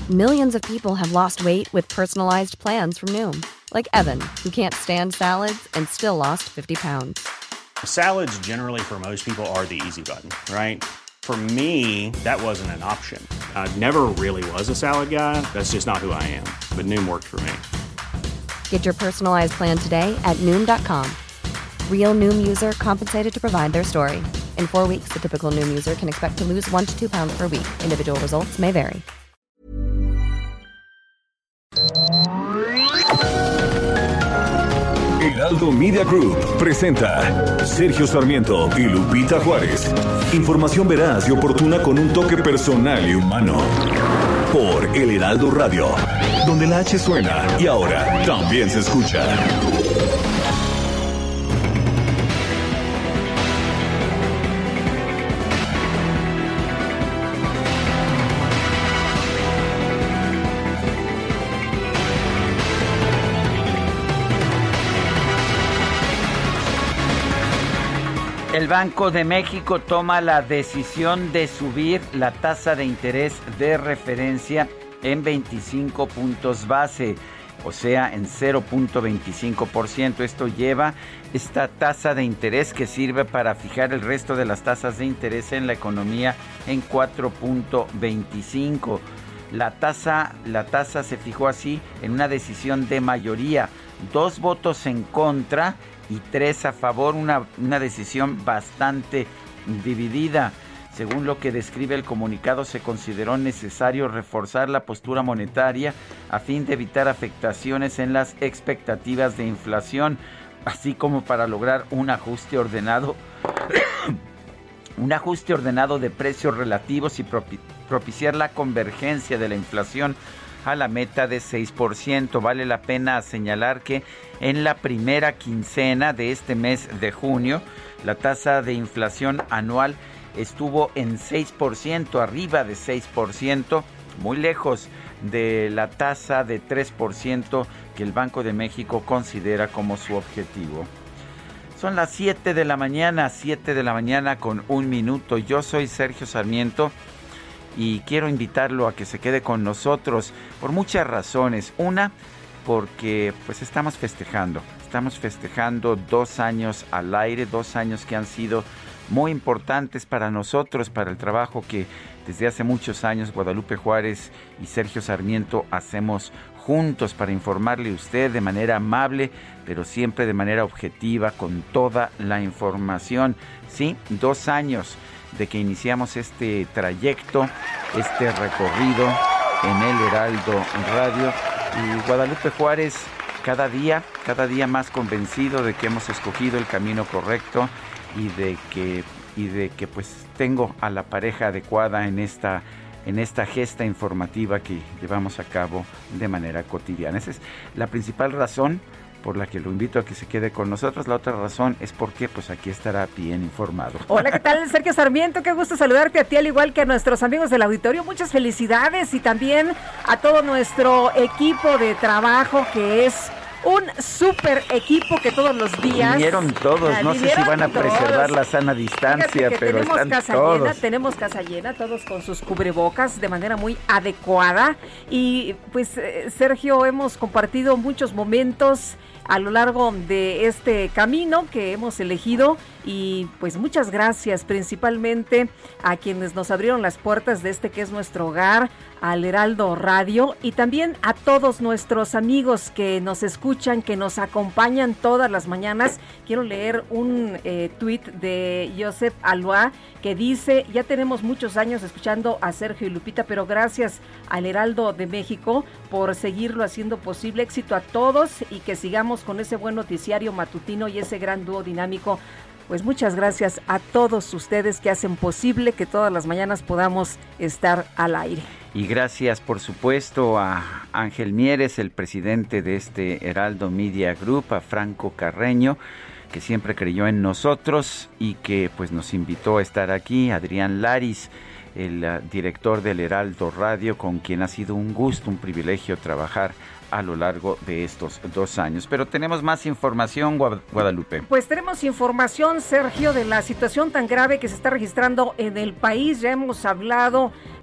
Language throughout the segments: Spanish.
Millions of people have lost weight with personalized plans from Noom. Like Evan, who can't stand salads and still lost 50 pounds. Salads generally for most people are the easy button, right? For me, that wasn't an option. I never really was a salad guy. That's just not who I am. But Noom worked for me. Get your personalized plan today at Noom.com. Real Noom user compensated to provide their story. In 4 weeks, the typical Noom user can expect to lose 1 to 2 pounds per week. Individual results may vary. Heraldo Media Group presenta Sergio Sarmiento y Lupita Juárez. Información veraz y oportuna con un toque personal y humano. Por El Heraldo Radio, donde la H suena y ahora también se escucha. El Banco de México toma la decisión de subir la tasa de interés de referencia en 25 puntos base, o sea, en 0.25%. Esto lleva esta tasa de interés que sirve para fijar el resto de las tasas de interés en la economía en 4.25. La tasa se fijó así en una decisión de mayoría, 2 votos en contra y 3 a favor, una decisión bastante dividida. Según lo que describe el comunicado, se consideró necesario reforzar la postura monetaria a fin de evitar afectaciones en las expectativas de inflación, así como para lograr un ajuste ordenado de precios relativos y propiciar la convergencia de la inflación a la meta de 6%. Vale la pena señalar que en la primera quincena de este mes de junio, la tasa de inflación anual estuvo en 6%, arriba de 6%, muy lejos de la tasa de 3% que el Banco de México considera como su objetivo. Son las 7 de la mañana con 1 minuto. Yo soy Sergio Sarmiento y quiero invitarlo a que se quede con nosotros por muchas razones. Una, porque pues estamos festejando 2 años al aire, 2 años que han sido muy importantes para nosotros, para el trabajo que desde hace muchos años Guadalupe Juárez y Sergio Sarmiento hacemos juntos para informarle a usted de manera amable, pero siempre de manera objetiva, con toda la información. Sí, 2 años de que iniciamos este trayecto, este recorrido en el Heraldo Radio, y Guadalupe Juárez cada día más convencido de que hemos escogido el camino correcto y de que pues tengo a la pareja adecuada en esta gesta informativa que llevamos a cabo de manera cotidiana. Esa es la principal razón por la que lo invito a que se quede con nosotros. La otra razón es porque pues aquí estará bien informado. Hola, ¿qué tal, Sergio Sarmiento? Qué gusto saludarte a ti, al igual que a nuestros amigos del auditorio. Muchas felicidades, y también a todo nuestro equipo de trabajo, que es un súper equipo que todos los días... Vinieron todos, no sé si van a preservar la sana distancia, pero están todos. Tenemos casa llena, todos con sus cubrebocas de manera muy adecuada. Y pues, Sergio, hemos compartido muchos momentos a lo largo de este camino que hemos elegido, y pues muchas gracias principalmente a quienes nos abrieron las puertas de este que es nuestro hogar, al Heraldo Radio, y también a todos nuestros amigos que nos escuchan, que nos acompañan todas las mañanas. Quiero leer un tuit de Joseph Alois que dice: ya tenemos muchos años escuchando a Sergio y Lupita, pero gracias al Heraldo de México por seguirlo haciendo posible. Éxito a todos y que sigamos con ese buen noticiario matutino y ese gran dúo dinámico. Pues muchas gracias a todos ustedes que hacen posible que todas las mañanas podamos estar al aire. Y gracias, por supuesto, a Ángel Mieres, el presidente de este Heraldo Media Group, a Franco Carreño, que siempre creyó en nosotros y que pues nos invitó a estar aquí, Adrián Laris, el director del Heraldo Radio, con quien ha sido un gusto, un privilegio trabajar a lo largo de estos 2 años. Pero tenemos más información, Guadalupe. Pues tenemos información, Sergio, de la situación tan grave que se está registrando en el país. Ya hemos hablado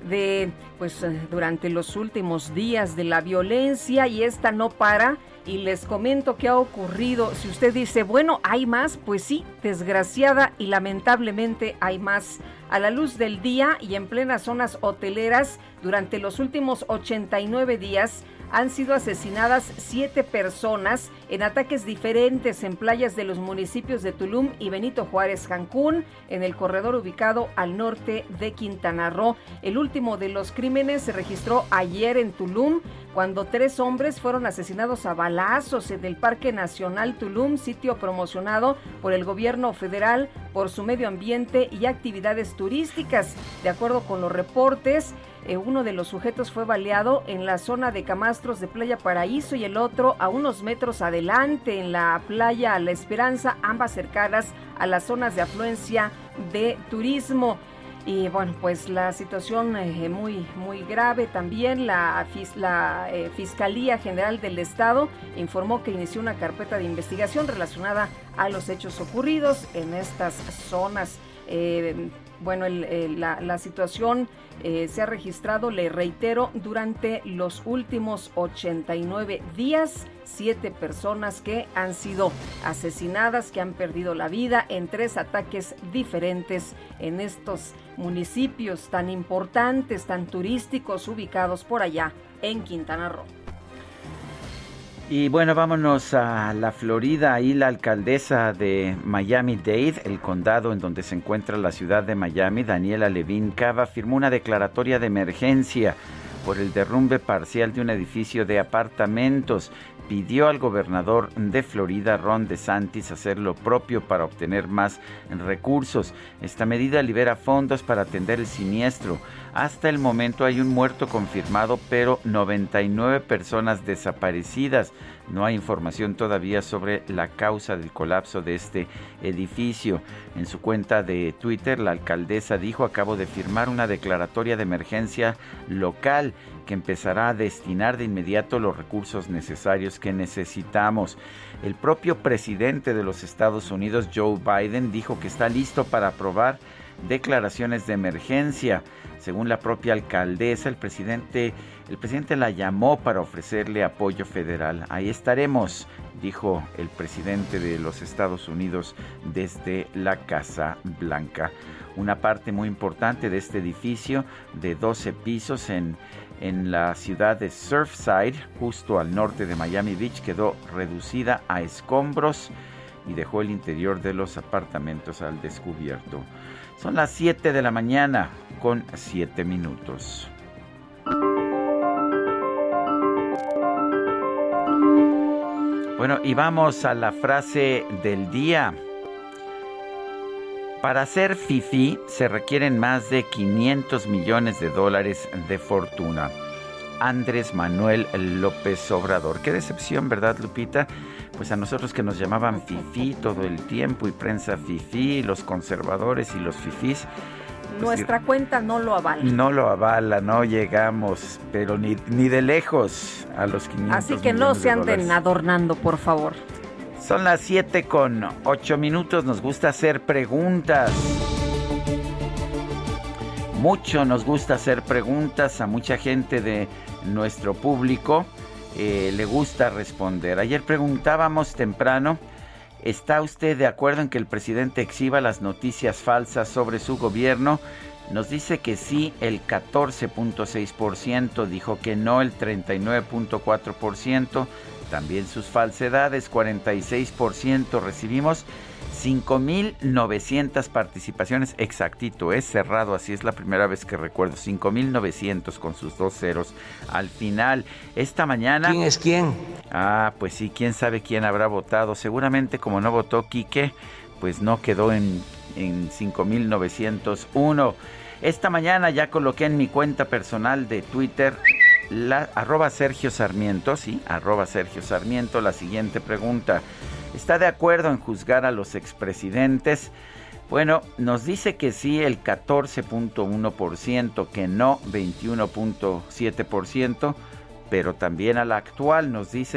durante los últimos días de la violencia, y esta no para. Y les comento qué ha ocurrido. Si usted dice, bueno, ¿hay más? Pues sí, desgraciada y lamentablemente hay más. A la luz del día y en plenas zonas hoteleras, durante los últimos 89 días han sido asesinadas 7 personas en ataques diferentes en playas de los municipios de Tulum y Benito Juárez, Cancún, en el corredor ubicado al norte de Quintana Roo. El último de los crímenes se registró ayer en Tulum, cuando 3 hombres fueron asesinados a balazos en el Parque Nacional Tulum, sitio promocionado por el gobierno federal por su medio ambiente y actividades turísticas. De acuerdo con los reportes, uno de los sujetos fue baleado en la zona de Camastros de Playa Paraíso y el otro a unos metros adelante en la playa La Esperanza, ambas cercanas a las zonas de afluencia de turismo. Y bueno, pues la situación muy grave también. La Fiscalía General del Estado informó que inició una carpeta de investigación relacionada a los hechos ocurridos en estas zonas. La situación se ha registrado, le reitero, durante los últimos 89 días, 7 personas que han sido asesinadas, que han perdido la vida en 3 ataques diferentes en estos municipios tan importantes, tan turísticos, ubicados por allá en Quintana Roo. Y bueno, vámonos a la Florida. Ahí la alcaldesa de Miami-Dade, el condado en donde se encuentra la ciudad de Miami, Daniela Levin Cava, firmó una declaratoria de emergencia por el derrumbe parcial de un edificio de apartamentos. Pidió al gobernador de Florida, Ron DeSantis, hacer lo propio para obtener más recursos. Esta medida libera fondos para atender el siniestro. Hasta el momento hay un muerto confirmado, pero 99 personas desaparecidas. No hay información todavía sobre la causa del colapso de este edificio. En su cuenta de Twitter, la alcaldesa dijo: acabo de firmar una declaratoria de emergencia local que empezará a destinar de inmediato los recursos necesarios que necesitamos. El propio presidente de los Estados Unidos, Joe Biden, dijo que está listo para aprobar declaraciones de emergencia. Según la propia alcaldesa, el presidente la llamó para ofrecerle apoyo federal. Ahí estaremos, dijo el presidente de los Estados Unidos desde la Casa Blanca. Una parte muy importante de este edificio de 12 pisos en la ciudad de Surfside, justo al norte de Miami Beach, quedó reducida a escombros y dejó el interior de los apartamentos al descubierto. Son las 7 de la mañana con 7 minutos. Bueno, y vamos a la frase del día. Para ser fifí se requieren más de $500 millones de fortuna. Andrés Manuel López Obrador. Qué decepción, ¿verdad, Lupita? Pues a nosotros que nos llamaban fifí todo el tiempo, y prensa fifí, los conservadores y los fifís. Pues nuestra cuenta no lo avala. No lo avala, no llegamos, pero ni de lejos a los 500 Así que no se anden adornando, por favor. Son las 7:08. Nos gusta hacer preguntas. Mucho nos gusta hacer preguntas. A mucha gente de nuestro público le gusta responder. Ayer preguntábamos temprano: ¿está usted de acuerdo en que el presidente exhiba las noticias falsas sobre su gobierno? Nos dice que sí el 14.6%, dijo que no el 39.4%, también sus falsedades 46%. Recibimos 5,900 participaciones, exactito, es cerrado, así es la primera vez que recuerdo, 5,900 con sus 2 ceros al final. Esta mañana... ¿Quién es quién? Pues sí, quién sabe quién habrá votado. Seguramente como no votó Quique, pues no quedó en 5,901. Esta mañana ya coloqué en mi cuenta personal de Twitter, @Sergio Sarmiento, @Sergio Sarmiento, la siguiente pregunta: ¿está de acuerdo en juzgar a los expresidentes? Bueno, nos dice que sí el 14.1%, que no 21.7%, pero también a la actual nos dice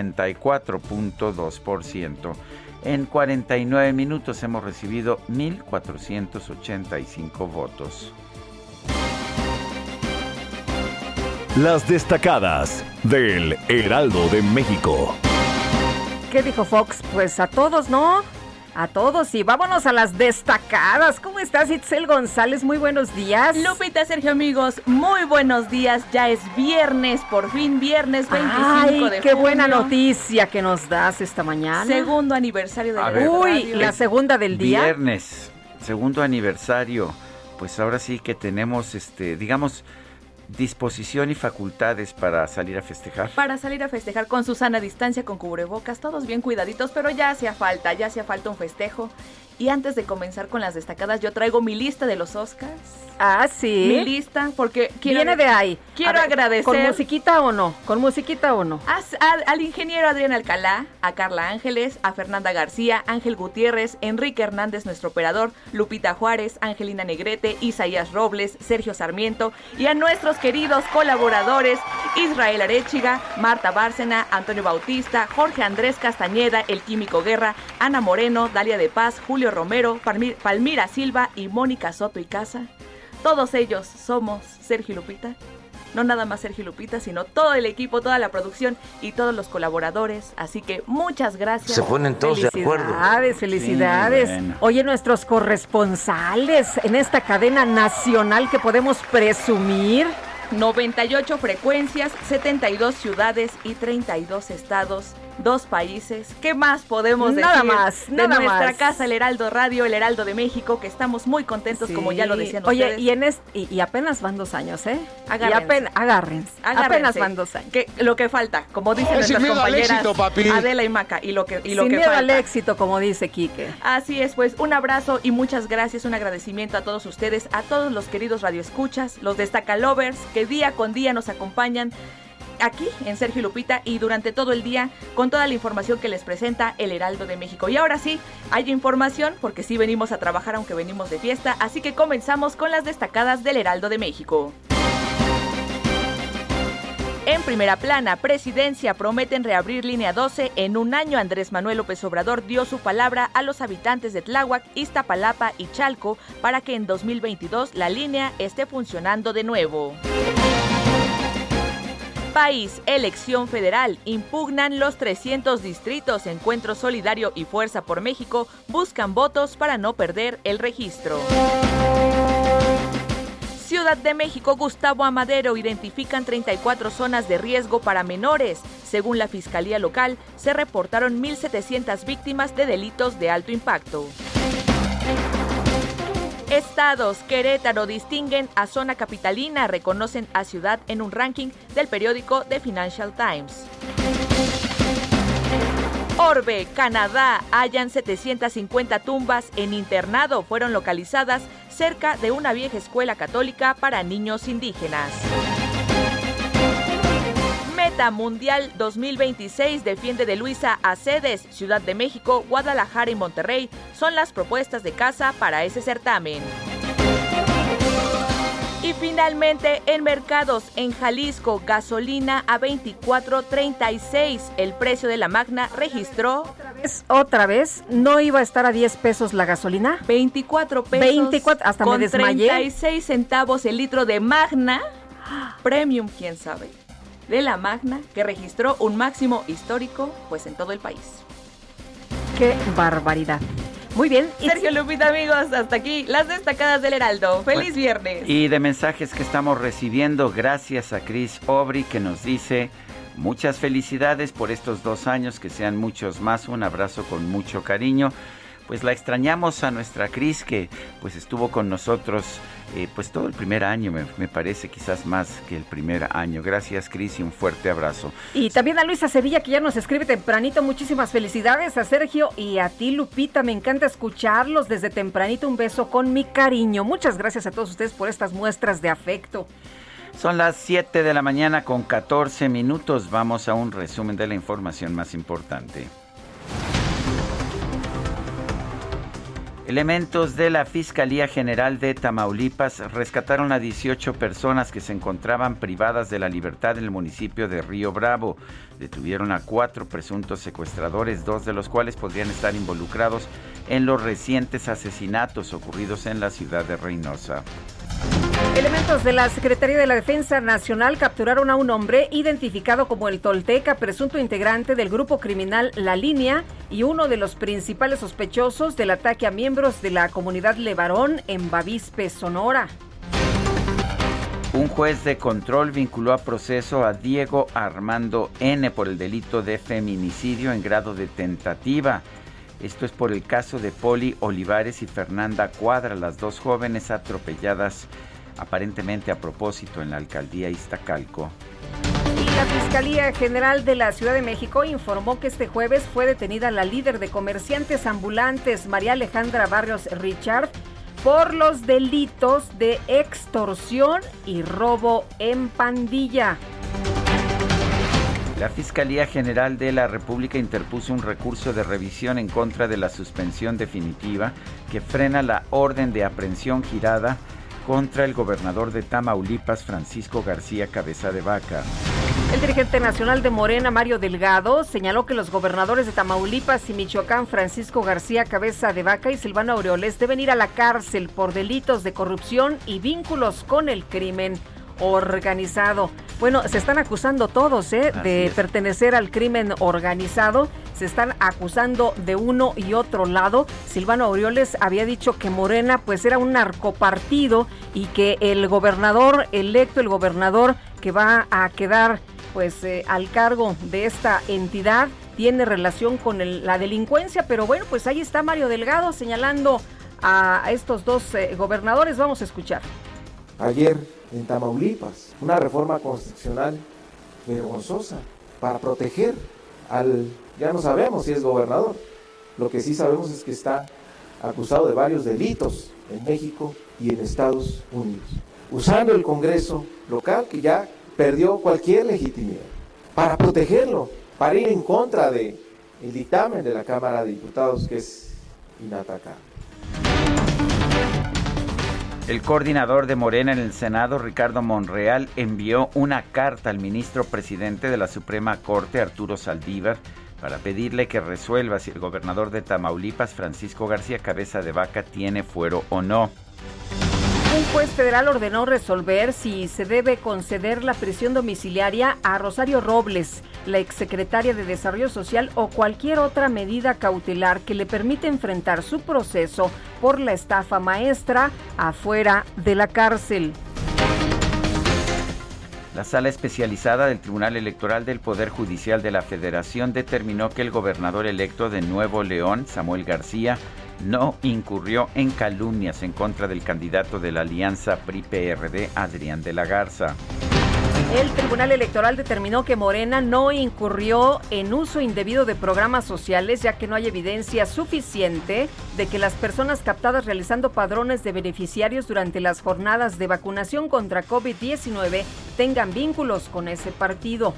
64.2%. En 49 minutos hemos recibido 1,485 votos. Las destacadas del Heraldo de México. ¿Qué dijo Fox? Pues a todos, ¿no? A todos, y vámonos a las destacadas. ¿Cómo estás, Itzel González? Muy buenos días. Lupita, Sergio, amigos, muy buenos días. Ya es viernes, por fin viernes 25 de qué junio. buena noticia que nos das esta mañana. Segundo aniversario de la Uy, radio. la segunda del día. Viernes, segundo aniversario. Pues ahora sí que tenemos, digamos, disposición y facultades para salir a festejar. Para salir a festejar con su sana distancia, con cubrebocas, todos bien cuidaditos, pero ya hacía falta un festejo. Y antes de comenzar con las destacadas, yo traigo mi lista de los Oscars. Ah, sí. Mi lista, porque viene de ahí. Quiero agradecer. ¿Con musiquita o no? ¿Con musiquita o no? Al ingeniero Adrián Alcalá, a Carla Ángeles, a Fernanda García, Ángel Gutiérrez, Enrique Hernández, nuestro operador, Lupita Juárez, Angelina Negrete, Isaías Robles, Sergio Sarmiento, y a nuestros queridos colaboradores, Israel Arechiga, Marta Bárcena, Antonio Bautista, Jorge Andrés Castañeda, El Químico Guerra, Ana Moreno, Dalia de Paz, Julio Romero, Palmira Silva y Mónica Soto y Casa. Todos ellos somos Sergio y Lupita. No nada más Sergio y Lupita, sino todo el equipo, toda la producción y todos los colaboradores. Así que muchas gracias. Se ponen todos de acuerdo. Felicidades. Sí, bueno. Oye, nuestros corresponsales en esta cadena nacional que podemos presumir. 98 frecuencias, 72 ciudades y 32 estados, 2 países. ¿Qué más podemos decir? Nada más, de nada nuestra más. casa, el Heraldo Radio, el Heraldo de México, que estamos muy contentos, Sí. como ya lo decían Oye, ustedes. y apenas van 2 años, ¿eh? Agárrense. Agárrense. Apenas van 2 años. Que lo que falta, como dicen nuestras compañeras Adela y Maca, y lo que Sin miedo falta. al éxito, como dice Quique. Así es, pues un abrazo y muchas gracias, un agradecimiento a todos ustedes, a todos los queridos radioescuchas, los Destacalovers, que día con día nos acompañan aquí en Sergio y Lupita y durante todo el día con toda la información que les presenta el Heraldo de México. Y ahora sí, hay información porque sí venimos a trabajar aunque venimos de fiesta, así que comenzamos con las destacadas del Heraldo de México. En primera plana, Presidencia prometen reabrir línea 12 en un año. Andrés Manuel López Obrador dio su palabra a los habitantes de Tláhuac, Iztapalapa y Chalco para que en 2022 la línea esté funcionando de nuevo. País, elección federal, impugnan los 300 distritos. Encuentro Solidario y Fuerza por México buscan votos para no perder el registro. Ciudad de México, Gustavo Amadero, identifican 34 zonas de riesgo para menores. Según la Fiscalía Local, se reportaron 1,700 víctimas de delitos de alto impacto. Estados, Querétaro distinguen a zona capitalina, reconocen a ciudad en un ranking del periódico The Financial Times. Orbe, Canadá, hallan 750 tumbas en internado, fueron localizadas cerca de una vieja escuela católica para niños indígenas. Meta Mundial 2026 defiende de Luisa a sedes. Ciudad de México, Guadalajara y Monterrey son las propuestas de casa para ese certamen. Y finalmente, en mercados, en Jalisco, gasolina a 24.36. El precio de la Magna registró... ¿Otra vez? ¿No iba a estar a 10 pesos la gasolina? 24 pesos 24, hasta con me desmayé. 36 centavos el litro de Magna. Premium, quién sabe. De la Magna, que registró un máximo histórico, pues en todo el país. ¡Qué barbaridad! Muy bien. Sergio, Lupita, amigos, hasta aquí las destacadas del Heraldo. ¡Feliz viernes! Y de mensajes que estamos recibiendo, gracias a Cris Obri, que nos dice: muchas felicidades por estos 2 años, que sean muchos más. Un abrazo con mucho cariño. Pues la extrañamos a nuestra Cris, que pues estuvo con nosotros pues todo el primer año, me parece, quizás más que el primer año. Gracias, Cris, y un fuerte abrazo. Y también a Luisa Sevilla, que ya nos escribe tempranito. Muchísimas felicidades a Sergio y a ti, Lupita. Me encanta escucharlos desde tempranito. Un beso con mi cariño. Muchas gracias a todos ustedes por estas muestras de afecto. Son las 7 de la mañana con 14 minutos. Vamos a un resumen de la información más importante. Elementos de la Fiscalía General de Tamaulipas rescataron a 18 personas que se encontraban privadas de la libertad en el municipio de Río Bravo. Detuvieron a 4 presuntos secuestradores, 2 de los cuales podrían estar involucrados en los recientes asesinatos ocurridos en la ciudad de Reynosa. Elementos de la Secretaría de la Defensa Nacional capturaron a un hombre identificado como el Tolteca, presunto integrante del grupo criminal La Línea y uno de los principales sospechosos del ataque a miembros de la comunidad Levarón en Bavispe, Sonora. Un juez de control vinculó a proceso a Diego Armando N. por el delito de feminicidio en grado de tentativa. Esto es por el caso de Poli Olivares y Fernanda Cuadra, las dos jóvenes atropelladas aparentemente a propósito en la alcaldía Iztacalco. Y la Fiscalía General de la Ciudad de México informó que este jueves fue detenida la líder de comerciantes ambulantes, María Alejandra Barrios Richard, por los delitos de extorsión y robo en pandilla. La Fiscalía General de la República interpuso un recurso de revisión en contra de la suspensión definitiva que frena la orden de aprehensión girada contra el gobernador de Tamaulipas, Francisco García Cabeza de Vaca. El dirigente nacional de Morena, Mario Delgado, señaló que los gobernadores de Tamaulipas y Michoacán, Francisco García Cabeza de Vaca y Silvano Aureoles, deben ir a la cárcel por delitos de corrupción y vínculos con el crimen organizado. Bueno, se están acusando todos de pertenecer al crimen organizado. Se están acusando de uno y otro lado. Silvano Aureoles había dicho que Morena pues era un narcopartido y que el gobernador electo, el gobernador que va a quedar pues al cargo de esta entidad, tiene relación con la delincuencia. Pero bueno, pues ahí está Mario Delgado señalando a estos dos gobernadores. Vamos a escuchar. Ayer en Tamaulipas, una reforma constitucional vergonzosa para proteger ya no sabemos si es gobernador, lo que sí sabemos es que está acusado de varios delitos en México y en Estados Unidos, usando el Congreso local que ya perdió cualquier legitimidad, para protegerlo, para ir en contra del dictamen de la Cámara de Diputados que es inatacable. El coordinador de Morena en el Senado, Ricardo Monreal, envió una carta al ministro presidente de la Suprema Corte, Arturo Saldívar, para pedirle que resuelva si el gobernador de Tamaulipas, Francisco García Cabeza de Vaca, tiene fuero o no. Un juez federal ordenó resolver si se debe conceder la prisión domiciliaria a Rosario Robles, la exsecretaria de Desarrollo Social, o cualquier otra medida cautelar que le permita enfrentar su proceso por la estafa maestra afuera de la cárcel. La Sala Especializada del Tribunal Electoral del Poder Judicial de la Federación determinó que el gobernador electo de Nuevo León, Samuel García, no incurrió en calumnias en contra del candidato de la alianza PRI-PRD, Adrián de la Garza. El Tribunal Electoral determinó que Morena no incurrió en uso indebido de programas sociales, ya que no hay evidencia suficiente de que las personas captadas realizando padrones de beneficiarios durante las jornadas de vacunación contra COVID-19 tengan vínculos con ese partido.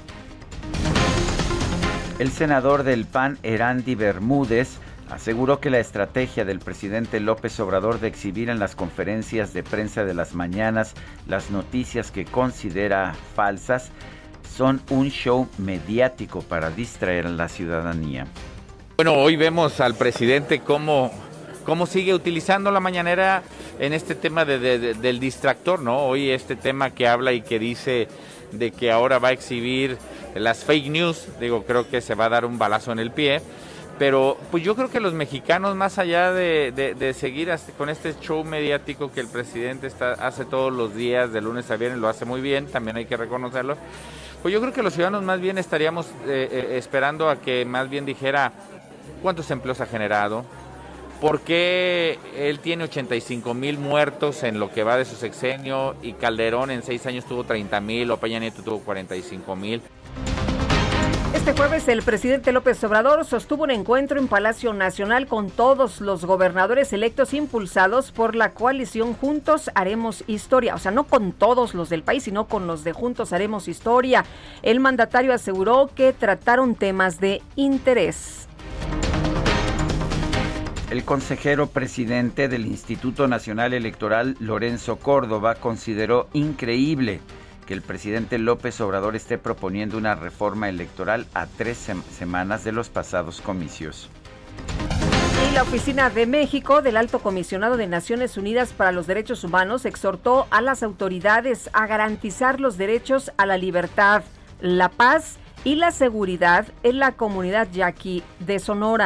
El senador del PAN, Erandi Bermúdez, aseguró que la estrategia del presidente López Obrador de exhibir en las conferencias de prensa de las mañanas las noticias que considera falsas son un show mediático para distraer a la ciudadanía. Bueno, hoy vemos al presidente cómo sigue utilizando la mañanera en este tema del distractor, ¿no? Hoy este tema que habla y que dice de que ahora va a exhibir las fake news, creo que se va a dar un balazo en el pie. Pero pues yo creo que los mexicanos, más allá de seguir con este show mediático que el presidente hace todos los días, de lunes a viernes, lo hace muy bien, también hay que reconocerlo, pues yo creo que los ciudadanos más bien estaríamos esperando a que más bien dijera cuántos empleos ha generado, por qué él tiene 85,000 muertos en lo que va de su sexenio y Calderón en 6 años tuvo 30,000 o Peña Nieto tuvo 45,000. Este jueves el presidente López Obrador sostuvo un encuentro en Palacio Nacional con todos los gobernadores electos impulsados por la coalición Juntos Haremos Historia. O sea, no con todos los del país, sino con los de Juntos Haremos Historia. El mandatario aseguró que trataron temas de interés. El consejero presidente del Instituto Nacional Electoral, Lorenzo Córdoba, consideró increíble que el presidente López Obrador esté proponiendo una reforma electoral a 3 semanas de los pasados comicios. Y la Oficina de México del Alto Comisionado de Naciones Unidas para los Derechos Humanos exhortó a las autoridades a garantizar los derechos a la libertad, la paz y la seguridad en la comunidad yaqui de Sonora.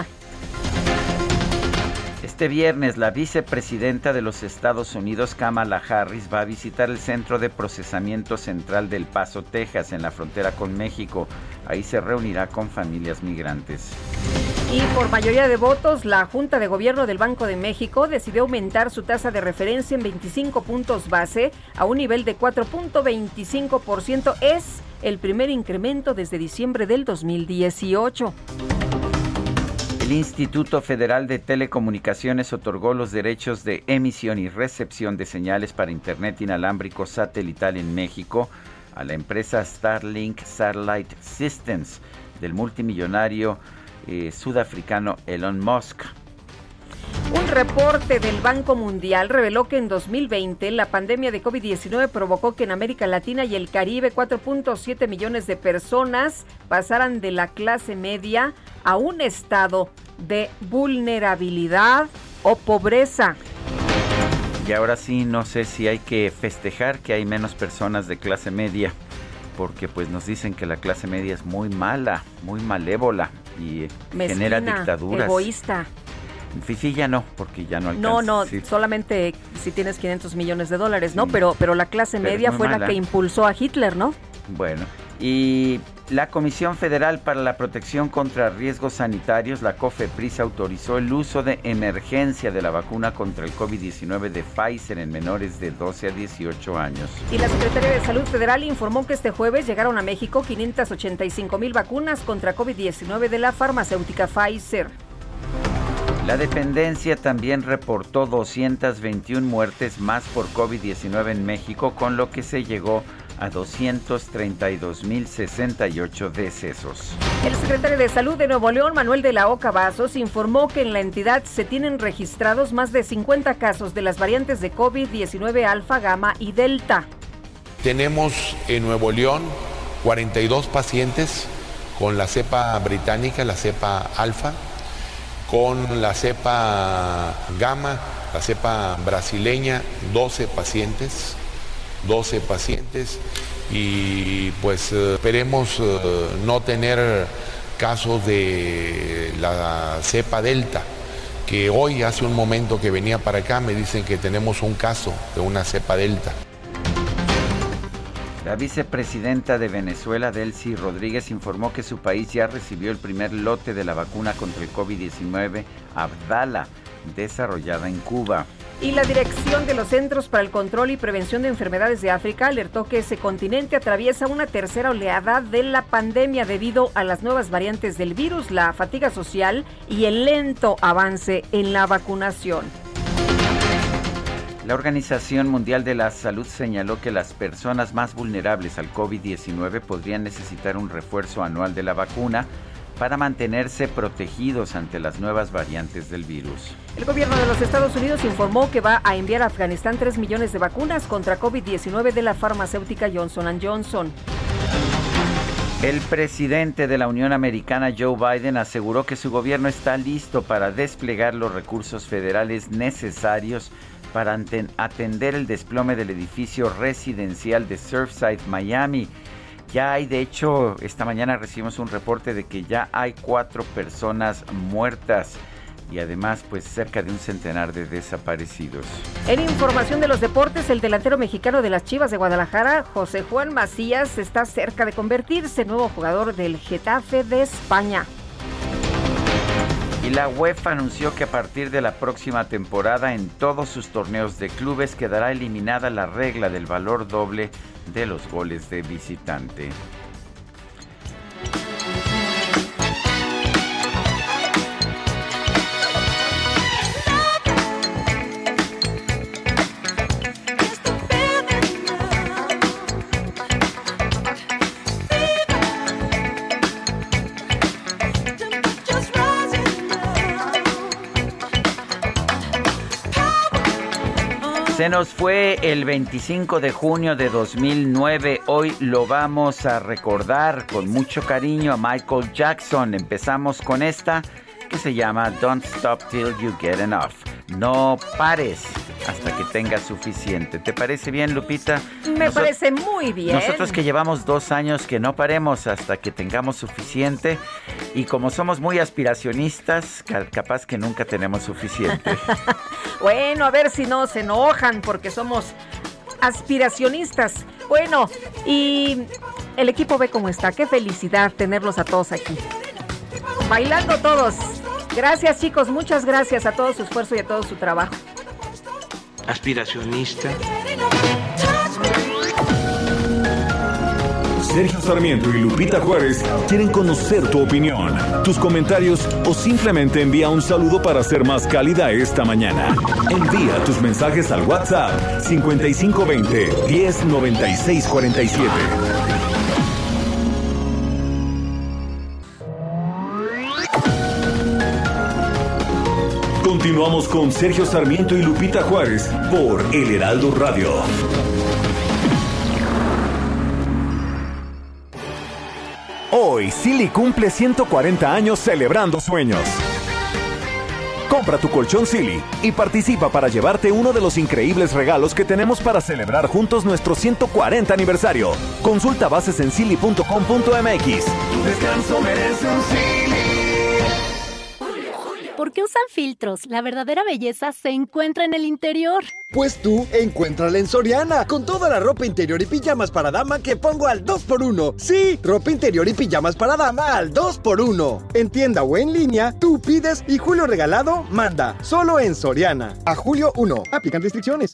Este viernes, la vicepresidenta de los Estados Unidos, Kamala Harris, va a visitar el Centro de Procesamiento Central del Paso, Texas, en la frontera con México. Ahí se reunirá con familias migrantes. Y por mayoría de votos, la Junta de Gobierno del Banco de México decidió aumentar su tasa de referencia en 25 puntos base a un nivel de 4.25%. Es el primer incremento desde diciembre del 2018. El Instituto Federal de Telecomunicaciones otorgó los derechos de emisión y recepción de señales para Internet inalámbrico satelital en México a la empresa Starlink Satellite Systems del multimillonario sudafricano Elon Musk. Un reporte del Banco Mundial reveló que en 2020 la pandemia de COVID-19 provocó que en América Latina y el Caribe 4.7 millones de personas pasaran de la clase media a un estado de vulnerabilidad o pobreza. Y ahora sí, no sé si hay que festejar que hay menos personas de clase media, porque pues nos dicen que la clase media es muy mala, muy malévola y mezquina, genera dictaduras. Egoísta. Fifi ya no, porque ya no alcanza. No, sí. Solamente si tienes 500 millones de dólares, ¿no? Pero la clase media fue la que impulsó a Hitler, ¿no? Bueno, y la Comisión Federal para la Protección contra Riesgos Sanitarios, la COFEPRIS, autorizó el uso de emergencia de la vacuna contra el COVID-19 de Pfizer en menores de 12 a 18 años. Y la Secretaría de Salud Federal informó que este jueves llegaron a México 585,000 vacunas contra COVID-19 de la farmacéutica Pfizer. La dependencia también reportó 221 muertes más por COVID-19 en México, con lo que se llegó a 232,068 decesos. El secretario de Salud de Nuevo León, Manuel de la Oca Vasos, informó que en la entidad se tienen registrados más de 50 casos de las variantes de COVID-19 Alfa, Gamma y Delta. Tenemos en Nuevo León 42 pacientes con la cepa británica, la cepa Alfa, con la cepa Gamma, la cepa brasileña, 12 pacientes y pues esperemos no tener casos de la cepa Delta, que hoy hace un momento que venía para acá me dicen que tenemos un caso de una cepa Delta. La vicepresidenta de Venezuela, Delcy Rodríguez, informó que su país ya recibió el primer lote de la vacuna contra el COVID-19 Abdala, desarrollada en Cuba. Y la Dirección de los Centros para el Control y Prevención de Enfermedades de África alertó que ese continente atraviesa una tercera oleada de la pandemia debido a las nuevas variantes del virus, la fatiga social y el lento avance en la vacunación. La Organización Mundial de la Salud señaló que las personas más vulnerables al COVID-19 podrían necesitar un refuerzo anual de la vacuna para mantenerse protegidos ante las nuevas variantes del virus. El gobierno de los Estados Unidos informó que va a enviar a Afganistán 3 millones de vacunas contra COVID-19 de la farmacéutica Johnson & Johnson. El presidente de la Unión Americana, Joe Biden, aseguró que su gobierno está listo para desplegar los recursos federales necesarios para atender el desplome del edificio residencial de Surfside, Miami. Ya hay, de hecho, esta mañana recibimos un reporte de que ya hay 4 personas muertas y además pues cerca de un centenar de desaparecidos. En información de los deportes, el delantero mexicano de las Chivas de Guadalajara, José Juan Macías, está cerca de convertirse en nuevo jugador del Getafe de España. Y la UEFA anunció que a partir de la próxima temporada en todos sus torneos de clubes quedará eliminada la regla del valor doble de los goles de visitante. Se nos fue el 25 de junio de 2009. Hoy lo vamos a recordar con mucho cariño a Michael Jackson. Empezamos con esta que se llama Don't Stop Till You Get Enough. No pares hasta que tengas suficiente. ¿Te parece bien, Lupita? Me parece muy bien. Nosotros que llevamos 2 años, que no paremos hasta que tengamos suficiente, y como somos muy aspiracionistas, capaz que nunca tenemos suficiente. Bueno, a ver si no se enojan porque somos aspiracionistas. Bueno, y el equipo ve cómo está. Qué felicidad tenerlos a todos aquí. Bailando todos. Gracias, chicos, muchas gracias a todo su esfuerzo y a todo su trabajo. Aspiracionista. Sergio Sarmiento y Lupita Juárez quieren conocer tu opinión, tus comentarios o simplemente envía un saludo para ser más cálida esta mañana. Envía tus mensajes al WhatsApp 5520 109647. Continuamos con Sergio Sarmiento y Lupita Juárez por El Heraldo Radio. Hoy, Silly cumple 140 años celebrando sueños. Compra tu colchón Silly y participa para llevarte uno de los increíbles regalos que tenemos para celebrar juntos nuestro 140 aniversario. Consulta bases en silly.com.mx. Tu descanso merece un Silly. ¿Por qué usan filtros? La verdadera belleza se encuentra en el interior. Pues tú, encuéntrala en Soriana, con toda la ropa interior y pijamas para dama que pongo al 2x1. Sí, ropa interior y pijamas para dama al 2x1. En tienda o en línea, tú pides y Julio Regalado manda. Solo en Soriana. A julio 1. Aplican restricciones.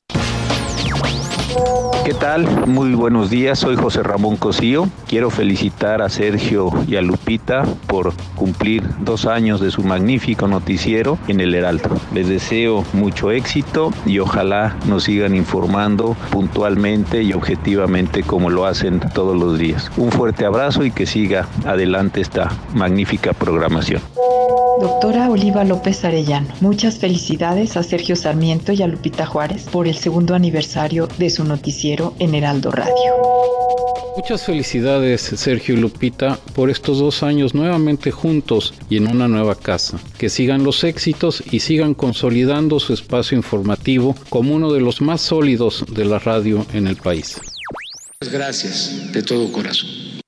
¿Qué tal? Muy buenos días, soy José Ramón Cosío. Quiero felicitar a Sergio y a Lupita por cumplir 2 años de su magnífico noticiero en El Heraldo. Les deseo mucho éxito y ojalá nos sigan informando puntualmente y objetivamente como lo hacen todos los días. Un fuerte abrazo y que siga adelante esta magnífica programación. Doctora Oliva López Arellano, muchas felicidades a Sergio Sarmiento y a Lupita Juárez por el 2º aniversario de su noticiero en Heraldo Radio. Muchas felicidades, Sergio y Lupita, por estos 2 años nuevamente juntos y en una nueva casa. Que sigan los éxitos y sigan consolidando su espacio informativo como uno de los más sólidos de la radio en el país. Gracias de todo corazón.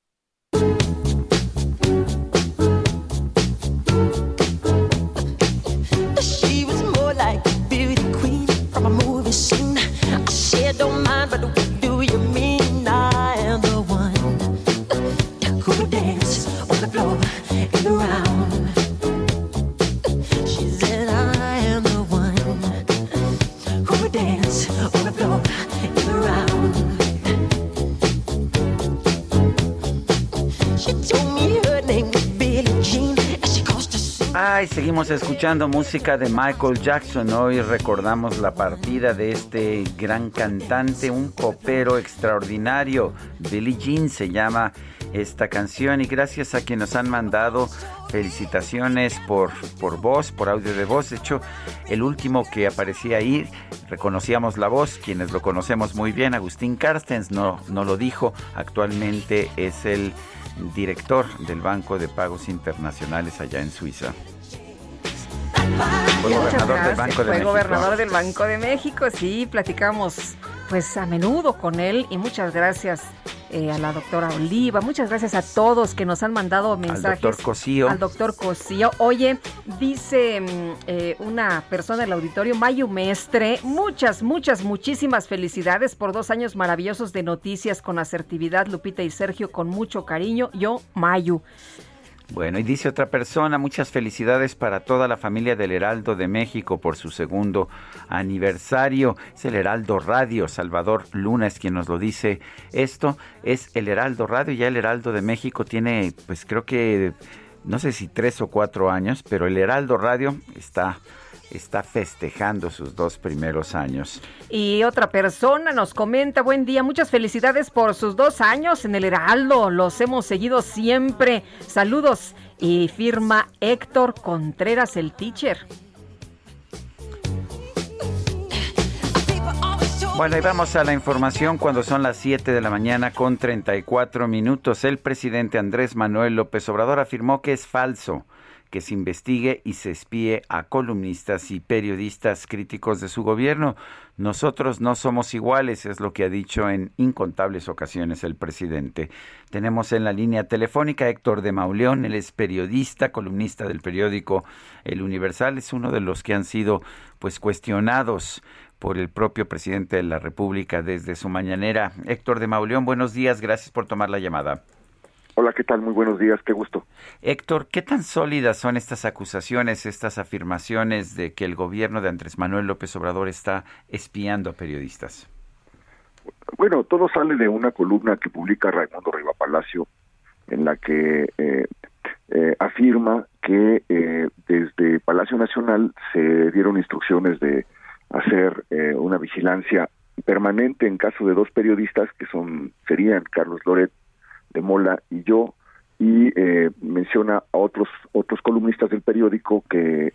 Seguimos escuchando música de Michael Jackson. Hoy recordamos la partida de este gran cantante, un popero extraordinario. Billie Jean se llama esta canción, y gracias a quienes nos han mandado felicitaciones por voz, por audio de voz. De hecho, el último que aparecía ahí, reconocíamos la voz, quienes lo conocemos muy bien. Agustín Carstens no lo dijo, actualmente es el director del Banco de Pagos Internacionales allá en Suiza. Fue gobernador del Banco de México. Sí, platicamos pues a menudo con él, y muchas gracias a la doctora Oliva, muchas gracias a todos que nos han mandado mensajes. Al doctor Cosío. Oye, dice una persona del auditorio, Mayu Mestre, muchísimas felicidades por 2 años maravillosos de noticias con asertividad, Lupita y Sergio, con mucho cariño, yo, Mayu. Bueno, y dice otra persona, muchas felicidades para toda la familia del Heraldo de México por su 2º aniversario. Es el Heraldo Radio. Salvador Luna es quien nos lo dice. Esto es el Heraldo Radio. Ya el Heraldo de México tiene, pues creo que, no sé si 3 o 4 años, pero el Heraldo Radio está festejando sus 2 primeros años. Y otra persona nos comenta, buen día, muchas felicidades por sus 2 años en el Heraldo, los hemos seguido siempre, saludos, y firma Héctor Contreras, el teacher. Bueno, y vamos a la información cuando son las 7 de la mañana con 34 minutos. El presidente Andrés Manuel López Obrador afirmó que es falso que se investigue y se espíe a columnistas y periodistas críticos de su gobierno. Nosotros no somos iguales, es lo que ha dicho en incontables ocasiones el presidente. Tenemos en la línea telefónica a Héctor de Mauleón, él es periodista, columnista del periódico El Universal, es uno de los que han sido pues cuestionados por el propio presidente de la República desde su mañanera. Héctor de Mauleón, buenos días, gracias por tomar la llamada. Hola, ¿qué tal? Muy buenos días, qué gusto. Héctor, ¿qué tan sólidas son estas acusaciones, estas afirmaciones de que el gobierno de Andrés Manuel López Obrador está espiando a periodistas? Bueno, todo sale de una columna que publica Raimundo Rivapalacio, en la que afirma que desde Palacio Nacional se dieron instrucciones de hacer una vigilancia permanente en caso de dos periodistas que serían Carlos Loret de Mola y yo, y menciona a otros columnistas del periódico que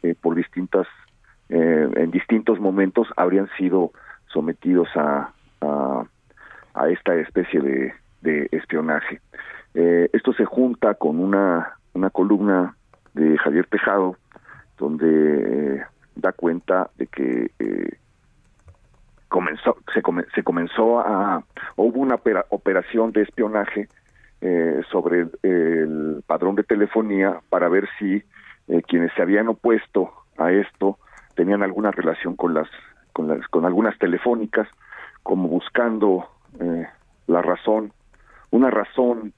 en distintos momentos habrían sido sometidos a esta especie de espionaje. Esto se junta con una columna de Javier Tejado, donde da cuenta de que hubo una operación de espionaje sobre el padrón de telefonía para ver si quienes se habían opuesto a esto tenían alguna relación con algunas telefónicas, como buscando una razón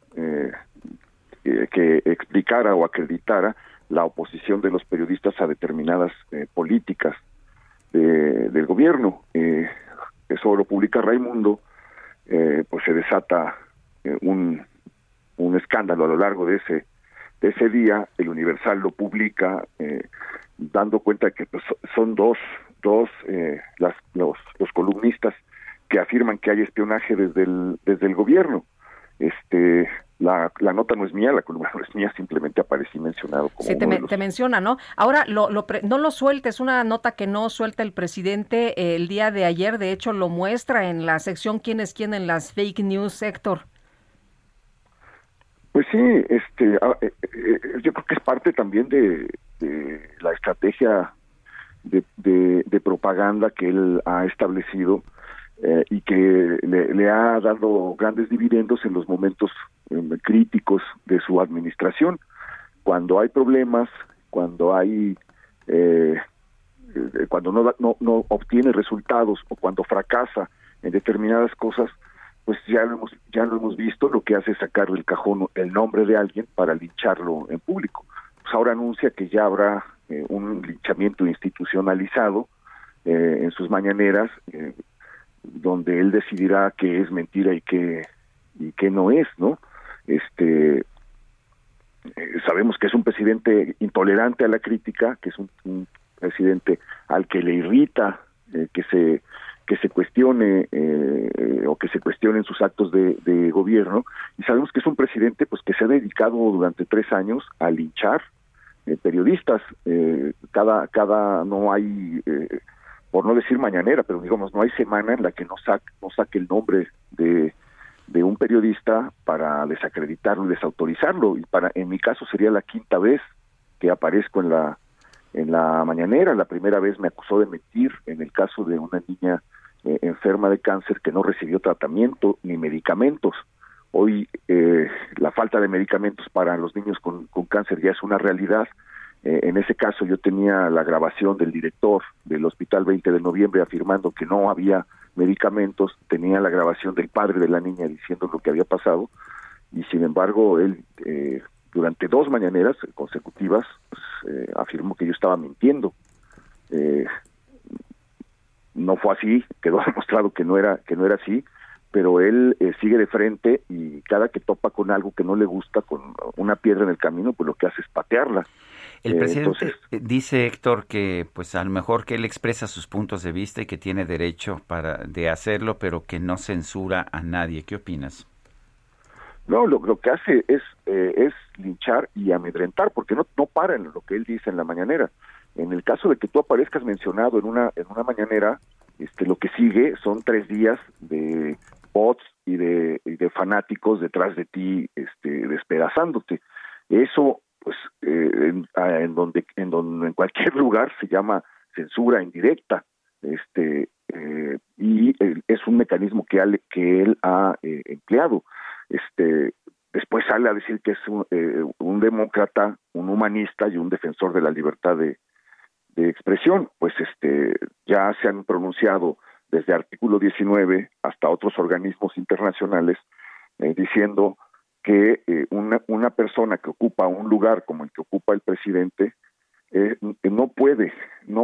que explicara o acreditara la oposición de los periodistas a determinadas políticas del gobierno. Eso lo publica Raimundo, pues se desata un escándalo a lo largo de ese día. El Universal lo publica dando cuenta de que pues, son dos los columnistas que afirman que hay espionaje desde el gobierno. La nota no es mía, la columna no es mía, simplemente aparecí mencionado como sí, te menciona, ¿no? Ahora, no lo sueltes, una nota que no suelta el presidente el día de ayer, de hecho lo muestra en la sección ¿Quién es quién? En las fake news, Héctor. Pues sí, yo creo que es parte también de la estrategia de propaganda que él ha establecido y que le ha dado grandes dividendos en los momentos críticos de su administración. Cuando hay problemas, cuando no obtiene resultados o cuando fracasa en determinadas cosas, pues ya lo hemos visto, lo que hace es sacar del cajón el nombre de alguien para lincharlo en público. Pues ahora anuncia que ya habrá un linchamiento institucionalizado en sus mañaneras, donde él decidirá qué es mentira y qué no es, ¿no? Sabemos que es un presidente intolerante a la crítica, que es un presidente al que le irrita que se cuestione o que se cuestionen sus actos de gobierno, y sabemos que es un presidente pues que se ha dedicado durante 3 años a linchar periodistas. No hay por no decir mañanera, pero digamos no hay semana en la que no saque el nombre de un periodista para desacreditarlo y desautorizarlo, y en mi caso sería la 5ª vez que aparezco en la mañanera. La primera vez me acusó de mentir en el caso de una niña enferma de cáncer que no recibió tratamiento ni medicamentos. Hoy la falta de medicamentos para los niños con cáncer ya es una realidad. En ese caso yo tenía la grabación del director del Hospital 20 de Noviembre afirmando que no había medicamentos, tenía la grabación del padre de la niña diciendo lo que había pasado, y sin embargo él durante 2 mañaneras consecutivas afirmó que yo estaba mintiendo. No fue así, quedó demostrado que no era así, pero él sigue de frente, y cada que topa con algo que no le gusta, con una piedra en el camino, pues lo que hace es patearla. El presidente dice, Héctor, que pues a lo mejor que él expresa sus puntos de vista y que tiene derecho de hacerlo, pero que no censura a nadie. ¿Qué opinas? No, lo que hace es linchar y amedrentar, porque no para en lo que él dice en la mañanera. En el caso de que tú aparezcas mencionado en una mañanera, lo que sigue son 3 días de bots y de fanáticos detrás de ti, despedazándote. Eso, pues, en cualquier lugar se llama censura indirecta, y es un mecanismo que él ha empleado. Después sale a decir que es un demócrata, un humanista y un defensor de la libertad de expresión. Pues ya se han pronunciado desde Artículo 19 hasta otros organismos internacionales diciendo que una persona que ocupa un lugar como el que ocupa el presidente no puede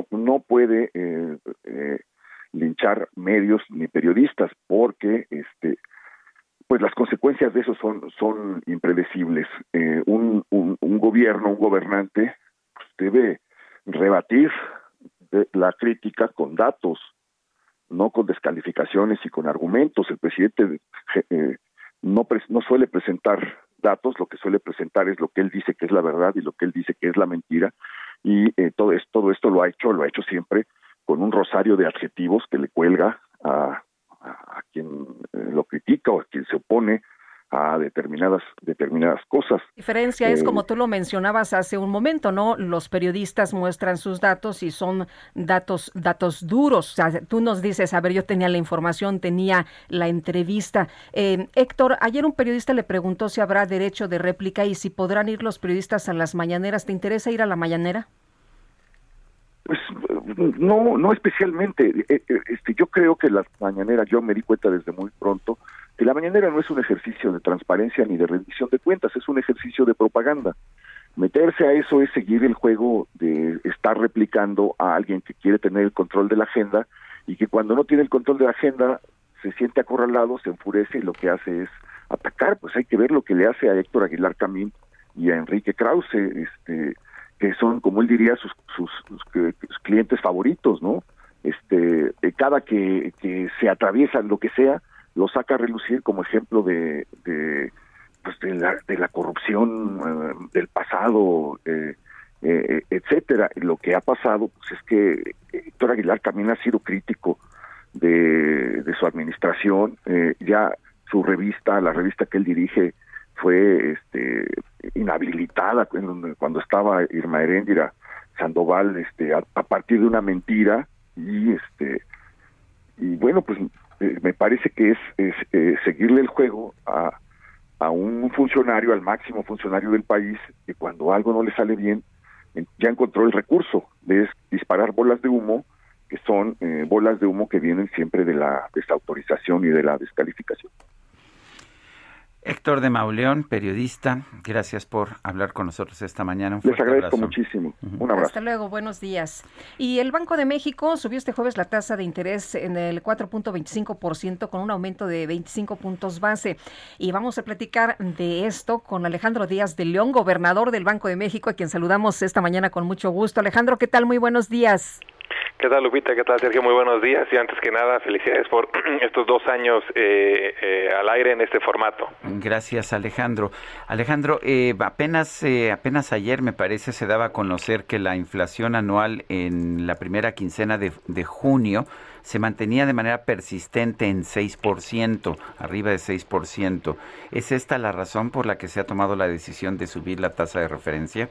linchar medios ni periodistas, porque pues las consecuencias de eso son impredecibles. Un gobierno, un gobernante, pues debe rebatir la crítica con datos, no con descalificaciones y con argumentos. El presidente no suele presentar datos, lo que suele presentar es lo que él dice que es la verdad y lo que él dice que es la mentira, y todo esto lo ha hecho siempre con un rosario de adjetivos que le cuelga a quien lo critica o a quien se opone a determinadas cosas. La diferencia es, como tú lo mencionabas hace un momento, ¿no? Los periodistas muestran sus datos y son datos duros. O sea, tú nos dices, a ver, yo tenía la información, tenía la entrevista. Héctor, ayer un periodista le preguntó si habrá derecho de réplica y si podrán ir los periodistas a las mañaneras. ¿Te interesa ir a la mañanera? Pues no especialmente. Yo creo que las mañaneras, yo me di cuenta desde muy pronto que la mañanera no es un ejercicio de transparencia ni de rendición de cuentas, es un ejercicio de propaganda. Meterse a eso es seguir el juego de estar replicando a alguien que quiere tener el control de la agenda y que cuando no tiene el control de la agenda se siente acorralado, se enfurece y lo que hace es atacar. Pues hay que ver lo que le hace a Héctor Aguilar Camín y a Enrique Krause, que son, como él diría, sus clientes favoritos, ¿no? Cada que se atraviesa lo que sea, lo saca a relucir como ejemplo de la corrupción del pasado, etcétera. Lo que ha pasado pues es que Héctor Aguilar Camín ha sido crítico de su administración. Ya su revista, la revista que él dirige, fue inhabilitada cuando estaba Irma Heréndira Sandoval, a partir de una mentira, y bueno, pues me parece que es seguirle el juego a un funcionario, al máximo funcionario del país, que cuando algo no le sale bien, ya encontró el recurso de disparar bolas de humo, que son bolas de humo que vienen siempre de la desautorización y de la descalificación. Héctor de Mauleón, periodista, gracias por hablar con nosotros esta mañana. Les agradezco muchísimo. Un abrazo. Hasta luego, buenos días. Y el Banco de México subió este jueves la tasa de interés en el 4.25% con un aumento de 25 puntos base. Y vamos a platicar de esto con Alejandro Díaz de León, gobernador del Banco de México, a quien saludamos esta mañana con mucho gusto. Alejandro, ¿qué tal? Muy buenos días. ¿Qué tal, Lupita? ¿Qué tal, Sergio? Muy buenos días. Y antes que nada, felicidades por estos 2 años al aire en este formato. Gracias, Alejandro. Alejandro, apenas ayer, me parece, se daba a conocer que la inflación anual en la primera quincena de junio se mantenía de manera persistente en 6%, arriba de 6%. ¿Es esta la razón por la que se ha tomado la decisión de subir la tasa de referencia?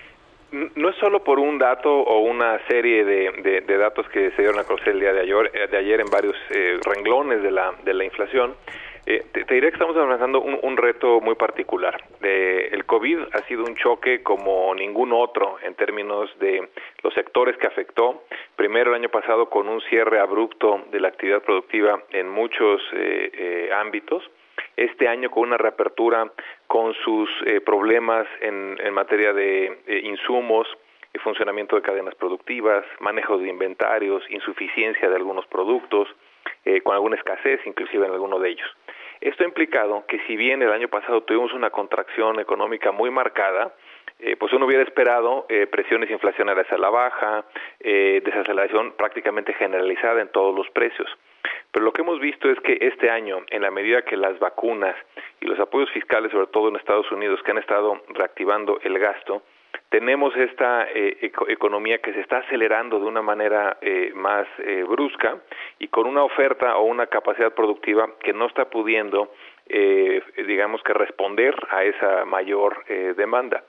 No es solo por un dato o una serie de datos que se dieron a conocer el día de ayer en varios renglones de la inflación. Te diré que estamos enfrentando un reto muy particular. El COVID ha sido un choque como ningún otro en términos de los sectores que afectó. Primero, el año pasado, con un cierre abrupto de la actividad productiva en muchos ámbitos. Este año con una reapertura con sus problemas en materia de insumos, funcionamiento de cadenas productivas, manejo de inventarios, insuficiencia de algunos productos, con alguna escasez inclusive en alguno de ellos. Esto ha implicado que si bien el año pasado tuvimos una contracción económica muy marcada, pues uno hubiera esperado presiones inflacionarias a la baja, desaceleración prácticamente generalizada en todos los precios. Pero lo que hemos visto es que este año, en la medida que las vacunas y los apoyos fiscales, sobre todo en Estados Unidos, que han estado reactivando el gasto, tenemos esta economía que se está acelerando de una manera más brusca y con una oferta o una capacidad productiva que no está pudiendo, digamos que responder a esa mayor demanda.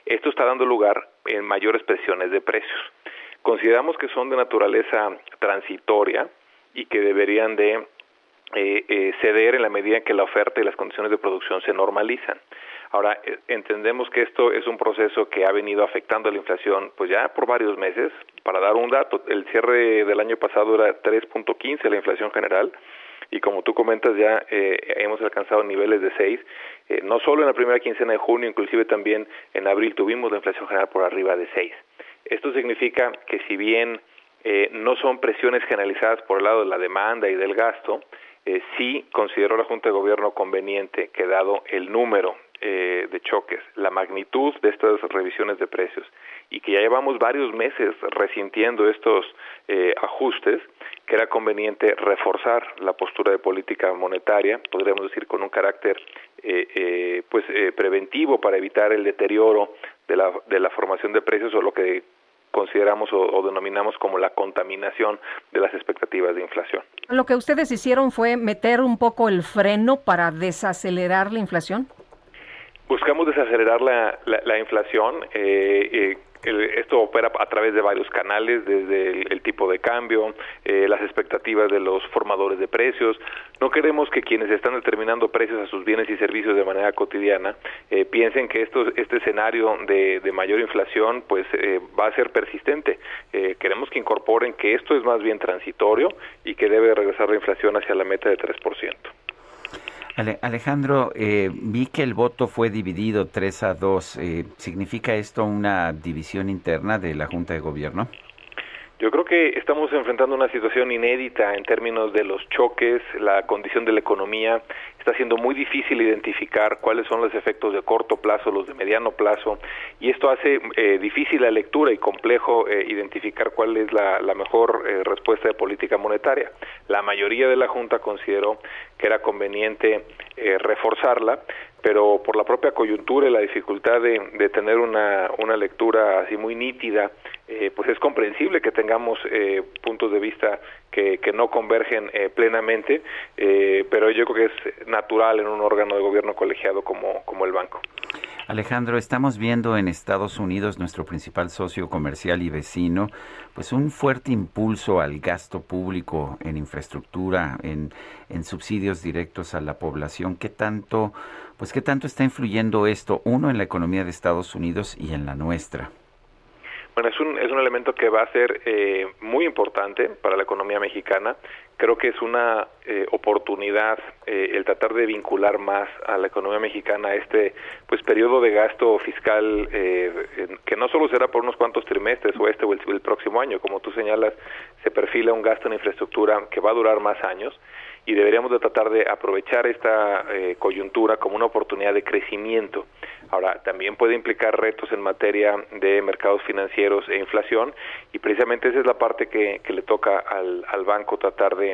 esto está dando lugar en mayores presiones de precios. Consideramos que son de naturaleza transitoria y que deberían de ceder en la medida en que la oferta y las condiciones de producción se normalizan. Ahora, entendemos que esto es un proceso que ha venido afectando a la inflación pues ya por varios meses. Para dar un dato, el cierre del año pasado era 3.15 la inflación general, y como tú comentas ya hemos alcanzado niveles de 6, no solo en la primera quincena de junio, inclusive también en abril tuvimos la inflación general por arriba de 6. Esto significa que si bien no son presiones generalizadas por el lado de la demanda y del gasto, sí consideró la Junta de Gobierno conveniente que, dado el número de choques, la magnitud de estas revisiones de precios y que ya llevamos varios meses resintiendo estos ajustes, que era conveniente reforzar la postura de política monetaria, podríamos decir con un carácter preventivo para evitar el deterioro de la formación de precios o lo que consideramos o denominamos como la contaminación de las expectativas de inflación. ¿Lo que ustedes hicieron fue meter un poco el freno para desacelerar la inflación? Buscamos desacelerar la inflación. Esto opera a través de varios canales, desde el tipo de cambio, las expectativas de los formadores de precios. No queremos que quienes están determinando precios a sus bienes y servicios de manera cotidiana piensen que este escenario de mayor inflación pues va a ser persistente. Queremos que incorporen que esto es más bien transitorio y que debe regresar la inflación hacia la meta de 3%. Alejandro, vi que el voto fue dividido 3-2. ¿Significa esto una división interna de la Junta de Gobierno? Yo creo que estamos enfrentando una situación inédita en términos de los choques, la condición de la economía. Está siendo muy difícil identificar cuáles son los efectos de corto plazo, los de mediano plazo, y esto hace difícil la lectura y complejo identificar cuál es la mejor respuesta de política monetaria. La mayoría de la Junta consideró que era conveniente reforzarla, pero por la propia coyuntura y la dificultad de tener una lectura así muy nítida, pues es comprensible que tengamos puntos de vista que no convergen plenamente, pero yo creo que es natural en un órgano de gobierno colegiado como el banco. Alejandro, estamos viendo en Estados Unidos, nuestro principal socio comercial y vecino, pues un fuerte impulso al gasto público en infraestructura, en subsidios directos a la población. ¿Qué tanto está influyendo esto, uno, en la economía de Estados Unidos y en la nuestra? Bueno, es un elemento que va a ser muy importante para la economía mexicana. Creo que es una oportunidad el tratar de vincular más a la economía mexicana a este periodo de gasto fiscal que no solo será por unos cuantos trimestres o el próximo año. Como tú señalas, se perfila un gasto en infraestructura que va a durar más años, y deberíamos de tratar de aprovechar esta coyuntura como una oportunidad de crecimiento. Ahora, también puede implicar retos en materia de mercados financieros e inflación, y precisamente esa es la parte que le toca al banco tratar de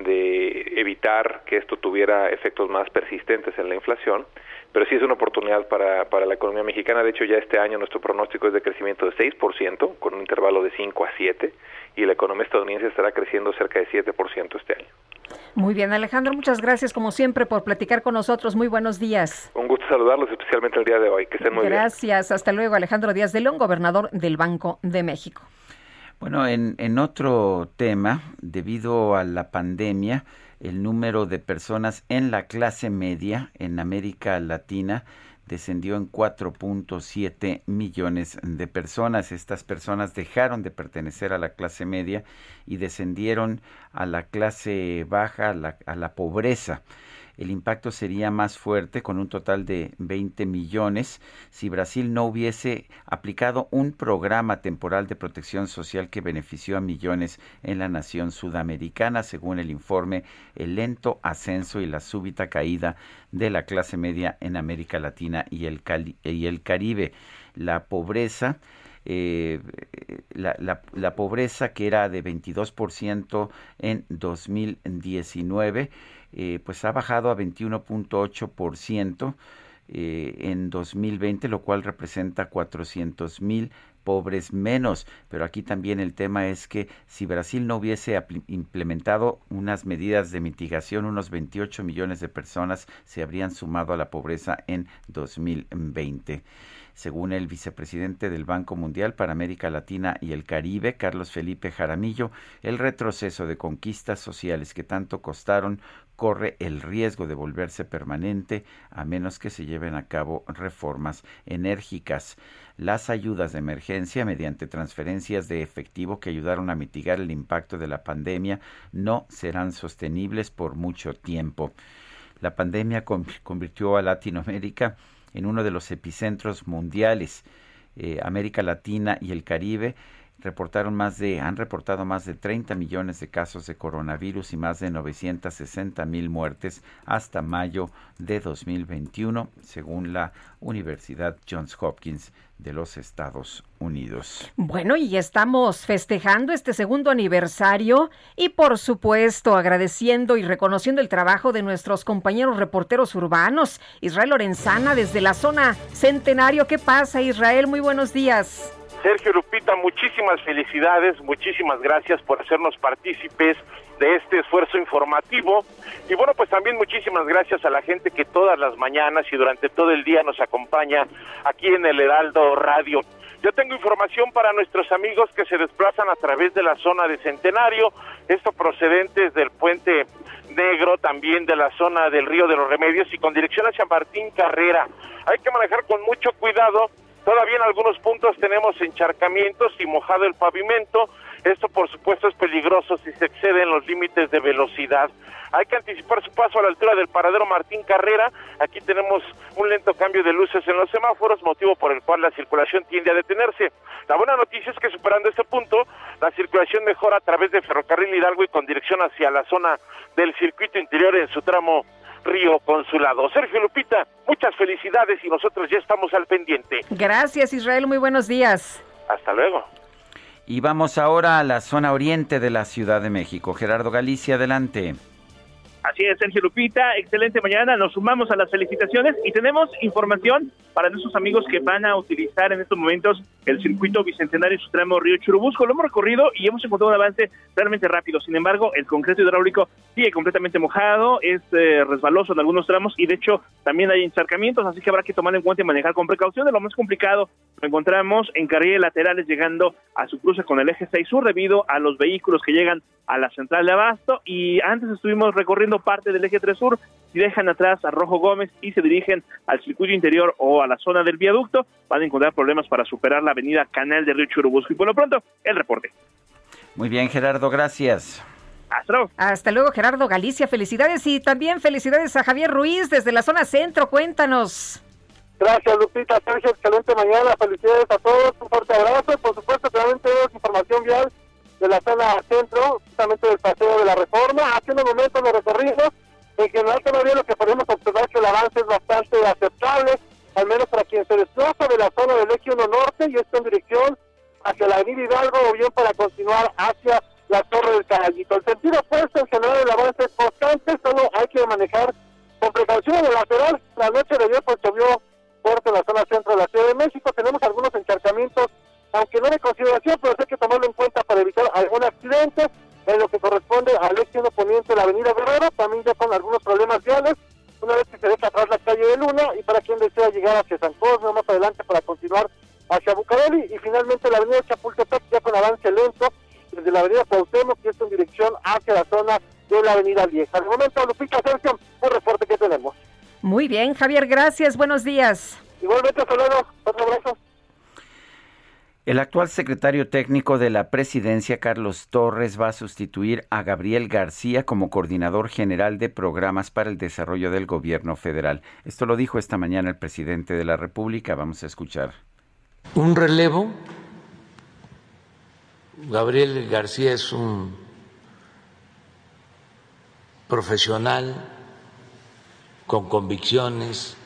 evitar que esto tuviera efectos más persistentes en la inflación, pero sí es una oportunidad para la economía mexicana. De hecho, ya este año nuestro pronóstico es de crecimiento de 6%, con un intervalo de 5 a 7, y la economía estadounidense estará creciendo cerca de 7% este año. Muy bien, Alejandro, muchas gracias como siempre por platicar con nosotros. Muy buenos días. Un gusto saludarlos, especialmente el día de hoy. Que estén muy bien. Gracias, hasta luego. Alejandro Díaz de León, gobernador del Banco de México. Bueno, en otro tema, debido a la pandemia, el número de personas en la clase media en América Latina descendió en 4.7 millones de personas. Estas personas dejaron de pertenecer a la clase media y descendieron a la clase baja, a la pobreza. El impacto sería más fuerte, con un total de 20 millones, si Brasil no hubiese aplicado un programa temporal de protección social que benefició a millones en la nación sudamericana, según el informe El lento ascenso y la súbita caída de la clase media en América Latina y el Caribe. La pobreza... La pobreza, que era de 22% en 2019, pues ha bajado a 21.8% en 2020, lo cual representa 400,000 pobres menos. Pero aquí también el tema es que si Brasil no hubiese implementado unas medidas de mitigación, unos 28 millones de personas se habrían sumado a la pobreza en 2020. Según el vicepresidente del Banco Mundial para América Latina y el Caribe, Carlos Felipe Jaramillo, el retroceso de conquistas sociales que tanto costaron corre el riesgo de volverse permanente a menos que se lleven a cabo reformas enérgicas. Las ayudas de emergencia mediante transferencias de efectivo que ayudaron a mitigar el impacto de la pandemia no serán sostenibles por mucho tiempo. La pandemia convirtió a Latinoamérica en uno de los epicentros mundiales. América Latina y el Caribe han reportado más de 30 millones de casos de coronavirus y más de 960,000 muertes hasta mayo de 2021, según la Universidad Johns Hopkins de los Estados Unidos. Bueno, y estamos festejando este segundo aniversario y por supuesto agradeciendo y reconociendo el trabajo de nuestros compañeros reporteros urbanos. Israel Lorenzana desde la zona Centenario. ¿Qué pasa, Israel? Muy buenos días. Sergio, Lupita, muchísimas felicidades, muchísimas gracias por hacernos partícipes de este esfuerzo informativo. Y bueno, pues también muchísimas gracias a la gente que todas las mañanas y durante todo el día nos acompaña aquí en el Heraldo Radio. Yo tengo información para nuestros amigos que se desplazan a través de la zona de Centenario, esto procedentes del Puente Negro, también de la zona del Río de los Remedios y con dirección hacia Martín Carrera. Hay que manejar con mucho cuidado. Todavía en algunos puntos tenemos encharcamientos y mojado el pavimento. Esto, por supuesto, es peligroso si se exceden los límites de velocidad. Hay que anticipar su paso a la altura del paradero Martín Carrera. Aquí tenemos un lento cambio de luces en los semáforos, motivo por el cual la circulación tiende a detenerse. La buena noticia es que superando este punto, la circulación mejora a través de Ferrocarril Hidalgo y con dirección hacia la zona del circuito interior en su tramo Río Consulado. Sergio, Lupita, muchas felicidades y nosotros ya estamos al pendiente. Gracias, Israel, muy buenos días. Hasta luego. Y vamos ahora a la zona oriente de la Ciudad de México. Gerardo Galicia, adelante. Así es, Sergio, Lupita, excelente mañana, nos sumamos a las felicitaciones y tenemos información para nuestros amigos que van a utilizar en estos momentos el circuito bicentenario y su tramo Río Churubusco. Lo hemos recorrido y hemos encontrado un avance realmente rápido, sin embargo, el concreto hidráulico sigue completamente mojado, es resbaloso en algunos tramos y de hecho también hay encharcamientos, así que habrá que tomar en cuenta y manejar con precaución. De lo más complicado lo encontramos en carriles laterales llegando a su cruce con el eje 6 sur debido a los vehículos que llegan a la central de Abasto, y antes estuvimos recorriendo parte del eje 3 sur. Si dejan atrás a Rojo Gómez y se dirigen al circuito interior o a la zona del viaducto, van a encontrar problemas para superar la avenida Canal de Río Churubusco. Y por lo pronto, el reporte. Muy bien, Gerardo, gracias. Hasta luego. Hasta luego, Gerardo Galicia, felicidades y también felicidades a Javier Ruiz desde la zona centro, cuéntanos. Gracias, Lupita, Sergio, excelente mañana, felicidades a todos, un fuerte abrazo. Por supuesto, también tenemos información vial de la zona centro, justamente del Paseo de la Reforma. Haciendo momentos de recorrido, en general todavía lo que podemos observar que el avance es bastante aceptable, al menos para quien se desplaza de la zona del Eje 1 Norte y esto en dirección hacia la avenida Hidalgo o bien para continuar hacia la Torre del Caballito. El sentido opuesto, en general el avance es constante, solo hay que manejar con precaución en el lateral. La noche de ayer pues llovió fuerte en la zona centro de la Ciudad de México, tenemos algunos encharcamientos, aunque no de consideración, pero hay que tomarlo en cuenta para evitar algún accidente. En lo que corresponde al eje 1 poniente de la avenida Guerrero, también ya con algunos problemas viales, una vez que se deja atrás la calle de Luna, y para quien desea llegar hacia San Cosme, más adelante para continuar hacia Bucareli, y finalmente la avenida Chapultepec ya con avance lento, desde la avenida Cuauhtémoc, que es en dirección hacia la zona de la avenida Vieja. De momento, Lupita, Sergio, un reporte que tenemos. Muy bien, Javier, gracias, buenos días. Igualmente, hasta luego, otro abrazo. El actual secretario técnico de la Presidencia, Carlos Torres, va a sustituir a Gabriel García como coordinador general de programas para el desarrollo del gobierno federal. Esto lo dijo esta mañana el presidente de la República. Vamos a escuchar. Un relevo. Gabriel García es un profesional con convicciones,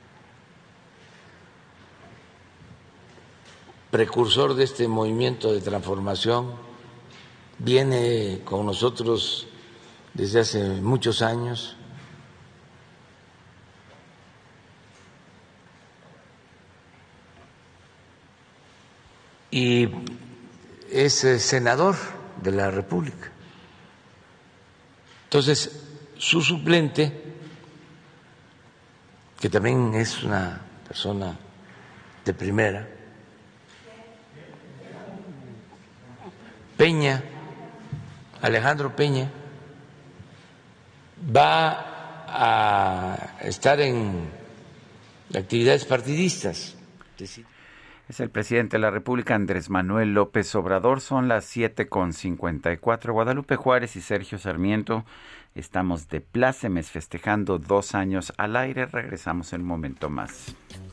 precursor de este movimiento de transformación, viene con nosotros desde hace muchos años. y es senador de la República. Entonces, su suplente, que también es una persona de primera, Peña, Alejandro Peña, va a estar en actividades partidistas. Es el presidente de la República, Andrés Manuel López Obrador. Son las 7:54. Guadalupe Juárez y Sergio Sarmiento estamos de plácemes festejando 2 años al aire. Regresamos en un momento más.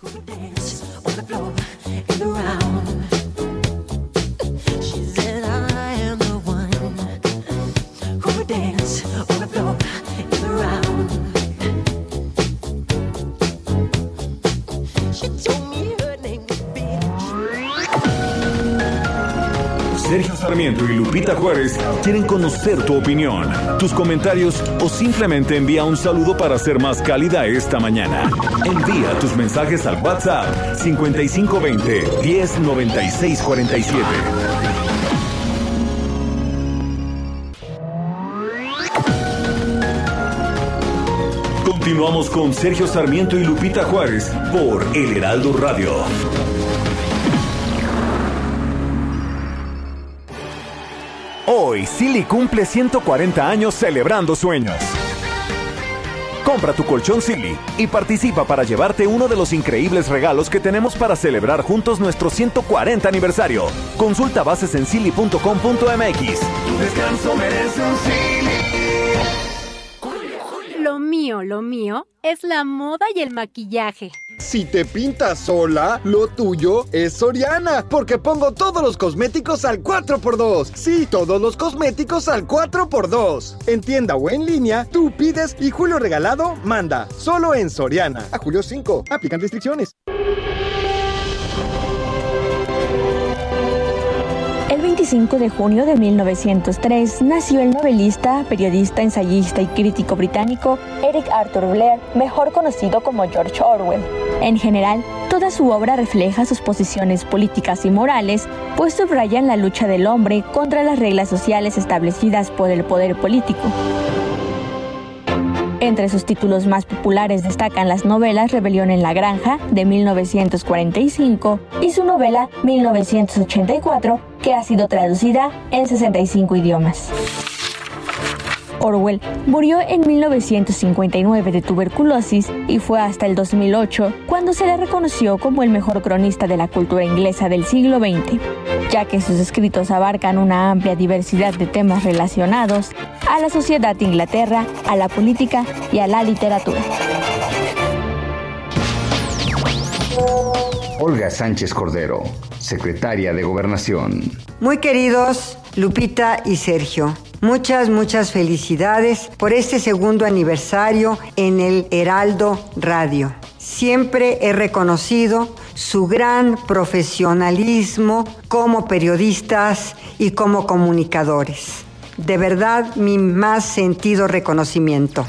Sergio Sarmiento y Lupita Juárez quieren conocer tu opinión, tus comentarios o simplemente envía un saludo para hacer más cálida esta mañana. Envía tus mensajes al WhatsApp 5520 109647. Continuamos con Sergio Sarmiento y Lupita Juárez por El Heraldo Radio. Hoy, Silly cumple 140 años celebrando sueños. Compra tu colchón Silly y participa para llevarte uno de los increíbles regalos que tenemos para celebrar juntos nuestro 140 aniversario. Consulta bases en silly.com.mx. Tu descanso merece un Silly. Lo mío es la moda y el maquillaje. Si te pintas sola, lo tuyo es Soriana, porque pongo todos los cosméticos al 4x2. Sí, todos los cosméticos al 4x2. En tienda o en línea, tú pides y Julio Regalado manda. Solo en Soriana. A julio 5. Aplican restricciones. El 25 de junio de 1903 nació el novelista, periodista, ensayista y crítico británico Eric Arthur Blair, mejor conocido como George Orwell. En general, toda su obra refleja sus posiciones políticas y morales, pues subrayan la lucha del hombre contra las reglas sociales establecidas por el poder político. Entre sus títulos más populares destacan las novelas Rebelión en la Granja, de 1945, y su novela 1984, que ha sido traducida en 65 idiomas. Orwell murió en 1959 de tuberculosis y fue hasta el 2008 cuando se le reconoció como el mejor cronista de la cultura inglesa del siglo XX, ya que sus escritos abarcan una amplia diversidad de temas relacionados a la sociedad de Inglaterra, a la política y a la literatura. Olga Sánchez Cordero, secretaria de Gobernación. Muy queridos Lupita y Sergio, muchas felicidades por este 2º aniversario en el Heraldo Radio. Siempre he reconocido su gran profesionalismo como periodistas y como comunicadores. De verdad, mi más sentido reconocimiento.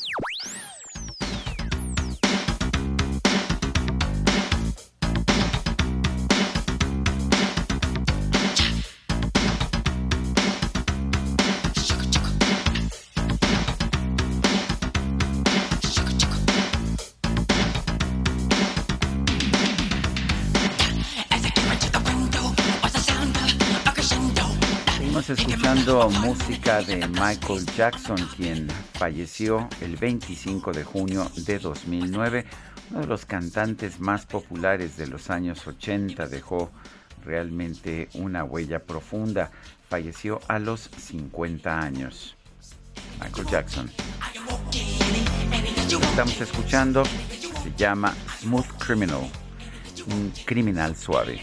Escuchando música de Michael Jackson, quien falleció el 25 de junio de 2009, uno de los cantantes más populares de los años 80, dejó realmente una huella profunda, falleció a los 50 años. Michael Jackson. Lo que estamos escuchando se llama Smooth Criminal, un criminal suave.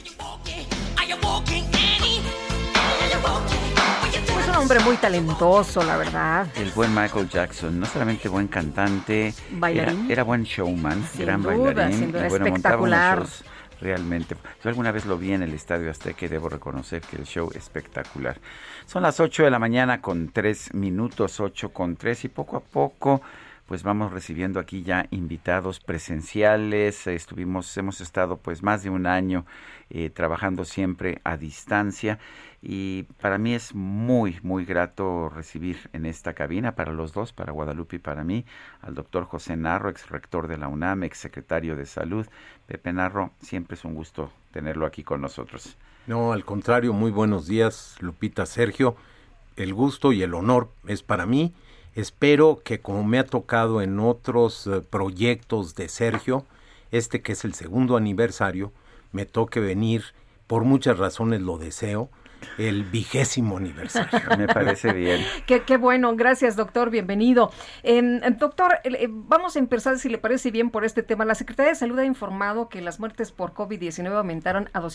Es un hombre muy talentoso, la verdad. El buen Michael Jackson, no solamente buen cantante, bailarín, era buen showman, sin gran duda, bailarín, sin duda, y bueno, espectacular. montaba unos shows realmente. Yo alguna vez lo vi en el Estadio Azteca y debo reconocer que el show espectacular. Son las 8 de la mañana con 3 minutos, 8:03, y poco a poco pues vamos recibiendo aquí ya invitados presenciales. Hemos estado pues más de un año trabajando siempre a distancia, y para mí es muy, muy grato recibir en esta cabina, para los dos, para Guadalupe y para mí, al doctor José Narro, ex rector de la UNAM, ex secretario de Salud. Pepe Narro, siempre es un gusto tenerlo aquí con nosotros. No, al contrario, muy buenos días, Lupita, Sergio. El gusto y el honor es para mí. Espero que, como me ha tocado en otros proyectos de Sergio, este que es el 2º aniversario, me toque venir, por muchas razones lo deseo, el 20º aniversario. Me parece bien. Qué bueno, gracias, doctor, bienvenido. Doctor, vamos a empezar, si le parece bien, por este tema. La Secretaría de Salud ha informado que las muertes por COVID-19 aumentaron a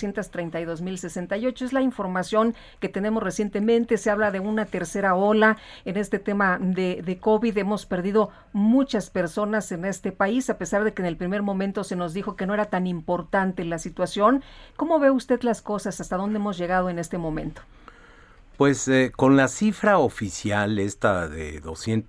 232,068. Es la información que tenemos recientemente. Se habla de una tercera ola en este tema de COVID. Hemos perdido muchas personas en este país, a pesar de que en el primer momento se nos dijo que no era tan importante la situación. ¿Cómo ve usted las cosas? ¿Hasta dónde hemos llegado en este momento? Pues con la cifra oficial, esta de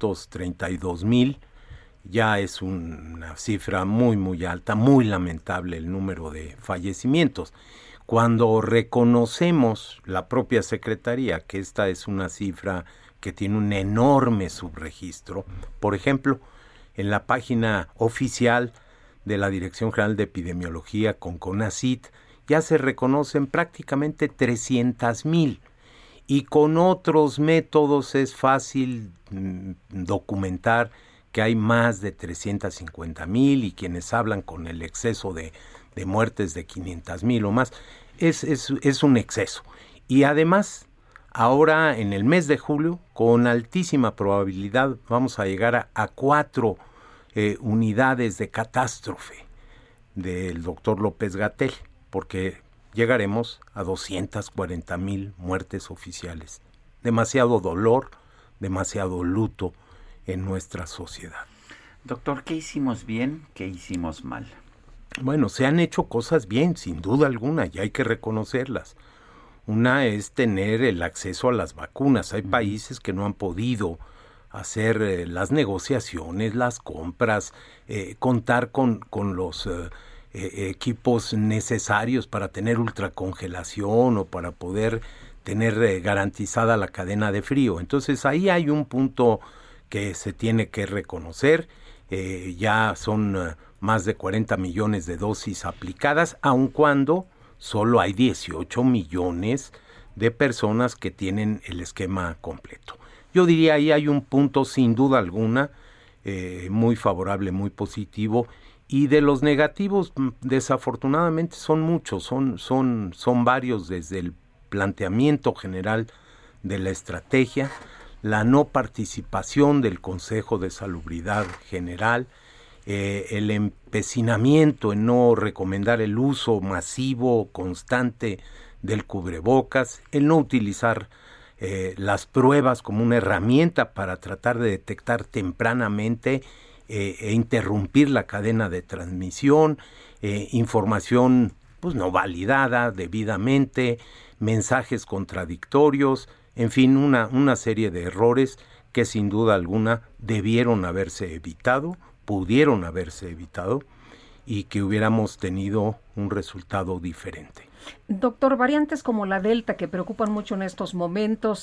232,000, ya es una cifra muy, muy alta, muy lamentable el número de fallecimientos. Cuando reconocemos la propia Secretaría que esta es una cifra que tiene un enorme subregistro, por ejemplo, en la página oficial de la Dirección General de Epidemiología con CONACYT, ya se reconocen prácticamente 300,000, y con otros métodos es fácil documentar que hay más de 350,000, y quienes hablan con el exceso de muertes de 500,000 o más, es un exceso. Y además, ahora en el mes de julio, con altísima probabilidad, vamos a llegar a 4 unidades de catástrofe del doctor López-Gatell, porque llegaremos a 240,000 muertes oficiales. Demasiado dolor, demasiado luto en nuestra sociedad. Doctor, ¿qué hicimos bien? ¿Qué hicimos mal? Bueno, se han hecho cosas bien, sin duda alguna, y hay que reconocerlas. Una es tener el acceso a las vacunas. Hay países que no han podido hacer las negociaciones, las compras, contar con los equipos necesarios para tener ultracongelación o para poder tener garantizada la cadena de frío. Entonces ahí hay un punto que se tiene que reconocer. Ya son más de 40 millones de dosis aplicadas, aun cuando solo hay 18 millones de personas que tienen el esquema completo. Yo diría ahí hay un punto sin duda alguna muy favorable, muy positivo. Y de los negativos, desafortunadamente son muchos, son varios, desde el planteamiento general de la estrategia, la no participación del Consejo de Salubridad General, el empecinamiento en no recomendar el uso masivo, constante del cubrebocas, el no utilizar las pruebas como una herramienta para tratar de detectar tempranamente e interrumpir la cadena de transmisión, información pues no validada debidamente, mensajes contradictorios, en fin, una serie de errores que sin duda alguna debieron haberse evitado, pudieron haberse evitado, y que hubiéramos tenido un resultado diferente. Doctor, variantes como la Delta, que preocupan mucho en estos momentos,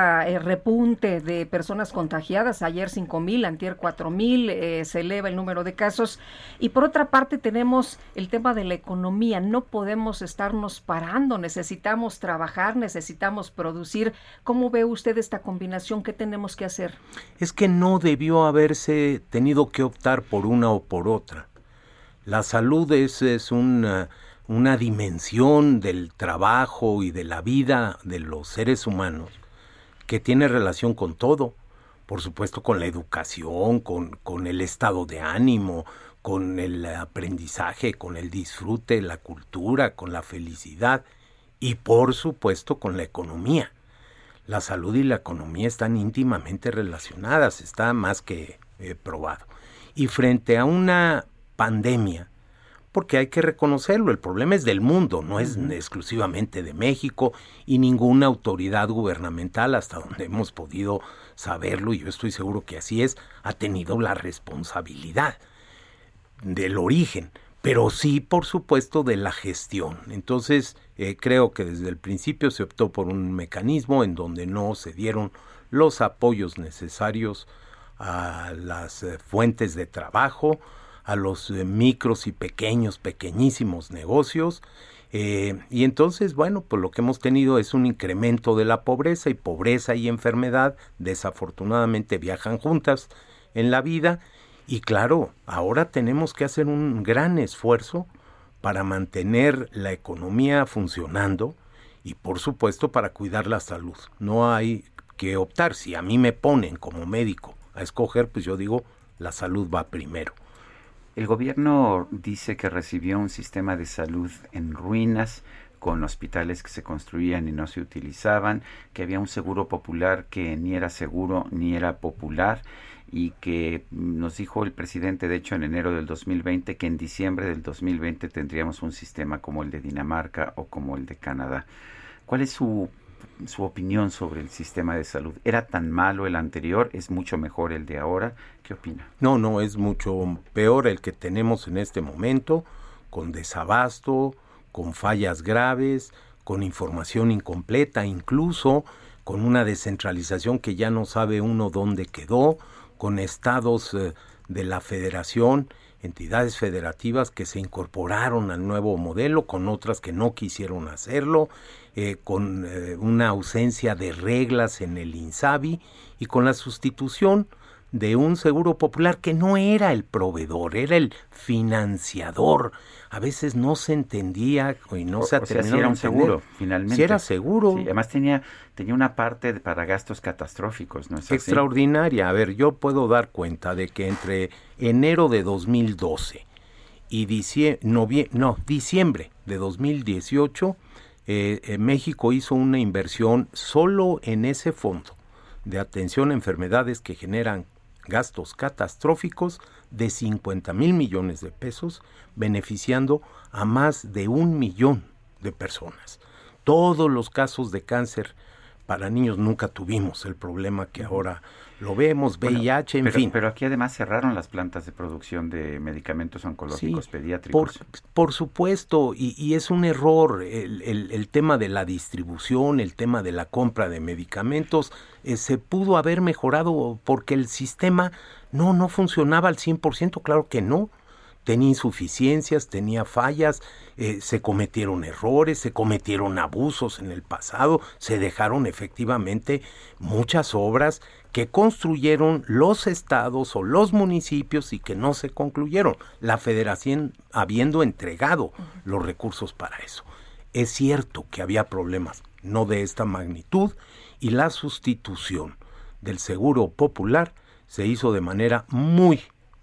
repunte de personas contagiadas, ayer 5,000, antier 4,000, se eleva el número de casos, y por otra parte tenemos el tema de la economía. No podemos estarnos parando, necesitamos trabajar, necesitamos producir. ¿Cómo ve usted esta combinación? ¿Qué tenemos que hacer? Es que no debió haberse tenido que optar por una o por otra. La salud es una dimensión del trabajo y de la vida de los seres humanos que tiene relación con todo, por supuesto con la educación, con el estado de ánimo, con el aprendizaje, con el disfrute, la cultura, con la felicidad y por supuesto con la economía. La salud y la economía están íntimamente relacionadas, está más que probado. Y frente a una pandemia, porque hay que reconocerlo, el problema es del mundo, no es exclusivamente de México, y ninguna autoridad gubernamental, hasta donde hemos podido saberlo, y yo estoy seguro que así es, ha tenido la responsabilidad del origen, pero sí, por supuesto, de la gestión. Entonces, creo que desde el principio se optó por un mecanismo en donde no se dieron los apoyos necesarios a las fuentes de trabajo, a los micros y pequeñísimos negocios, y entonces, bueno, pues lo que hemos tenido es un incremento de la pobreza, y pobreza y enfermedad desafortunadamente viajan juntas en la vida, y claro, ahora tenemos que hacer un gran esfuerzo para mantener la economía funcionando y por supuesto para cuidar la salud. No hay que optar, si a mí me ponen como médico a escoger, pues yo digo, la salud va primero. El gobierno dice que recibió un sistema de salud en ruinas, con hospitales que se construían y no se utilizaban, que había un seguro popular que ni era seguro ni era popular, y que nos dijo el presidente, de hecho, en enero del 2020, que en diciembre del 2020 tendríamos un sistema como el de Dinamarca o como el de Canadá. ¿Cuál es su opinión sobre el sistema de salud? ¿Era tan malo el anterior? ¿Es mucho mejor el de ahora? ¿Qué opina? No, es mucho peor el que tenemos en este momento, con desabasto, con fallas graves, con información incompleta, incluso con una descentralización que ya no sabe uno dónde quedó, con estados de la federación, entidades federativas que se incorporaron al nuevo modelo, con otras que no quisieron hacerlo, con una ausencia de reglas en el INSABI y con la sustitución de un seguro popular que no era el proveedor, era el financiador. A veces no se entendía y no se terminó si era un seguro, finalmente. Si era seguro. Sí, además tenía una parte para gastos catastróficos, ¿no es así? Extraordinaria. A ver, yo puedo dar cuenta de que entre enero de 2012 y diciembre de 2018, México hizo una inversión solo en ese fondo de atención a enfermedades que generan gastos catastróficos de 50,000 millones de pesos, beneficiando a más de 1 millón de personas. Todos los casos de cáncer para niños nunca tuvimos el problema que ahora lo vemos, VIH, en fin. Pero aquí además cerraron las plantas de producción de medicamentos oncológicos pediátricos. Por supuesto, y es un error el tema de la distribución, el tema de la compra de medicamentos. Se pudo haber mejorado porque el sistema no funcionaba al 100%, claro que no. Tenía insuficiencias, tenía fallas, se cometieron errores, se cometieron abusos en el pasado, se dejaron efectivamente muchas obras que construyeron los estados o los municipios y que no se concluyeron, la federación habiendo entregado los recursos para eso. Es cierto que había problemas, no de esta magnitud, y la sustitución del seguro popular se hizo de manera muy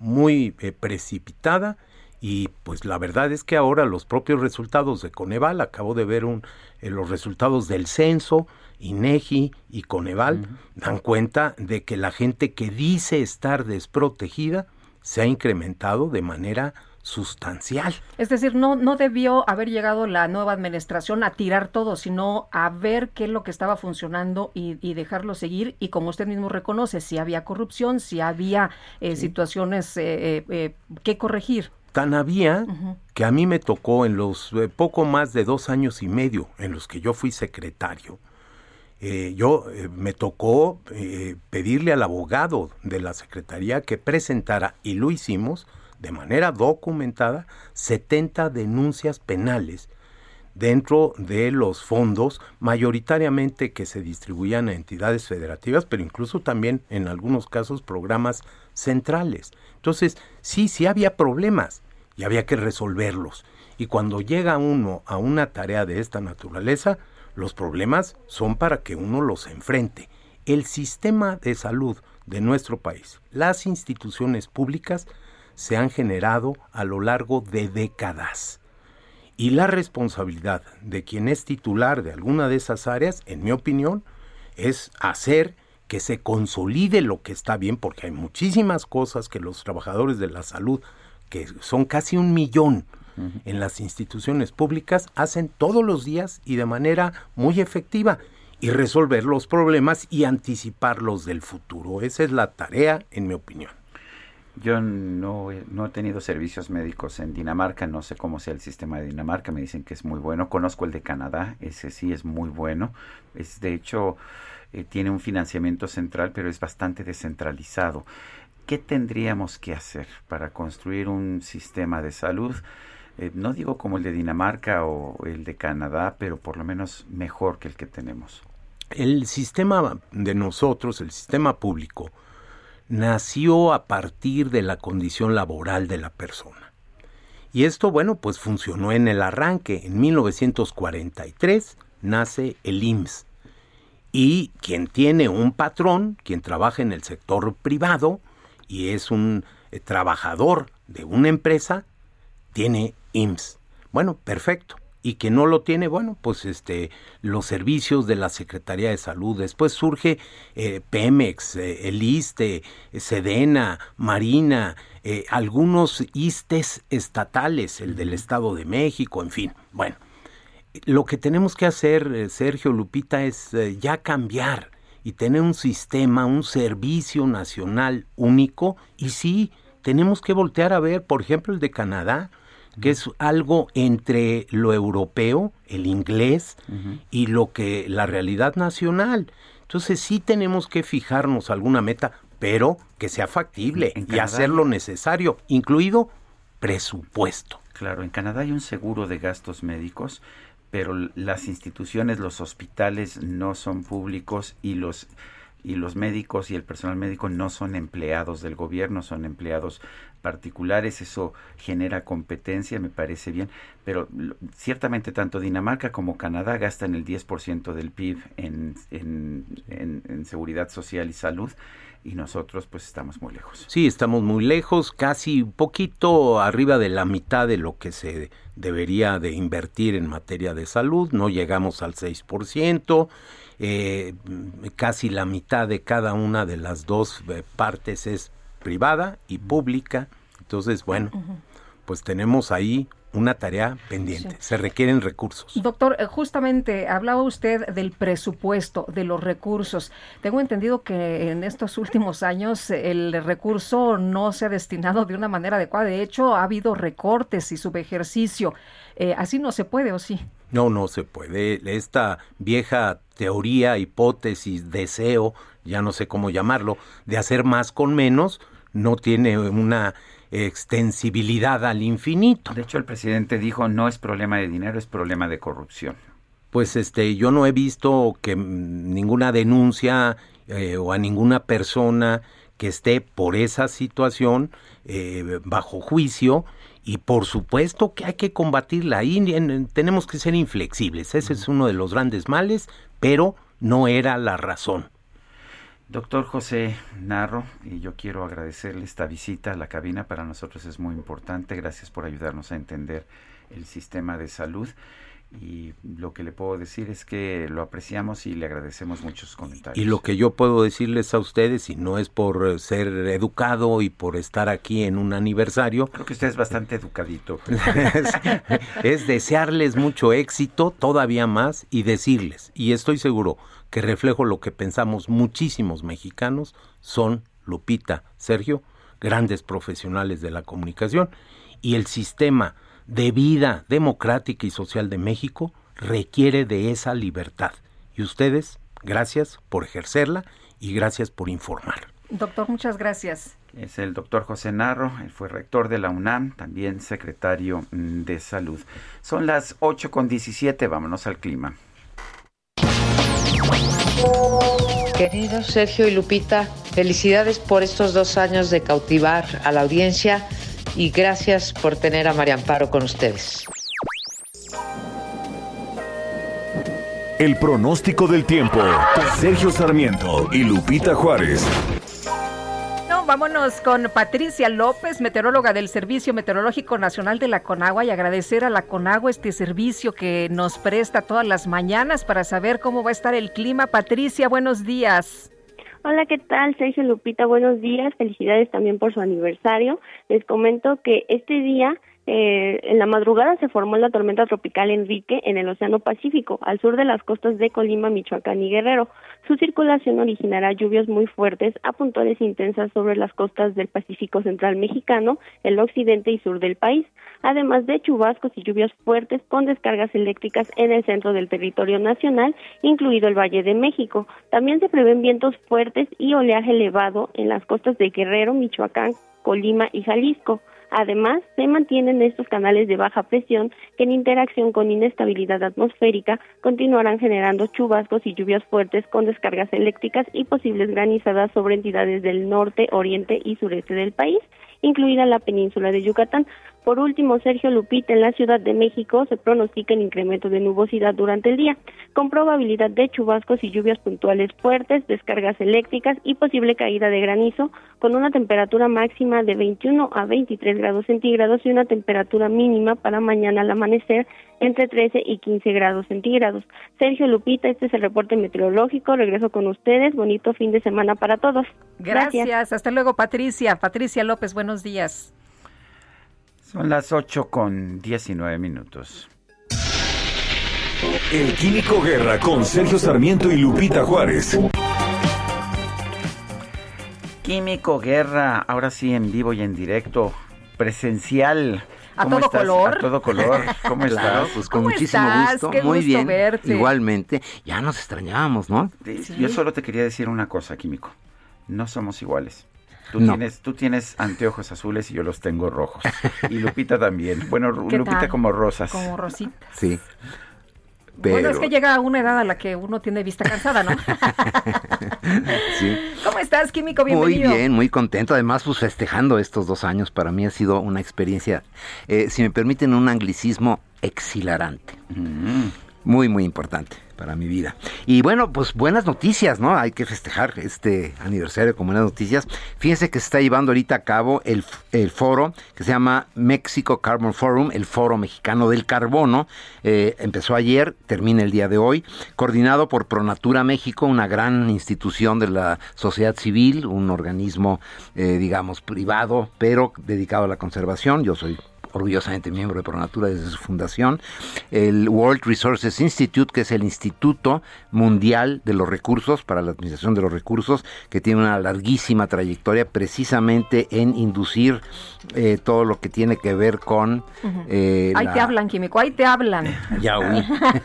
precipitada, y pues la verdad es que ahora los propios resultados de Coneval, acabo de ver los resultados del censo, INEGI y Coneval, dan cuenta de que la gente que dice estar desprotegida se ha incrementado de manera sustancial. Es decir, no debió haber llegado la nueva administración a tirar todo, sino a ver qué es lo que estaba funcionando y dejarlo seguir, y como usted mismo reconoce, si había corrupción, si había situaciones que corregir. Tan había que a mí me tocó en los poco más de 2 años y medio en los que yo fui secretario, me tocó pedirle al abogado de la Secretaría que presentara, y lo hicimos de manera documentada, 70 denuncias penales dentro de los fondos, mayoritariamente que se distribuían a entidades federativas, pero incluso también en algunos casos programas centrales. Entonces, sí había problemas y había que resolverlos. Y cuando llega uno a una tarea de esta naturaleza, los problemas son para que uno los enfrente. El sistema de salud de nuestro país, las instituciones públicas, se han generado a lo largo de décadas. Y la responsabilidad de quien es titular de alguna de esas áreas, en mi opinión, es hacer que se consolide lo que está bien, porque hay muchísimas cosas que los trabajadores de la salud, que son casi 1 millón en las instituciones públicas hacen todos los días y de manera muy efectiva, y resolver los problemas y anticiparlos del futuro. Esa es la tarea, en mi opinión. Yo no he tenido servicios médicos en Dinamarca, no sé cómo sea el sistema de Dinamarca, me dicen que es muy bueno. Conozco el de Canadá, ese sí es muy bueno. De hecho, tiene un financiamiento central, pero es bastante descentralizado. ¿Qué tendríamos que hacer para construir un sistema de salud? No digo como el de Dinamarca o el de Canadá, pero por lo menos mejor que el que tenemos. El sistema de nosotros, el sistema público, nació a partir de la condición laboral de la persona. Y esto, bueno, pues funcionó en el arranque. En 1943 nace el IMSS. Y quien tiene un patrón, quien trabaja en el sector privado y es un trabajador de una empresa, tiene IMSS. Bueno, perfecto. Y quien no lo tiene, bueno, pues los servicios de la Secretaría de Salud. Después surge Pemex, el ISSSTE, Sedena, Marina, algunos ISSSTEs estatales, el del Estado de México, en fin. Bueno, lo que tenemos que hacer, Sergio, Lupita, es ya cambiar y tener un sistema, un servicio nacional único. Y sí, tenemos que voltear a ver, por ejemplo, el de Canadá, que es algo entre lo europeo, el inglés, y la realidad nacional. Entonces sí tenemos que fijarnos alguna meta, pero que sea factible y hacer lo necesario, incluido presupuesto. Claro, en Canadá hay un seguro de gastos médicos, pero las instituciones, los hospitales no son públicos y los médicos y el personal médico no son empleados del gobierno, son empleados particulares. Eso genera competencia, me parece bien, pero ciertamente tanto Dinamarca como Canadá gastan el 10% del PIB en seguridad social y salud, y nosotros pues estamos muy lejos. Sí, estamos muy lejos, casi un poquito arriba de la mitad de lo que se debería de invertir en materia de salud. No llegamos al 6%, casi la mitad de cada una de las dos partes es privada y pública. Entonces, bueno, pues tenemos ahí una tarea pendiente. Sí. Se requieren recursos. Doctor, justamente hablaba usted del presupuesto, de los recursos. Tengo entendido que en estos últimos años el recurso no se ha destinado de una manera adecuada. De hecho, ha habido recortes y subejercicio. ¿Así no se puede o sí? No se puede. Esta vieja teoría, hipótesis, deseo, ya no sé cómo llamarlo, de hacer más con menos, no tiene una extensibilidad al infinito. De hecho, el presidente dijo, no es problema de dinero, es problema de corrupción. Pues yo no he visto que ninguna denuncia o a ninguna persona que esté por esa situación bajo juicio, y por supuesto que hay que combatirla. Ahí tenemos que ser inflexibles. Ese es uno de los grandes males, pero no era la razón. Doctor José Narro, y yo quiero agradecerle esta visita a la cabina. Para nosotros es muy importante. Gracias por ayudarnos a entender el sistema de salud. Y lo que le puedo decir es que lo apreciamos y le agradecemos muchos comentarios. Y lo que yo puedo decirles a ustedes, y no es por ser educado y por estar aquí en un aniversario. Creo que usted es bastante educadito. es desearles mucho éxito, todavía más, y decirles, y estoy seguro que reflejo lo que pensamos muchísimos mexicanos, son Lupita, Sergio, grandes profesionales de la comunicación, y el sistema de vida democrática y social de México requiere de esa libertad. Y ustedes, gracias por ejercerla y gracias por informar. Doctor, muchas gracias. Es el doctor José Narro, él fue rector de la UNAM, también secretario de Salud. Son las 8:17, vámonos al clima. Queridos Sergio y Lupita, felicidades por estos 2 años de cautivar a la audiencia y gracias por tener a María Amparo con ustedes. El pronóstico del tiempo. Sergio Sarmiento y Lupita Juárez. Vámonos con Patricia López, meteoróloga del Servicio Meteorológico Nacional de la Conagua, y agradecer a la Conagua este servicio que nos presta todas las mañanas para saber cómo va a estar el clima. Patricia, buenos días. Hola, ¿qué tal? Sergio, Lupita, buenos días. Felicidades también por su aniversario. Les comento que este día En la madrugada se formó la tormenta tropical Enrique en el Océano Pacífico, al sur de las costas de Colima, Michoacán y Guerrero. Su circulación originará lluvias muy fuertes a puntuales intensas sobre las costas del Pacífico Central mexicano, el occidente y sur del país, además de chubascos y lluvias fuertes con descargas eléctricas en el centro del territorio nacional, incluido el Valle de México. También se prevén vientos fuertes y oleaje elevado en las costas de Guerrero, Michoacán, Colima y Jalisco. Además, se mantienen estos canales de baja presión que en interacción con inestabilidad atmosférica continuarán generando chubascos y lluvias fuertes con descargas eléctricas y posibles granizadas sobre entidades del norte, oriente y sureste del país, incluida la península de Yucatán. Por último, Sergio, Lupita, en la Ciudad de México se pronostica el incremento de nubosidad durante el día, con probabilidad de chubascos y lluvias puntuales fuertes, descargas eléctricas y posible caída de granizo, con una temperatura máxima de 21 a 23 grados centígrados y una temperatura mínima para mañana al amanecer entre 13 y 15 grados centígrados. Sergio, Lupita, este es el reporte meteorológico. Regreso con ustedes. Bonito fin de semana para todos. Gracias. Hasta luego, Patricia. Patricia López, buenos días. Son las 8:19. El Químico Guerra con Sergio Sarmiento y Lupita Juárez. Químico Guerra, ahora sí en vivo y en directo, presencial. ¿A todo color? A todo color. ¿Cómo Claro, estás? pues con muchísimo gusto. Qué muy gusto bien. verte. Igualmente. Ya nos extrañábamos, ¿no? Sí. Yo solo te quería decir una cosa, Químico. No somos iguales. Tú tienes anteojos azules y yo los tengo rojos. Y Lupita también. Bueno, Lupita como rosas. Como rositas. Sí. Pero... Bueno, es que llega a una edad a la que uno tiene vista cansada, ¿no? Sí. ¿Cómo estás, Químico? Bienvenido. Muy bien, muy contento. Además, pues festejando estos 2 años, para mí ha sido una experiencia, si me permiten un anglicismo, exhilarante. Muy, muy importante para mi vida. Y bueno, pues buenas noticias, ¿no? Hay que festejar este aniversario con buenas noticias. Fíjense que se está llevando ahorita a cabo el foro que se llama Mexico Carbon Forum, el Foro Mexicano del Carbono. Empezó ayer, termina el día de hoy, coordinado por Pronatura México, una gran institución de la sociedad civil, un organismo, digamos, privado, pero dedicado a la conservación. Yo soy orgullosamente miembro de Pronatura desde su fundación, el World Resources Institute, que es el Instituto Mundial de los Recursos, para la Administración de los Recursos, que tiene una larguísima trayectoria precisamente en inducir todo lo que tiene que ver con... Ahí te hablan, Químico, ahí te hablan. Ya oí.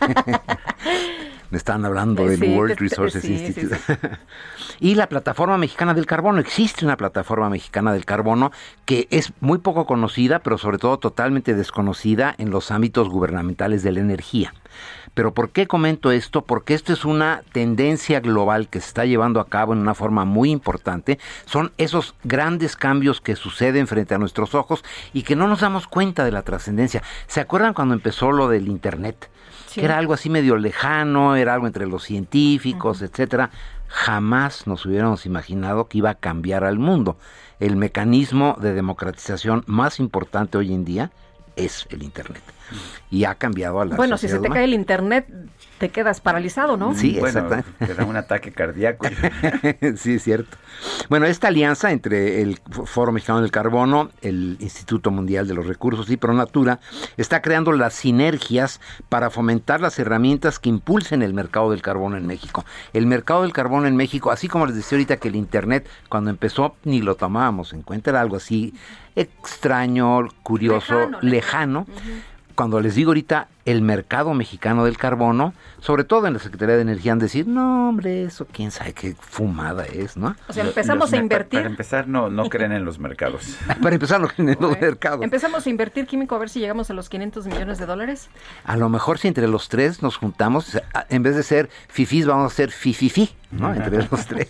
Me están hablando del World Resources Institute. Sí. Y la Plataforma Mexicana del Carbono. Existe una Plataforma Mexicana del Carbono que es muy poco conocida, pero sobre todo totalmente desconocida en los ámbitos gubernamentales de la energía. Pero ¿por qué comento esto? Porque esto es una tendencia global que se está llevando a cabo en una forma muy importante. Son esos grandes cambios que suceden frente a nuestros ojos y que no nos damos cuenta de la trascendencia. ¿Se acuerdan cuando empezó lo del Internet? Sí. Que era algo así medio lejano, era algo entre los científicos, etcétera. Jamás nos hubiéramos imaginado que iba a cambiar al mundo. El mecanismo de democratización más importante hoy en día es el Internet. Y ha cambiado a la Bueno, si se te cae el Internet, te quedas paralizado, ¿no? Sí, bueno, exactamente. Te da un ataque cardíaco. Sí, es cierto. Bueno, esta alianza entre el Foro Mexicano del Carbono, el Instituto Mundial de los Recursos y Pronatura está creando las sinergias para fomentar las herramientas que impulsen el mercado del carbono en México. El mercado del carbono en México, así como les decía ahorita que el Internet, cuando empezó, ni lo tomábamos en cuenta, era algo así extraño, curioso, lejano. Cuando les digo ahorita el mercado mexicano del carbono, sobre todo en la Secretaría de Energía, han de decir, no, hombre, eso quién sabe qué fumada es, ¿no? O sea, empezamos a invertir. Para empezar, no creen en los mercados. Para empezar, no creen en los mercados. Empezamos a invertir, Químico, a ver si llegamos a los $500 millones. A lo mejor si entre los tres nos juntamos, en vez de ser fifís, vamos a ser fififi, ¿no? Entre los tres.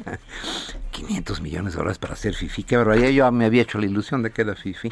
$500 millones para hacer fifi. Qué barbaridad, yo me había hecho la ilusión de que era fifi.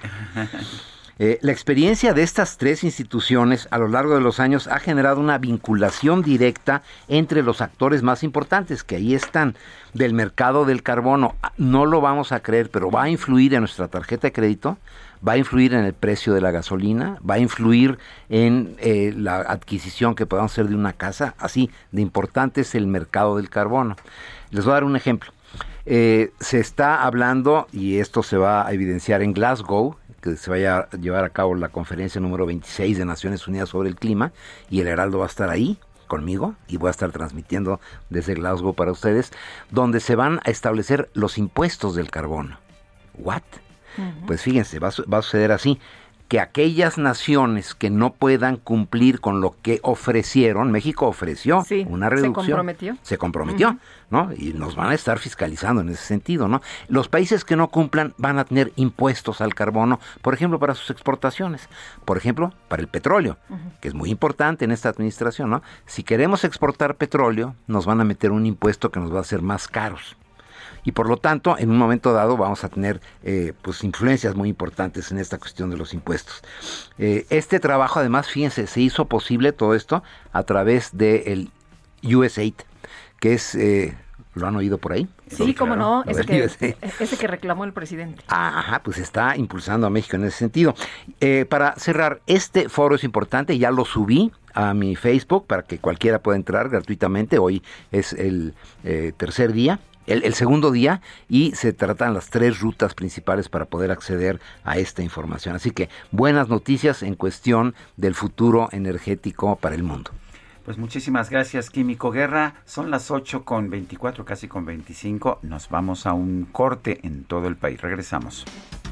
La experiencia de estas 3 instituciones a lo largo de los años ha generado una vinculación directa entre los actores más importantes, que ahí están, del mercado del carbono. No lo vamos a creer, pero va a influir en nuestra tarjeta de crédito, va a influir en el precio de la gasolina, va a influir en la adquisición que podamos hacer de una casa. Así de importante es el mercado del carbono. Les voy a dar un ejemplo. Se está hablando, y esto se va a evidenciar en Glasgow, que se vaya a llevar a cabo la conferencia número 26 de Naciones Unidas sobre el clima, y el Heraldo va a estar ahí conmigo y voy a estar transmitiendo desde Glasgow para ustedes, donde se van a establecer los impuestos del carbono. ¿What? Pues fíjense, va a suceder así, que aquellas naciones que no puedan cumplir con lo que ofrecieron, México ofreció una reducción. Se comprometió, ¿no? Y nos van a estar fiscalizando en ese sentido, ¿no? Los países que no cumplan van a tener impuestos al carbono, por ejemplo, para sus exportaciones, por ejemplo, para el petróleo, que es muy importante en esta administración, ¿no? Si queremos exportar petróleo, nos van a meter un impuesto que nos va a hacer más caros. Y por lo tanto, en un momento dado vamos a tener pues influencias muy importantes en esta cuestión de los impuestos. Este trabajo, además, fíjense, se hizo posible todo esto a través del USAID, que es, ¿lo han oído por ahí? Sí, cómo no, ese que reclamó el presidente. Pues está impulsando a México en ese sentido. Para cerrar, este foro es importante, ya lo subí a mi Facebook para que cualquiera pueda entrar gratuitamente. Hoy es el tercer día. El segundo día, y se tratan las 3 rutas principales para poder acceder a esta información. Así que buenas noticias en cuestión del futuro energético para el mundo. Pues muchísimas gracias, Químico Guerra. Son las 8:24, casi con 25. Nos vamos a un corte en todo el país. Regresamos.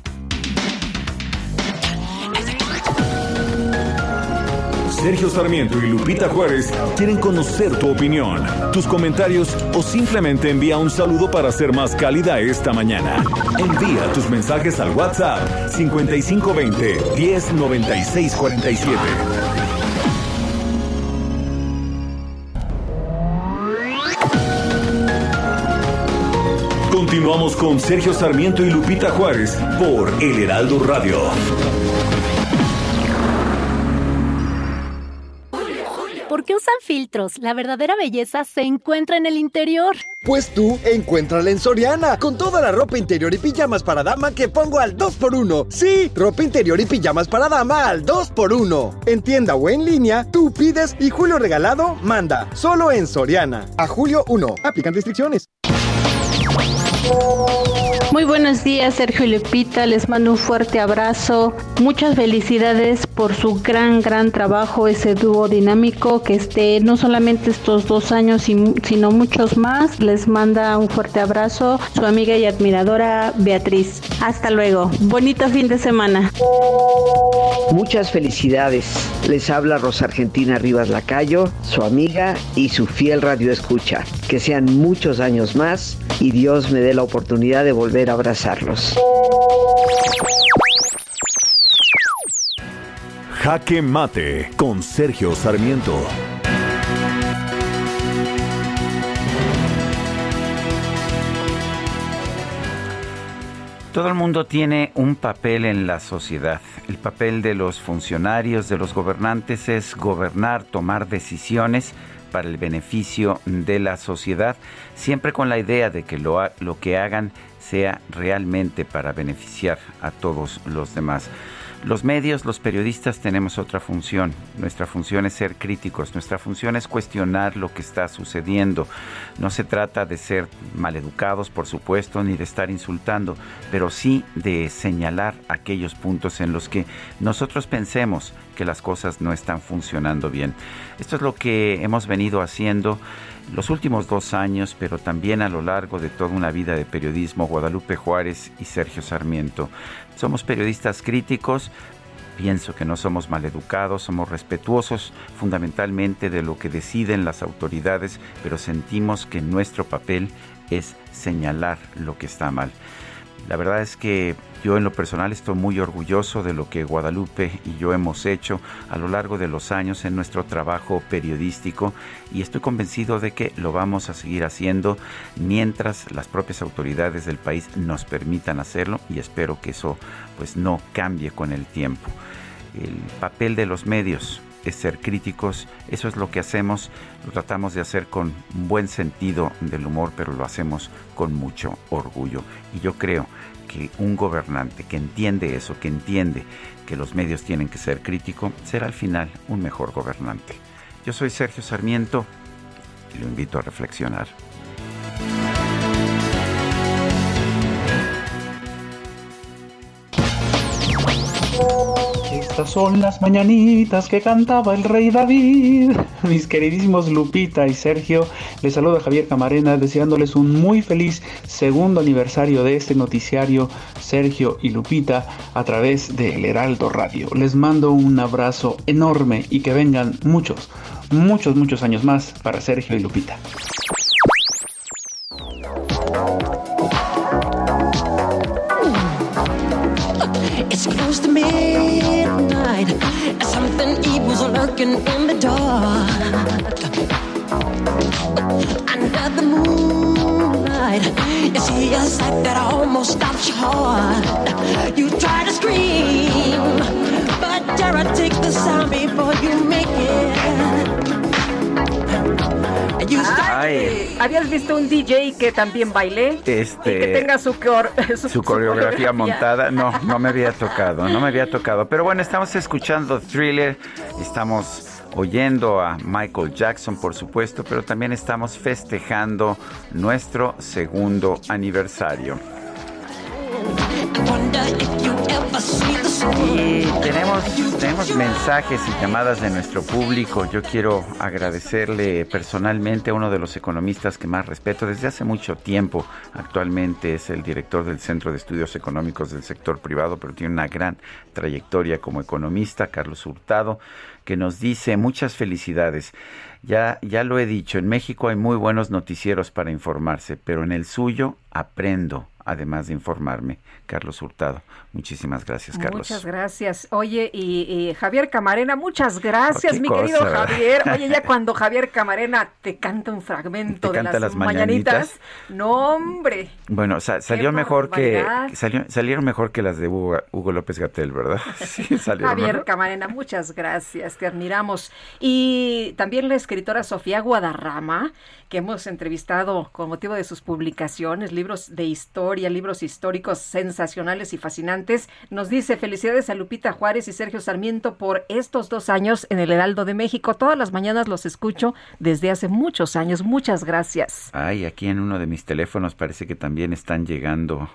Sergio Sarmiento y Lupita Juárez quieren conocer tu opinión, tus comentarios o simplemente envía un saludo para hacer más cálida esta mañana. Envía tus mensajes al WhatsApp 5520 109647. Continuamos con Sergio Sarmiento y Lupita Juárez por El Heraldo Radio. ¿Por qué usan filtros? La verdadera belleza se encuentra en el interior. Pues tú, encuéntrala en Soriana, con toda la ropa interior y pijamas para dama que pongo al 2x1. Sí, ropa interior y pijamas para dama al 2x1. En tienda o en línea, tú pides y Julio Regalado manda. Solo en Soriana. A julio 1. Aplican restricciones. Muy buenos días, Sergio y Lupita, les mando un fuerte abrazo, muchas felicidades por su gran trabajo, ese dúo dinámico que esté no solamente estos 2 años sino muchos más. Les manda un fuerte abrazo su amiga y admiradora Beatriz. Hasta luego, bonito fin de semana. Muchas felicidades, les habla Rosa Argentina Rivas Lacayo, su amiga y su fiel radioescucha. Que sean muchos años más y Dios me dé la oportunidad de volver a abrazarlos. Jaque Mate con Sergio Sarmiento. Todo el mundo tiene un papel en la sociedad. El papel de los funcionarios, de los gobernantes, es gobernar, tomar decisiones para el beneficio de la sociedad, siempre con la idea de que lo que hagan sea realmente para beneficiar a todos los demás. Los medios, los periodistas tenemos otra función. Nuestra función es ser críticos, nuestra función es cuestionar lo que está sucediendo. No se trata de ser maleducados, por supuesto, ni de estar insultando, pero sí de señalar aquellos puntos en los que nosotros pensemos que las cosas no están funcionando bien. Esto es lo que hemos venido haciendo los últimos 2 años, pero también a lo largo de toda una vida de periodismo, Guadalupe Juárez y Sergio Sarmiento. Somos periodistas críticos, pienso que no somos maleducados, somos respetuosos fundamentalmente de lo que deciden las autoridades, pero sentimos que nuestro papel es señalar lo que está mal. La verdad es que yo en lo personal estoy muy orgulloso de lo que Guadalupe y yo hemos hecho a lo largo de los años en nuestro trabajo periodístico, y estoy convencido de que lo vamos a seguir haciendo mientras las propias autoridades del país nos permitan hacerlo, y espero que eso pues no cambie con el tiempo. El papel de los medios es ser críticos, eso es lo que hacemos, lo tratamos de hacer con un buen sentido del humor, pero lo hacemos con mucho orgullo, y yo creo que un gobernante que entiende eso, que entiende que los medios tienen que ser críticos, será al final un mejor gobernante. Yo soy Sergio Sarmiento y lo invito a reflexionar. Estas son las mañanitas que cantaba el rey David. Mis queridísimos Lupita y Sergio, les saluda Javier Camarena deseándoles un muy feliz segundo aniversario de este noticiario Sergio y Lupita a través de El Heraldo Radio. Les mando un abrazo enorme y que vengan muchos años más para Sergio y Lupita. It's close to midnight. Something evil's lurking in the dark. Under the moonlight, you see a sight that almost stops your heart. You try to scream, but terror takes the sound before you make it. ¿Habías visto un DJ que también baile? Y que tenga su coreografía montada. No me había tocado. Pero bueno, estamos escuchando Thriller, estamos oyendo a Michael Jackson, por supuesto, pero también estamos festejando nuestro segundo aniversario. Y tenemos mensajes y llamadas de nuestro público. Yo quiero agradecerle personalmente a uno de los economistas que más respeto desde hace mucho tiempo. Actualmente es el director del Centro de Estudios Económicos del Sector Privado, pero tiene una gran trayectoria como economista, Carlos Hurtado, que nos dice: muchas felicidades. Ya lo he dicho, en México hay muy buenos noticieros para informarse, pero en el suyo aprendo, además de informarme. Carlos Hurtado. Muchísimas gracias, Carlos. Muchas gracias. Oye, y Javier Camarena, muchas gracias, mi querido Javier. Oye, ya cuando Javier Camarena te canta un fragmento de las mañanitas. No, hombre. Bueno, salieron mejor que las de Hugo López-Gatell, ¿verdad? Sí, Javier Camarena, muchas gracias, te admiramos. Y también la escritora Sofía Guadarrama, que hemos entrevistado con motivo de sus publicaciones, libros de historia, libros históricos sensacionales y fascinantes, nos dice: felicidades a Lupita Juárez y Sergio Sarmiento por estos 2 años en el Heraldo de México. Todas las mañanas los escucho desde hace muchos años. Muchas gracias. Ay, aquí en uno de mis teléfonos parece que también están llegando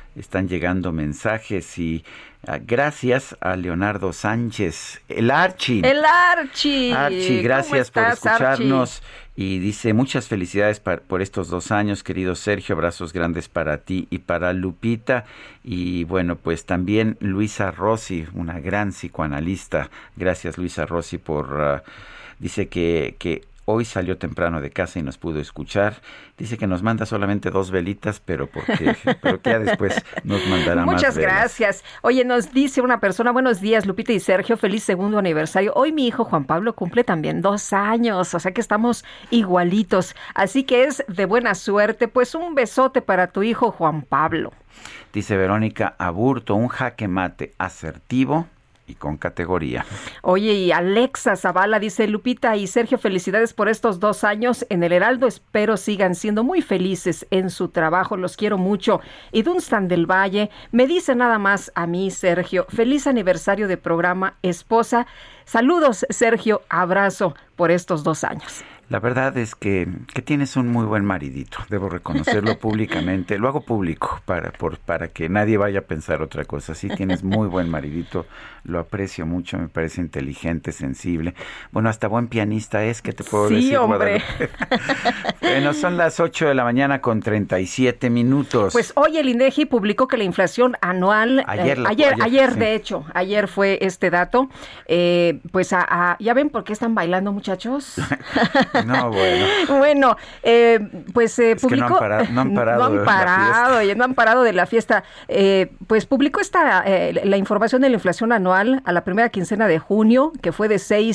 mensajes y gracias a Leonardo Sánchez, el Archi, gracias por escucharnos, Archie? Y dice: muchas felicidades por estos 2 años, querido Sergio, abrazos grandes para ti y para Lupita. Y bueno, pues también Luisa Rossi, una gran psicoanalista, gracias Luisa Rossi por, dice que hoy salió temprano de casa y nos pudo escuchar. Dice que nos manda solamente 2 velitas, pero que ya después nos mandará más. Muchas gracias. Oye, nos dice una persona: buenos días, Lupita y Sergio, feliz segundo aniversario. Hoy mi hijo Juan Pablo cumple también 2 años, o sea que estamos igualitos. Así que es de buena suerte. Pues un besote para tu hijo Juan Pablo. Dice Verónica Aburto: un jaque mate asertivo y con categoría. Oye, y Alexa Zavala dice: Lupita y Sergio, felicidades por estos 2 años en el Heraldo, espero sigan siendo muy felices en su trabajo, los quiero mucho. Y Dunstan del Valle me dice nada más a mí: Sergio, feliz aniversario de programa, esposa, saludos Sergio, abrazo por estos 2 años. La verdad es que tienes un muy buen maridito, debo reconocerlo públicamente, lo hago público para que nadie vaya a pensar otra cosa. Sí, tienes muy buen maridito, lo aprecio mucho, me parece inteligente, sensible, bueno, hasta buen pianista es, ¿qué te puedo decir? Sí, hombre. Bueno, son las 8 de la mañana con 37 minutos. Pues hoy el INEGI publicó que la inflación anual, ayer de hecho, ayer fue este dato, pues ¿ya ven por qué están bailando, muchachos? No, bueno. Bueno, pues publicó... No han parado de la fiesta. Pues publicó la información de la inflación anual a la primera quincena de junio, que fue de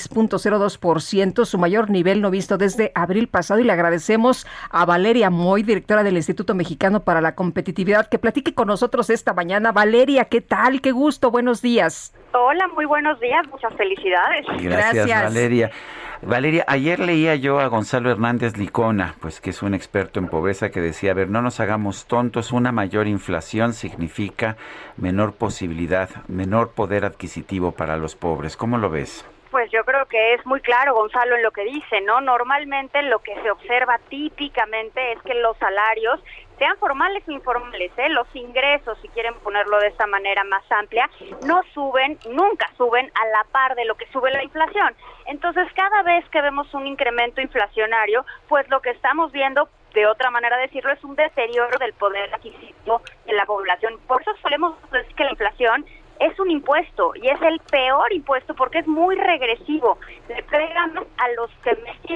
6.02%, su mayor nivel no visto desde abril pasado, y le agradecemos a Valeria Moy, directora del Instituto Mexicano para la Competitividad, que platique con nosotros esta mañana. Valeria, ¿qué tal? Qué gusto, buenos días. Hola, muy buenos días, muchas felicidades. Gracias. Valeria, ayer leía yo a Gonzalo Hernández Licona, pues que es un experto en pobreza, que decía: a ver, no nos hagamos tontos, una mayor inflación significa menor posibilidad, menor poder adquisitivo para los pobres. ¿Cómo lo ves? Pues yo creo que es muy claro, Gonzalo, en lo que dice, ¿no? Normalmente lo que se observa típicamente es que los salarios sean formales o informales, los ingresos, si quieren ponerlo de esta manera más amplia, no suben, nunca suben a la par de lo que sube la inflación. Entonces, cada vez que vemos un incremento inflacionario, pues lo que estamos viendo, de otra manera de decirlo, es un deterioro del poder adquisitivo de la población. Por eso solemos decir que la inflación es un impuesto, y es el peor impuesto porque es muy regresivo. Le pegan a los que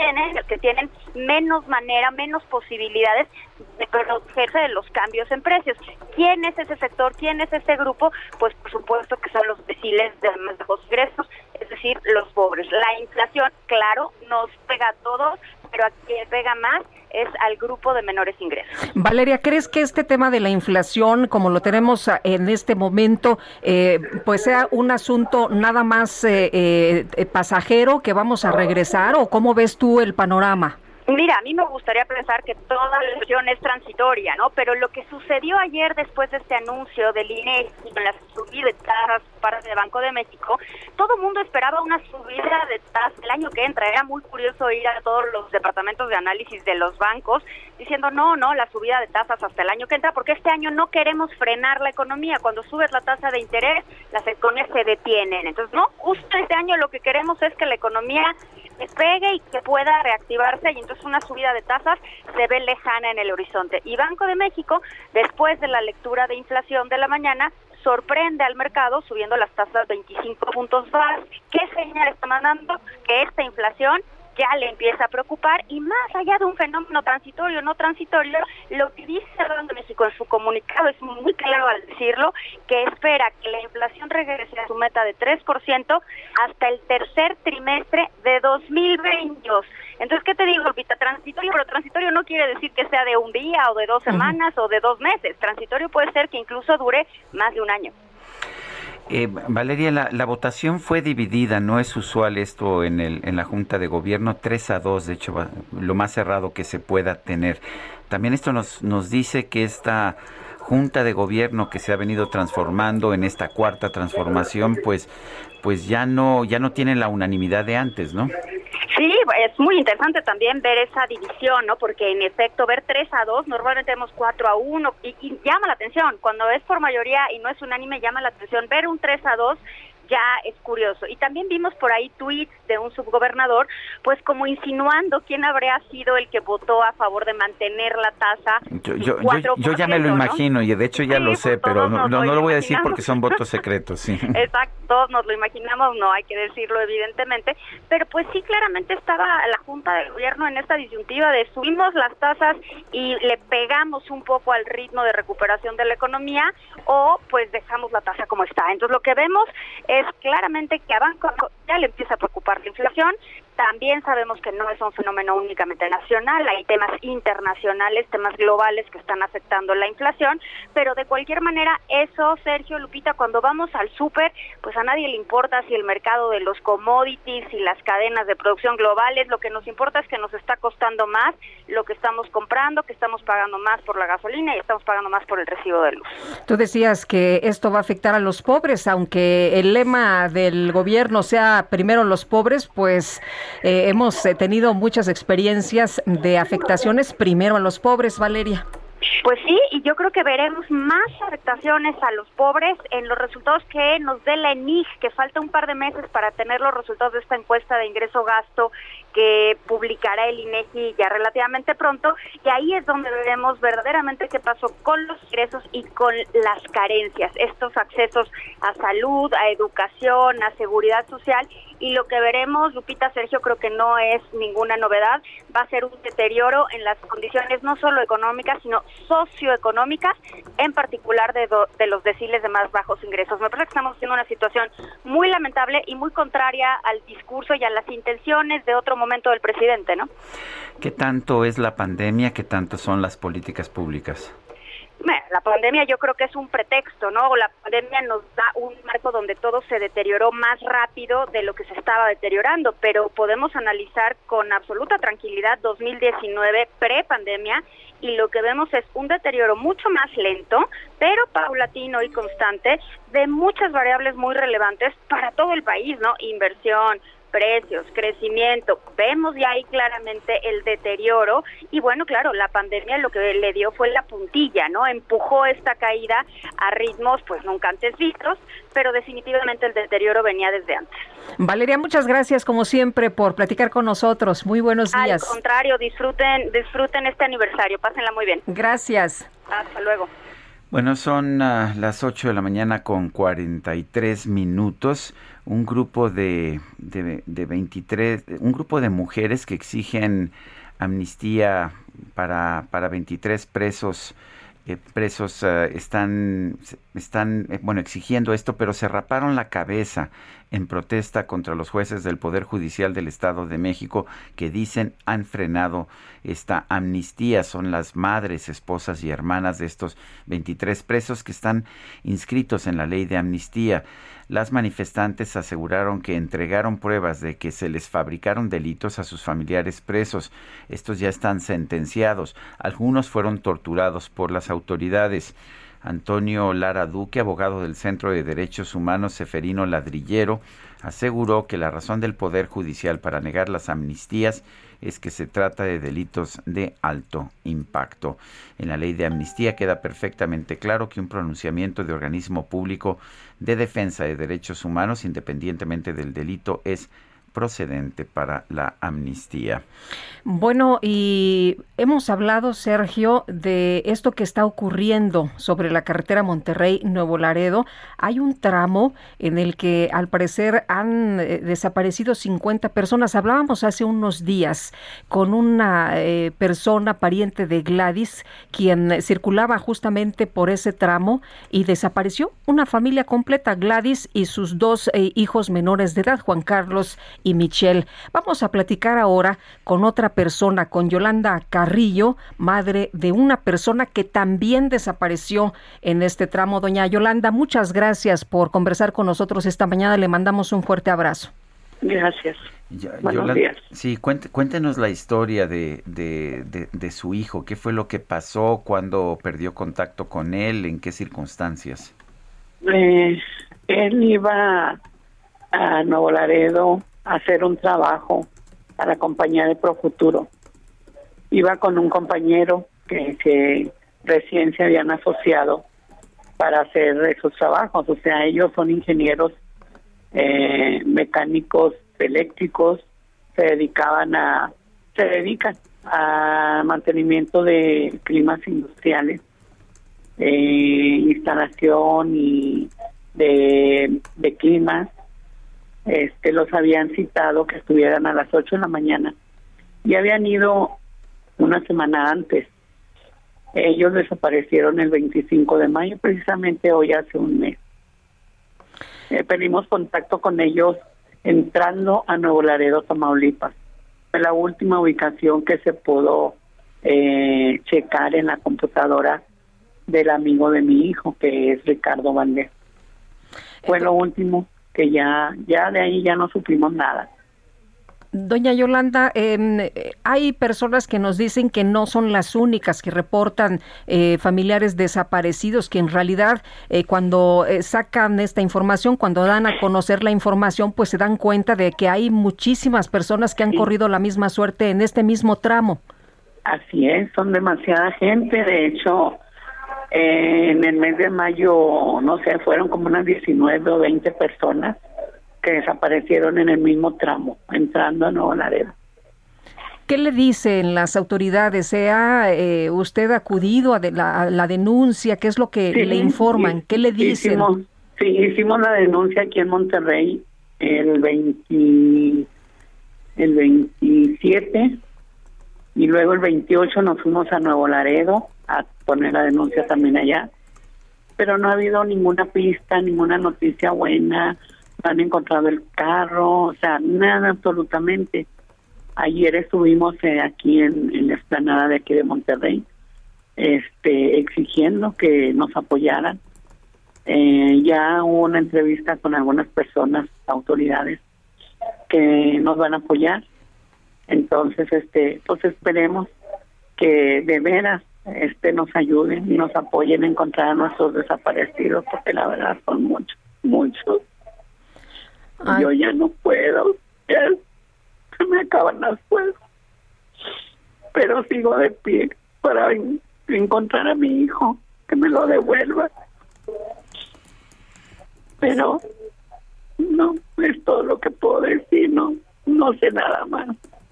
tienen menos manera, menos posibilidades de protegerse de los cambios en precios. ¿Quién es ese sector? ¿Quién es ese grupo? Pues por supuesto que son los deciles de más bajos ingresos, es decir, los pobres. La inflación, claro, nos pega a todos, pero a quien pega más es al grupo de menores ingresos. Valeria, ¿crees que este tema de la inflación, como lo tenemos en este momento, pues sea un asunto nada más pasajero, que vamos a regresar, o cómo ves tú el panorama? Mira, a mí me gustaría pensar que toda la elección es transitoria, ¿no? Pero lo que sucedió ayer después de este anuncio del INEGI con la subida de tasas parte del Banco de México, todo el mundo esperaba una subida de tasas el año que entra. Era muy curioso ir a todos los departamentos de análisis de los bancos diciendo no, la subida de tasas hasta el año que entra, porque este año no queremos frenar la economía. Cuando subes la tasa de interés, las economías se detienen. Entonces, no, justo este año lo que queremos es que la economía despegue y que pueda reactivarse, y entonces una subida de tasas se ve lejana en el horizonte. Y Banco de México, después de la lectura de inflación de la mañana, sorprende al mercado subiendo las tasas 25 puntos base. ¿Qué señal está mandando? Que esta inflación ya le empieza a preocupar, y más allá de un fenómeno transitorio o no transitorio, lo que dice el Banco de México en su comunicado es muy claro al decirlo, que espera que la inflación regrese a su meta de 3% hasta el tercer trimestre de 2022. Entonces, ¿qué te digo, Lupita? Transitorio, pero transitorio no quiere decir que sea de un día o de 2 semanas o de 2 meses. Transitorio puede ser que incluso dure más de un año. Valeria, la votación fue dividida, no es usual esto en la Junta de Gobierno, 3-2, de hecho, lo más cerrado que se pueda tener. También esto nos dice que esta Junta de Gobierno que se ha venido transformando en esta cuarta transformación, pues ya no tiene la unanimidad de antes, ¿no? Sí, es muy interesante también ver esa división, ¿no? Porque en efecto ver 3-2, normalmente vemos 4-1 y llama la atención. Cuando es por mayoría y no es unánime, llama la atención. Ver un 3-2 ya es curioso. Y también vimos por ahí tweets de un subgobernador, pues como insinuando quién habría sido el que votó a favor de mantener la tasa. Yo ya me lo imagino, ¿no? Y de hecho ya lo sé, pero no lo voy a decir porque son votos secretos, sí. Exacto, todos nos lo imaginamos, no hay que decirlo evidentemente, pero pues sí, claramente estaba la Junta de Gobierno en esta disyuntiva de subimos las tasas y le pegamos un poco al ritmo de recuperación de la economía, o pues dejamos la tasa como está. Entonces lo que vemos es claramente que a Banco ya le empieza a preocupar la inflación. También sabemos que no es un fenómeno únicamente nacional, hay temas internacionales, temas globales que están afectando la inflación, pero de cualquier manera eso, Sergio, Lupita, cuando vamos al súper, pues a nadie le importa si el mercado de los commodities y las cadenas de producción globales, lo que nos importa es que nos está costando más lo que estamos comprando, que estamos pagando más por la gasolina y estamos pagando más por el recibo de luz. Tú decías que esto va a afectar a los pobres, aunque el lema del gobierno sea primero los pobres, pues hemos tenido muchas experiencias de afectaciones primero a los pobres, Valeria. Pues sí, y yo creo que veremos más afectaciones a los pobres en los resultados que nos dé la ENIG, que falta un par de meses para tener los resultados de esta encuesta de ingreso-gasto que publicará el INEGI ya relativamente pronto, y ahí es donde veremos verdaderamente qué pasó con los ingresos y con las carencias, estos accesos a salud, a educación, a seguridad social, y lo que veremos, Lupita, Sergio, creo que no es ninguna novedad, va a ser un deterioro en las condiciones no solo económicas, sino socioeconómicas, en particular de los deciles de más bajos ingresos. Me parece que estamos viendo una situación muy lamentable y muy contraria al discurso y a las intenciones de otro momento del presidente, ¿no? ¿Qué tanto es la pandemia? ¿Qué tanto son las políticas públicas? La pandemia yo creo que es un pretexto, ¿no? La pandemia nos da un marco donde todo se deterioró más rápido de lo que se estaba deteriorando, pero podemos analizar con absoluta tranquilidad 2019 pre-pandemia, y lo que vemos es un deterioro mucho más lento, pero paulatino y constante, de muchas variables muy relevantes para todo el país, ¿no? Inversión, precios, crecimiento, vemos ya ahí claramente el deterioro y bueno, claro, la pandemia lo que le dio fue la puntilla, ¿no? Empujó esta caída a ritmos pues nunca antes vistos, pero definitivamente el deterioro venía desde antes. Valeria, muchas gracias como siempre por platicar con nosotros. Muy buenos días. Al contrario, disfruten este aniversario, pásenla muy bien. Gracias. Hasta luego. Bueno, son las 8 de la mañana con 43 minutos. Un grupo de 23, un grupo de mujeres que exigen amnistía para 23 presos. Están exigiendo esto, pero se raparon la cabeza en protesta contra los jueces del Poder Judicial del Estado de México que dicen han frenado esta amnistía. Son las madres, esposas y hermanas de estos 23 presos que están inscritos en la ley de amnistía. Las manifestantes aseguraron que entregaron pruebas de que se les fabricaron delitos a sus familiares presos. Estos ya están sentenciados. Algunos fueron torturados por las autoridades. Antonio Lara Duque, abogado del Centro de Derechos Humanos Seferino Ladrillero, aseguró que la razón del Poder Judicial para negar las amnistías es que se trata de delitos de alto impacto. En la ley de amnistía queda perfectamente claro que un pronunciamiento de organismo público de defensa de derechos humanos, independientemente del delito, es procedente para la amnistía. Bueno, y hemos hablado, Sergio, de esto que está ocurriendo sobre la carretera Monterrey-Nuevo Laredo. Hay un tramo en el que al parecer han desaparecido 50 personas. Hablábamos hace unos días con una persona pariente de Gladys, quien circulaba justamente por ese tramo y desapareció una familia completa, Gladys y sus dos hijos menores de edad, Juan Carlos y Michelle. Vamos a platicar ahora con otra persona, con Yolanda Carrillo, madre de una persona que también desapareció en este tramo. Doña Yolanda, muchas gracias por conversar con nosotros esta mañana. Le mandamos un fuerte abrazo. Gracias. Buenos Yolanda, días. Sí, cuéntenos la historia de su hijo. ¿Qué fue lo que pasó? ¿Cuándo perdió contacto con él? ¿En qué circunstancias? Él iba a Nuevo Laredo a hacer un trabajo a la compañía de Profuturo. Iba con un compañero que recién se habían asociado para hacer esos trabajos. O sea, ellos son ingenieros mecánicos eléctricos, se dedican a mantenimiento de climas industriales, instalación y de climas. Los habían citado que estuvieran a las 8 de la mañana y habían ido una semana antes. Ellos desaparecieron el 25 de mayo, precisamente hoy hace un mes. Perdimos contacto con ellos entrando a Nuevo Laredo, Tamaulipas. Fue la última ubicación que se pudo checar en la computadora del amigo de mi hijo, que es Ricardo Valdés. Fue lo último que ya de ahí ya no supimos nada. Doña Yolanda, hay personas que nos dicen que no son las únicas que reportan familiares desaparecidos, que en realidad cuando sacan esta información, cuando dan a conocer la información, pues se dan cuenta de que hay muchísimas personas que han corrido la misma suerte en este mismo tramo. Así es, son demasiada gente. De hecho, en el mes de mayo, no sé, fueron como unas 19 o 20 personas que desaparecieron en el mismo tramo, entrando a Nuevo Laredo. ¿Qué le dicen las autoridades? ¿Ha usted acudido a la denuncia? ¿Qué es lo que le informan? ¿Qué le dicen? Hicimos la denuncia aquí en Monterrey el 27 y luego el 28 nos fuimos a Nuevo Laredo a poner la denuncia también allá, pero no ha habido ninguna pista, ninguna noticia buena. No han encontrado el carro, o sea, nada absolutamente. Ayer estuvimos aquí en la explanada de aquí de Monterrey, exigiendo que nos apoyaran. Ya hubo una entrevista con algunas personas, autoridades, que nos van a apoyar. Entonces, pues esperemos que de veras nos ayuden y nos apoyen a encontrar a nuestros desaparecidos, porque la verdad son muchos. Ay. Yo ya no puedo. ya se me acaban las fuerzas. Pero sigo de pie para encontrar a mi hijo, que me lo devuelva. Pero no, es todo lo que puedo decir, no sé nada más.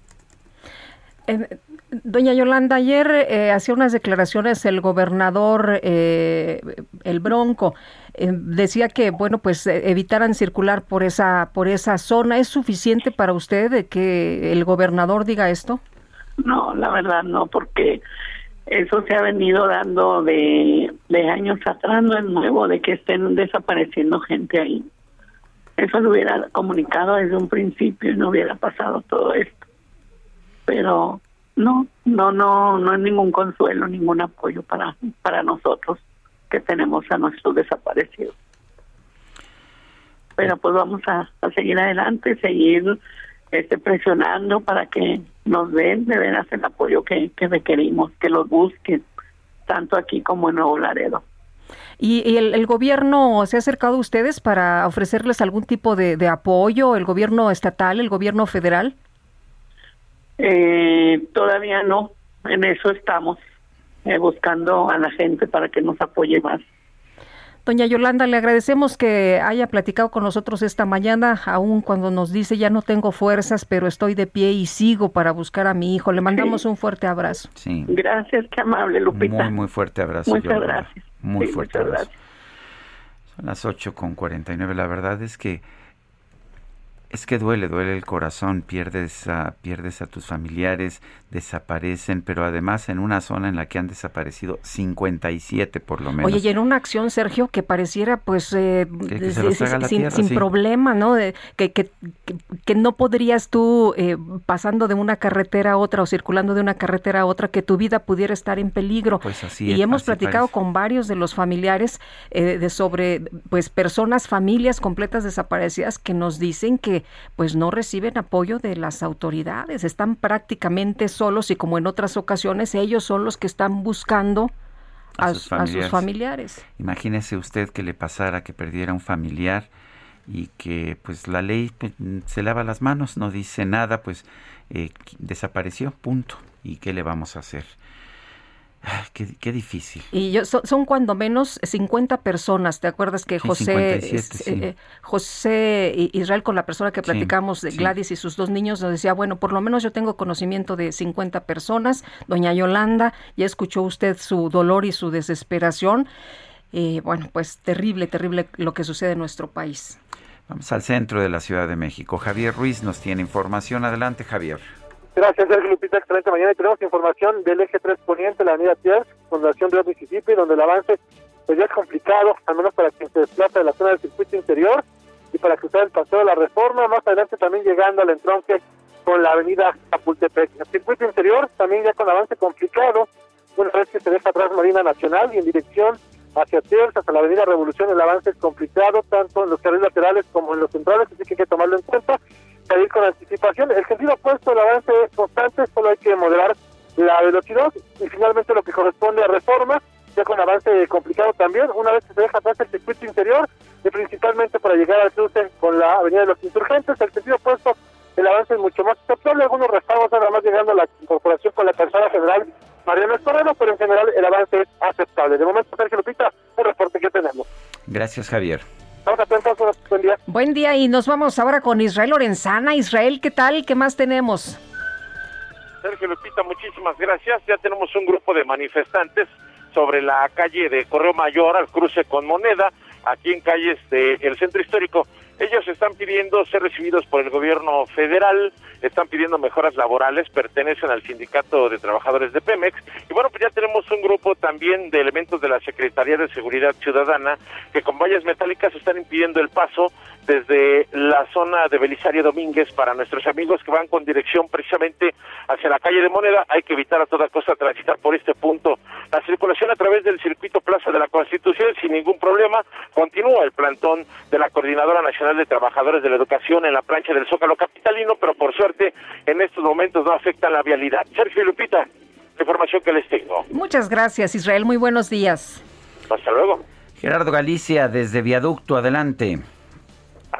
Doña Yolanda, ayer hacía unas declaraciones el gobernador, el Bronco, decía que, bueno, pues evitaran circular por esa zona. ¿Es suficiente para usted que el gobernador diga esto? No, la verdad no, porque eso se ha venido dando de años atrás, no es nuevo de que estén desapareciendo gente ahí. Eso lo hubiera comunicado desde un principio y no hubiera pasado todo esto. Pero no es ningún consuelo, ningún apoyo para nosotros que tenemos a nuestros desaparecidos. Pero pues vamos a seguir adelante, seguir presionando para que nos den de veras el apoyo que requerimos, que los busquen, tanto aquí como en Nuevo Laredo. ¿Y el gobierno se ha acercado a ustedes para ofrecerles algún tipo de apoyo, el gobierno estatal, el gobierno federal? Todavía no, en eso estamos, buscando a la gente para que nos apoye más. Doña Yolanda, le agradecemos que haya platicado con nosotros esta mañana, aun cuando nos dice ya no tengo fuerzas, pero estoy de pie y sigo para buscar a mi hijo. Le mandamos un fuerte abrazo. Sí. Gracias, qué amable, Lupita. Muy fuerte abrazo. Muchas Yolanda. gracias. Muy fuerte muchas abrazo. Gracias. Son las 8:49. La verdad es que duele el corazón, pierdes a tus familiares, desaparecen, pero además en una zona en la que han desaparecido 57 por lo menos. Oye, y en una acción, Sergio, que pareciera pues sin sí. problema, ¿no? Que no podrías tú, pasando de una carretera a otra o circulando de una carretera a otra, que tu vida pudiera estar en peligro. Pues así y hemos así platicado parece. con varios de los familiares sobre pues personas, familias completas desaparecidas que nos dicen que pues no reciben apoyo de las autoridades, están prácticamente solos y como en otras ocasiones ellos son los que están buscando a sus familiares. Imagínese usted que le pasara, que perdiera un familiar y que pues la ley se lava las manos, no dice nada, pues desapareció, punto. ¿Y qué le vamos a hacer? Qué difícil. Y son cuando menos 50 personas. ¿Te acuerdas que Sí, José 57, José Israel, con la persona que platicamos, sí. Gladys y sus 2 niños, nos decía, bueno, por lo menos yo tengo conocimiento de 50 personas. Doña Yolanda, ya escuchó usted su dolor y su desesperación. Bueno, pues terrible lo que sucede en nuestro país. Vamos al centro de la Ciudad de México. Javier Ruiz nos tiene información. Adelante, Javier. Gracias, Sergio Lupita, excelente mañana. Y tenemos información del eje 3 Poniente, la avenida Pierce, Fundación Río Mississippi, donde el avance pues ya es complicado, al menos para quien se desplaza de la zona del circuito interior y para cruzar el Paseo de la Reforma, más adelante también llegando al entronque con la avenida Chapultepec. El circuito interior también ya con avance complicado, una vez que se deja atrás Marina Nacional y en dirección hacia Pierce, hasta la avenida Revolución, el avance es complicado, tanto en los carriles laterales como en los centrales, así que hay que tomarlo en cuenta. Salir con anticipación. El sentido opuesto, el avance es constante, solo hay que moderar la velocidad y finalmente lo que corresponde a Reforma, ya con avance complicado también, una vez que se deja atrás el circuito interior y principalmente para llegar al cruce con la avenida de los Insurgentes. El sentido opuesto, el avance es mucho más aceptable, algunos rezagos nada más llegando a la incorporación con la calzada federal Mariano Escobedo, pero en general el avance es aceptable. De momento, Sergio Lupita, el reporte que tenemos. Gracias, Javier. Estamos atentos, buen día. Buen día, y nos vamos ahora con Israel Lorenzana. Israel, ¿qué tal? ¿Qué más tenemos? Sergio Lupita, muchísimas gracias. Ya tenemos un grupo de manifestantes sobre la calle de Correo Mayor al cruce con Moneda, aquí en calles del centro histórico. Ellos están pidiendo ser recibidos por el gobierno federal, están pidiendo mejoras laborales, pertenecen al sindicato de trabajadores de Pemex, y bueno, pues ya tenemos un grupo también de elementos de la Secretaría de Seguridad Ciudadana que con vallas metálicas están impidiendo el paso desde la zona de Belisario Domínguez para nuestros amigos que van con dirección precisamente hacia la calle de Moneda. Hay que evitar a toda costa transitar por este punto. La circulación a través del circuito Plaza de la Constitución sin ningún problema. Continúa el plantón de la Coordinadora Nacional de Trabajadores de la Educación en la plancha del Zócalo capitalino, pero por suerte en estos momentos no afectan la vialidad. Sergio y Lupita, la información que les tengo. Muchas gracias, Israel. Muy buenos días. Hasta luego. Gerardo Galicia, desde Viaducto, adelante.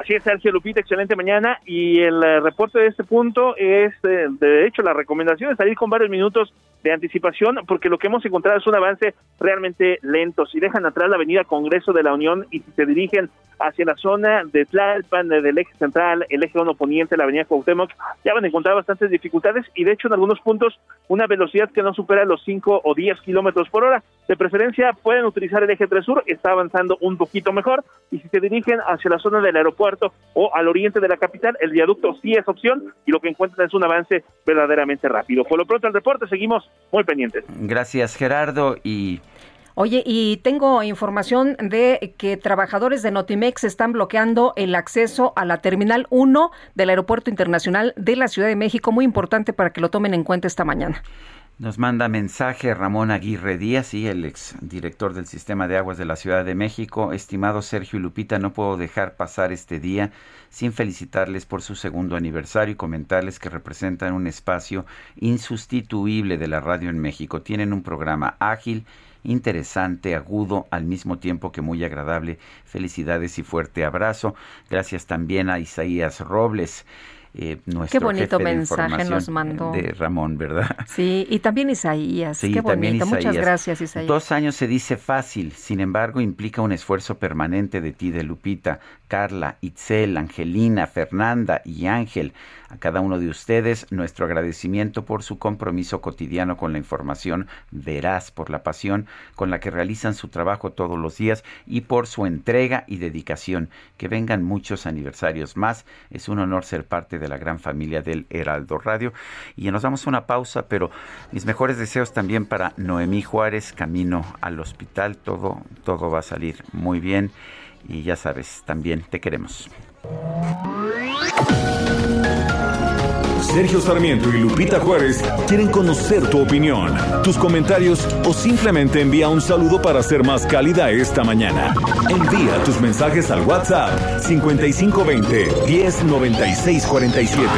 Así es, Sergio, Lupita, excelente mañana, y el reporte de este punto es, de hecho, la recomendación es salir con varios minutos de anticipación, porque lo que hemos encontrado es un avance realmente lento. Si dejan atrás la avenida Congreso de la Unión y si se dirigen hacia la zona de Tlalpan, del eje central, el eje 1 poniente, la avenida Cuauhtémoc, ya van a encontrar bastantes dificultades y de hecho en algunos puntos una velocidad que no supera los 5 o 10 kilómetros por hora. De preferencia pueden utilizar el eje 3 sur, está avanzando un poquito mejor, y si se dirigen hacia la zona del aeropuerto o al oriente de la capital, el viaducto sí es opción y lo que encuentran es un avance verdaderamente rápido. Por lo pronto el reporte, seguimos muy pendientes. Gracias, Gerardo. Oye, y tengo información de que trabajadores de Notimex están bloqueando el acceso a la Terminal 1 del Aeropuerto Internacional de la Ciudad de México. Muy importante para que lo tomen en cuenta esta mañana. Nos manda mensaje Ramón Aguirre Díaz, el exdirector del Sistema de Aguas de la Ciudad de México. Estimado Sergio y Lupita, no puedo dejar pasar este día sin felicitarles por su segundo aniversario y comentarles que representan un espacio insustituible de la radio en México. Tienen un programa ágil, interesante, agudo, al mismo tiempo que muy agradable. Felicidades y fuerte abrazo. Gracias también a Isaías Robles. Nuestro qué bonito jefe de mensaje nos mandó. De Ramón, ¿verdad? Sí, y también Isaías. Sí, qué bonito. Isaías. Muchas gracias, Isaías. 2 años se dice fácil, sin embargo implica un esfuerzo permanente de ti, de Lupita, Carla, Itzel, Angelina, Fernanda y Ángel. A cada uno de ustedes, nuestro agradecimiento por su compromiso cotidiano con la información veraz, por la pasión con la que realizan su trabajo todos los días y por su entrega y dedicación. Que vengan muchos aniversarios más. Es un honor ser parte de la gran familia del Heraldo Radio. Y nos damos una pausa, pero mis mejores deseos también para Noemí Juárez, camino al hospital. Todo va a salir muy bien. Y ya sabes, también te queremos. Sergio Sarmiento y Lupita Juárez quieren conocer tu opinión, tus comentarios o simplemente envía un saludo para ser más cálida esta mañana. Envía tus mensajes al WhatsApp 5520 109647.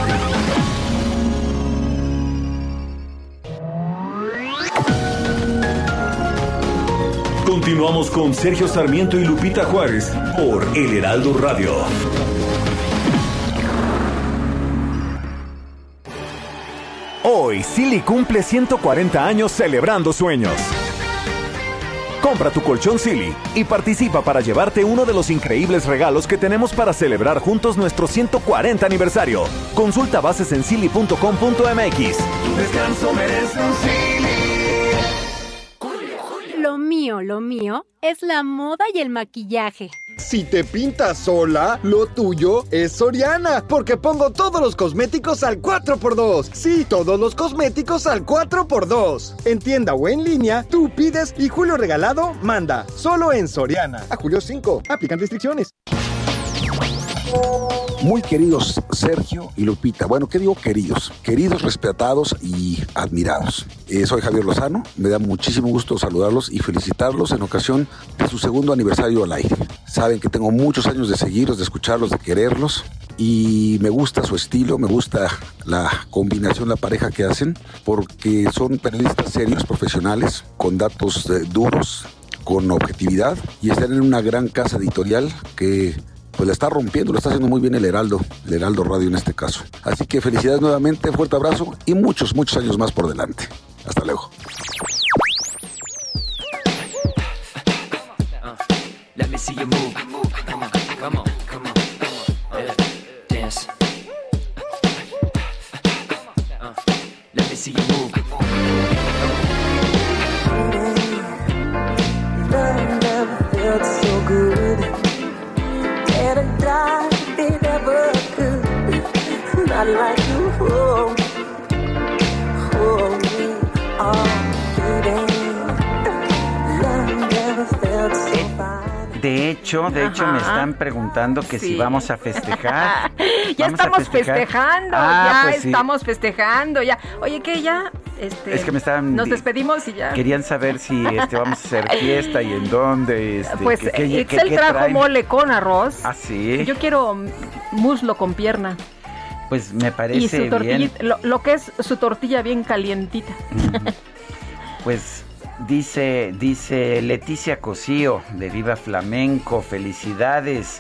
Continuamos con Sergio Sarmiento y Lupita Juárez por El Heraldo Radio. Hoy, Silly cumple 140 años celebrando sueños. Compra tu colchón Silly y participa para llevarte uno de los increíbles regalos que tenemos para celebrar juntos nuestro 140 aniversario. Consulta bases en silly.com.mx. Tu descanso merece un Silly. Lo mío es la moda y el maquillaje. Si te pintas sola, lo tuyo es Soriana, porque pongo todos los cosméticos al 4x2. Sí, todos los cosméticos al 4x2. En tienda o en línea, tú pides y Julio Regalado manda. Solo en Soriana. A julio 5. Aplican restricciones. Muy queridos Sergio y Lupita, bueno, ¿qué digo queridos? Queridos, respetados y admirados. Soy Javier Lozano, me da muchísimo gusto saludarlos y felicitarlos en ocasión de su segundo aniversario al aire. Saben que tengo muchos años de seguirlos, de escucharlos, de quererlos y me gusta su estilo, me gusta la combinación, la pareja que hacen, porque son periodistas serios, profesionales, con datos duros, con objetividad y están en una gran casa editorial que pues la está rompiendo, lo está haciendo muy bien el Heraldo Radio en este caso. Así que felicidades nuevamente, fuerte abrazo y muchos años más por delante. Hasta luego. Let me see you move. Come on. Dance. Let me see you move. Love never felt so good. And I died, it never could. Not like you hold me, baby. Love never felt so fine. De hecho, me están preguntando que si vamos a festejar. Ya estamos festejando, estamos festejando, ya. Oye, ¿qué ya? Es que me estaban... Nos despedimos y ya. Querían saber si vamos a hacer fiesta y en dónde. Pues Itzel trajo mole con arroz. Ah, sí. Yo quiero muslo con pierna. Pues me parece y su bien. Lo que es su tortilla bien calientita. Pues dice Leticia Cosío de Viva Flamenco, felicidades.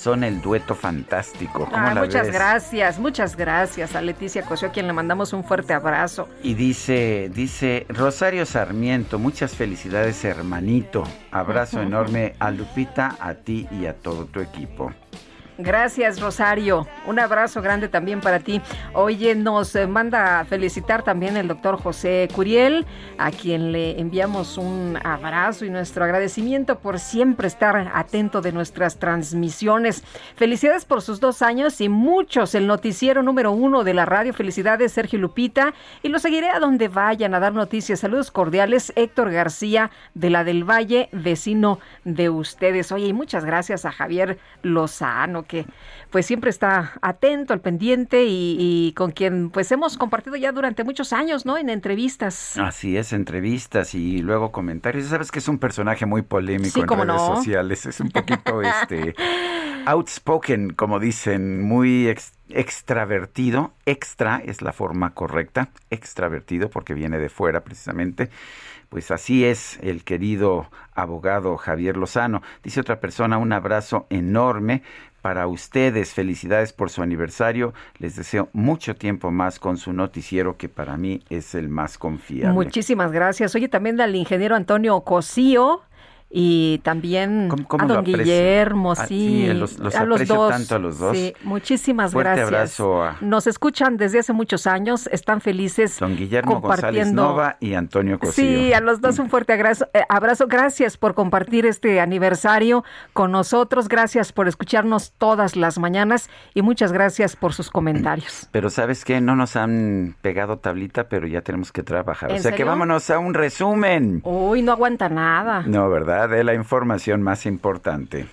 son el dueto fantástico. ¿Cómo la muchas ves? muchas gracias a Leticia Cosío, a quien le mandamos un fuerte abrazo. Y dice Rosario Sarmiento, muchas felicidades, hermanito. Abrazo enorme a Lupita, a ti y a todo tu equipo. Gracias, Rosario. Un abrazo grande también para ti. Oye, nos manda a felicitar también el doctor José Curiel, a quien le enviamos un abrazo y nuestro agradecimiento por siempre estar atento de nuestras transmisiones. Felicidades por sus 2 años y muchos, el noticiero número 1 de la radio. Felicidades, Sergio y Lupita, y lo seguiré a donde vayan a dar noticias. Saludos cordiales, Héctor García de la del Valle, vecino de ustedes. Oye, y muchas gracias a Javier Lozano, que pues siempre está atento, al pendiente y con quien pues hemos compartido ya durante muchos años, ¿no? En entrevistas. Así es, entrevistas y luego comentarios. Sabes que es un personaje muy polémico en redes sociales. Es un poquito outspoken, como dicen, muy extravertido. Extra es la forma correcta, extravertido, porque viene de fuera precisamente. Pues así es el querido abogado Javier Lozano. Dice otra persona, un abrazo enorme para ustedes, felicidades por su aniversario, les deseo mucho tiempo más con su noticiero, que para mí es el más confiable. Muchísimas gracias. Oye, también al ingeniero Antonio Cosío, y también ¿Cómo a don Guillermo, sí, los a los aprecio dos. tanto a los dos. Sí, muchísimas Fuerte gracias. Abrazo Nos escuchan desde hace muchos años, están felices don Guillermo González compartiendo. Nova y Antonio Cosío. Sí, a los dos un fuerte abrazo. Gracias por compartir este aniversario con nosotros. Gracias por escucharnos todas las mañanas y muchas gracias por sus comentarios. Pero ¿sabes qué? No nos han pegado tablita, pero ya tenemos que trabajar. O sea ¿En que serio? vámonos a un resumen. Uy, no aguanta nada. No, ¿verdad? De la información más importante.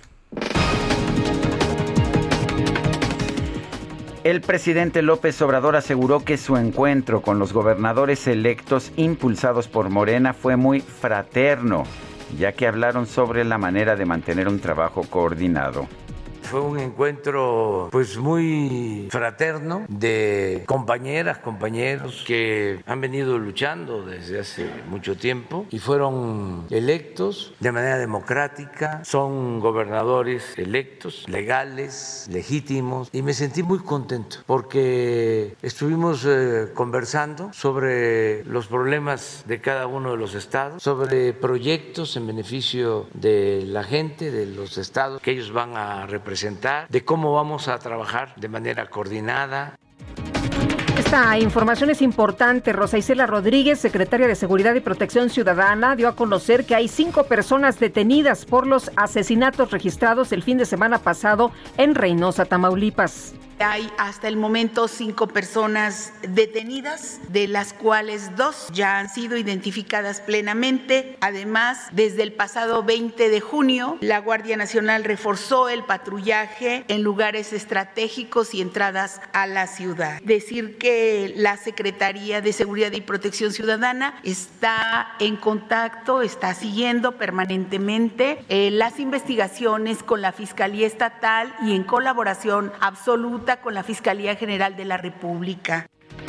El presidente López Obrador aseguró que su encuentro con los gobernadores electos impulsados por Morena fue muy fraterno, ya que hablaron sobre la manera de mantener un trabajo coordinado. Fue un encuentro pues muy fraterno de compañeras, compañeros que han venido luchando desde hace mucho tiempo y fueron electos de manera democrática, son gobernadores electos, legales, legítimos, y me sentí muy contento porque estuvimos conversando sobre los problemas de cada uno de los estados, sobre proyectos en beneficio de la gente de los estados que ellos van a representar, de cómo vamos a trabajar de manera coordinada. Esta información es importante. Rosa Isela Rodríguez, secretaria de Seguridad y Protección Ciudadana, dio a conocer que hay 5 personas detenidas por los asesinatos registrados el fin de semana pasado en Reynosa, Tamaulipas. Hay hasta el momento 5 personas detenidas, de las cuales 2 ya han sido identificadas plenamente. Además, desde el pasado 20 de junio, la Guardia Nacional reforzó el patrullaje en lugares estratégicos y entradas a la ciudad. Decir que la Secretaría de Seguridad y Protección Ciudadana está en contacto, está siguiendo permanentemente las investigaciones con la Fiscalía Estatal y en colaboración absoluta con la Fiscalía General de la República.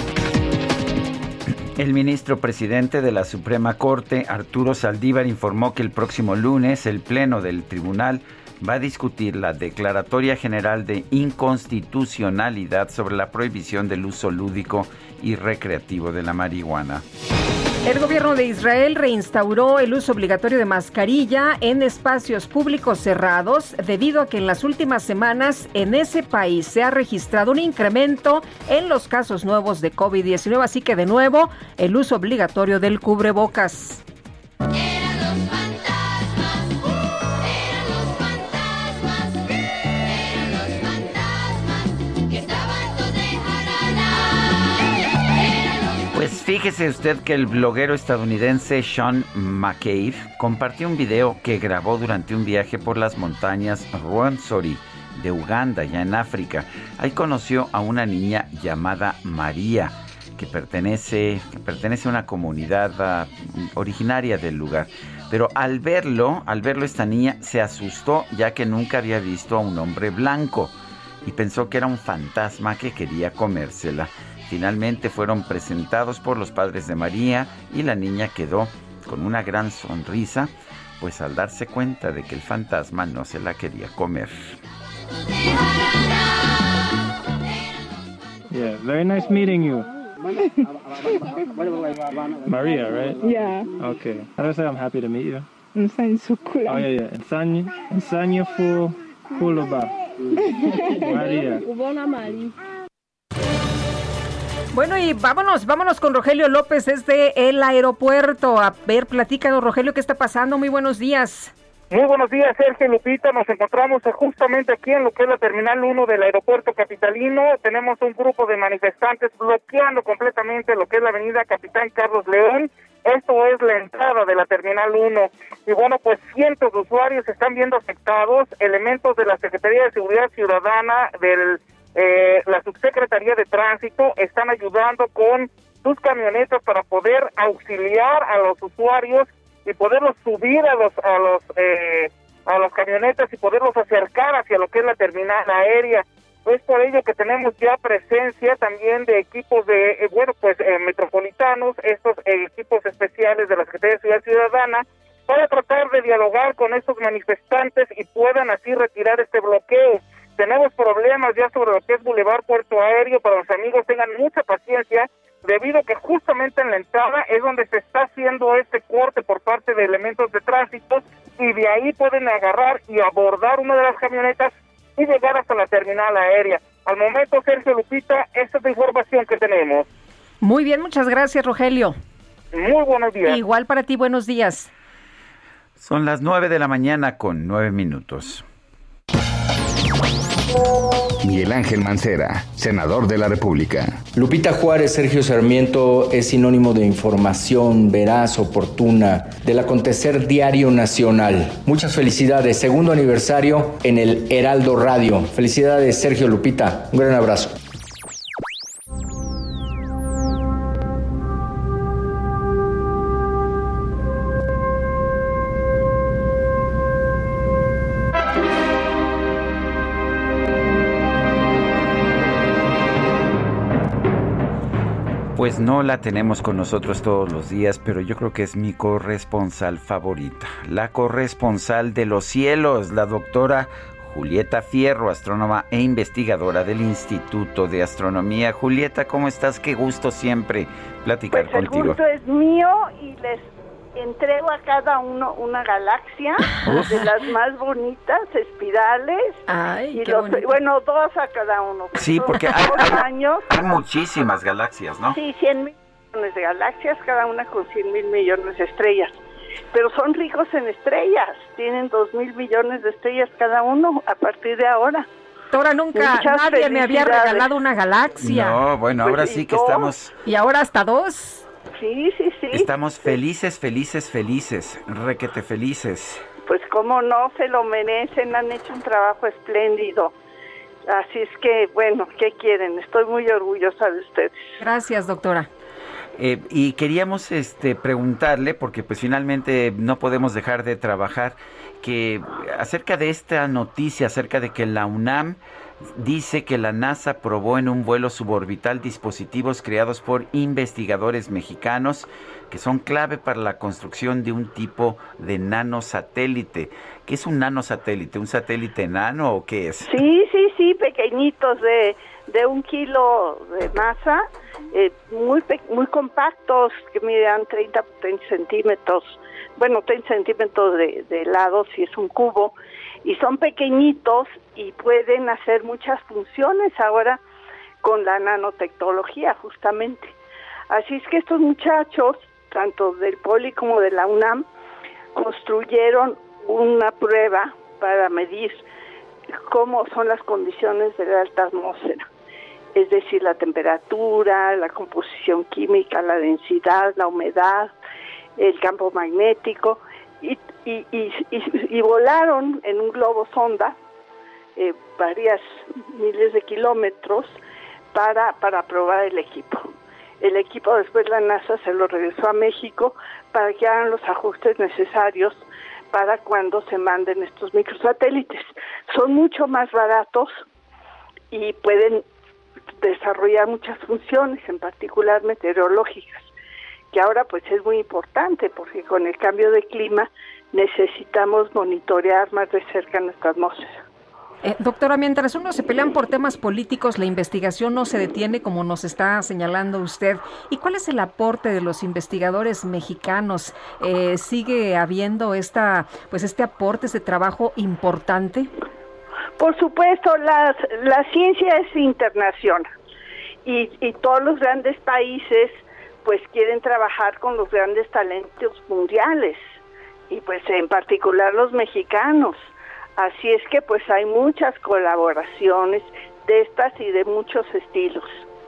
El ministro presidente de la Suprema Corte, Arturo Saldívar, informó que el próximo lunes el Pleno del Tribunal va a discutir la Declaratoria General de Inconstitucionalidad sobre la prohibición del uso lúdico y recreativo de la marihuana. El gobierno de Israel reinstauró el uso obligatorio de mascarilla en espacios públicos cerrados debido a que en las últimas semanas en ese país se ha registrado un incremento en los casos nuevos de COVID-19, así que de nuevo el uso obligatorio del cubrebocas. Pues fíjese usted que el bloguero estadounidense Sean McCabe compartió un video que grabó durante un viaje por las montañas Rwenzori de Uganda, ya en África. Ahí conoció a una niña llamada María, que pertenece a una comunidad originaria del lugar. Pero al verlo esta niña se asustó, ya que nunca había visto a un hombre blanco y pensó que era un fantasma que quería comérsela. Finalmente fueron presentados por los padres de María y la niña quedó con una gran sonrisa, pues al darse cuenta de que el fantasma no se la quería comer. Yeah, very nice meeting you. Maria, right? Yeah. Okay. How do I say I'm happy to meet you? Nsani Sukula. Oh, yeah. Nsanya Fuluba. María. Ubona Mari. Bueno, y vámonos con Rogelio López desde el aeropuerto. A ver, platícanos, Rogelio, ¿qué está pasando? Muy buenos días. Muy buenos días, Sergio, Lupita. Nos encontramos justamente aquí en lo que es la Terminal 1 del aeropuerto capitalino. Tenemos un grupo de manifestantes bloqueando completamente lo que es la avenida Capitán Carlos León. Esto es la entrada de la Terminal 1. Y bueno, pues cientos de usuarios se están viendo afectados. Elementos de la Secretaría de Seguridad Ciudadana, la Subsecretaría de Tránsito, están ayudando con sus camionetas para poder auxiliar a los usuarios y poderlos subir a las camionetas y poderlos acercar hacia lo que es la terminal aérea. Es por ello que tenemos ya presencia también de equipos de, metropolitanos, estos equipos especiales de la Secretaría de Seguridad Ciudadana, para tratar de dialogar con estos manifestantes y puedan así retirar este bloqueo. Tenemos problemas ya sobre lo que es Boulevard Puerto Aéreo. Para los amigos, tengan mucha paciencia, debido a que justamente en la entrada es donde se está haciendo este corte por parte de elementos de tránsito, y de ahí pueden agarrar y abordar una de las camionetas y llegar hasta la terminal aérea. Al momento, Sergio, Lupita, esta es la información que tenemos. Muy bien, muchas gracias, Rogelio. Muy buenos días. Igual para ti, buenos días. Son las 9:09 a.m. Miguel Ángel Mancera, senador de la República. Lupita Juárez, Sergio Sarmiento es sinónimo de información veraz, oportuna, del acontecer diario nacional. Muchas felicidades, segundo aniversario en el Heraldo Radio. Felicidades, Sergio, Lupita, un gran abrazo. Pues no la tenemos con nosotros todos los días, pero yo creo que es mi corresponsal favorita, la corresponsal de los cielos, la doctora Julieta Fierro, astrónoma e investigadora del Instituto de Astronomía. Julieta, ¿cómo estás? Qué gusto siempre platicar contigo. El gusto es mío y les entrego a cada uno una galaxia de las más bonitas, espirales. Ay, y qué bonito. bueno, dos a cada uno. Sí, porque hay muchísimas galaxias, ¿no? Sí, 100 millones de galaxias, cada una con 100,000 millones de estrellas. Pero son ricos en estrellas, tienen 2,000 millones de estrellas cada uno a partir de ahora. Ahora nunca nadie me había regalado una galaxia. No, bueno, ahora sí que estamos... Y ahora hasta dos. Sí. Estamos felices, requete felices. Pues cómo no, se lo merecen, han hecho un trabajo espléndido. Así es que, bueno, ¿qué quieren? Estoy muy orgullosa de ustedes. Gracias, doctora. Y queríamos preguntarle, porque pues finalmente no podemos dejar de trabajar, que acerca de esta noticia, acerca de que la UNAM dice que la NASA probó en un vuelo suborbital dispositivos creados por investigadores mexicanos que son clave para la construcción de un tipo de nanosatélite. ¿Qué es un nanosatélite? ¿Un satélite enano o qué es? Sí, pequeñitos de 1 kilo de masa, muy compactos, que miden 30 centímetros, bueno, 30 centímetros de lado si es un cubo, y son pequeñitos y pueden hacer muchas funciones ahora con la nanotecnología justamente. Así es que estos muchachos, tanto del Poli como de la UNAM, construyeron una prueba para medir cómo son las condiciones de la alta atmósfera, es decir, la temperatura, la composición química, la densidad, la humedad, el campo magnético, y volaron en un globo sonda varias miles de kilómetros para probar el equipo. El equipo después la NASA se lo regresó a México para que hagan los ajustes necesarios para cuando se manden estos microsatélites. Son mucho más baratos y pueden desarrollar muchas funciones, en particular meteorológicas, que ahora pues es muy importante porque con el cambio de clima necesitamos monitorear más de cerca nuestra atmósfera. Doctora, mientras unos se pelean por temas políticos, la investigación no se detiene, como nos está señalando usted. ¿Y cuál es el aporte de los investigadores mexicanos? ¿Sigue habiendo este aporte, este trabajo importante? Por supuesto, la ciencia es internacional y todos los grandes países pues quieren trabajar con los grandes talentos mundiales y pues en particular los mexicanos. Así es que pues hay muchas colaboraciones de estas y de muchos estilos.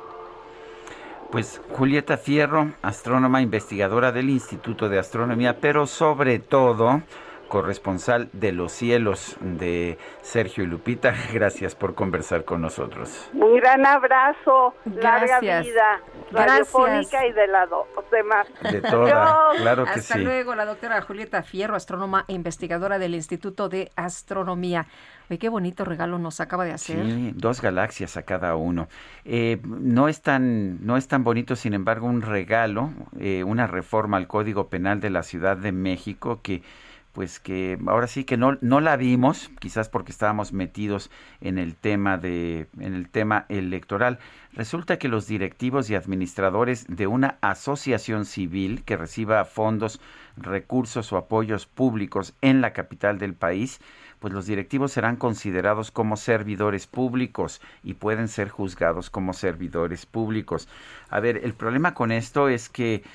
Pues Julieta Fierro, astrónoma investigadora del Instituto de Astronomía, pero sobre todo corresponsal de los cielos de Sergio y Lupita. Gracias por conversar con nosotros. Un gran abrazo, larga Gracias. vida radiofónica y de las demás. De todas, claro que Hasta sí. luego, la doctora Julieta Fierro, astrónoma e investigadora del Instituto de Astronomía. Oye, qué bonito regalo nos acaba de hacer. Sí, 2 galaxias a cada uno. No es tan bonito, sin embargo, un regalo, una reforma al Código Penal de la Ciudad de México que ahora sí que no la vimos, quizás porque estábamos metidos en el tema electoral. Resulta que los directivos y administradores de una asociación civil que reciba fondos, recursos o apoyos públicos en la capital del país, pues los directivos serán considerados como servidores públicos y pueden ser juzgados como servidores públicos. A ver, el problema con esto es que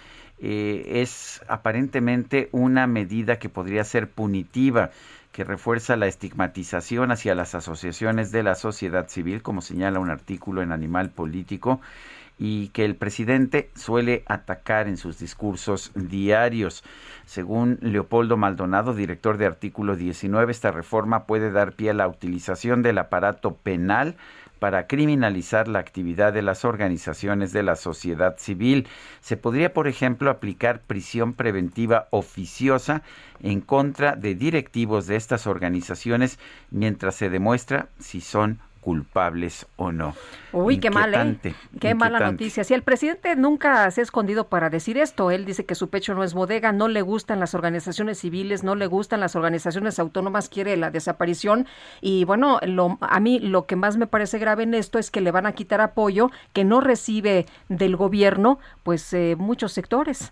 es aparentemente una medida que podría ser punitiva, que refuerza la estigmatización hacia las asociaciones de la sociedad civil, como señala un artículo en Animal Político, y que el presidente suele atacar en sus discursos diarios. Según Leopoldo Maldonado, director de Artículo 19, esta reforma puede dar pie a la utilización del aparato penal para criminalizar la actividad de las organizaciones de la sociedad civil. Se podría, por ejemplo, aplicar prisión preventiva oficiosa en contra de directivos de estas organizaciones mientras se demuestra si son culpables o no. Uy, qué mal, qué mala noticia. Si el presidente nunca se ha escondido para decir esto, él dice que su pecho no es bodega, no le gustan las organizaciones civiles, no le gustan las organizaciones autónomas, quiere la desaparición. Y bueno, a mí lo que más me parece grave en esto es que le van a quitar apoyo que no recibe del gobierno, pues muchos sectores.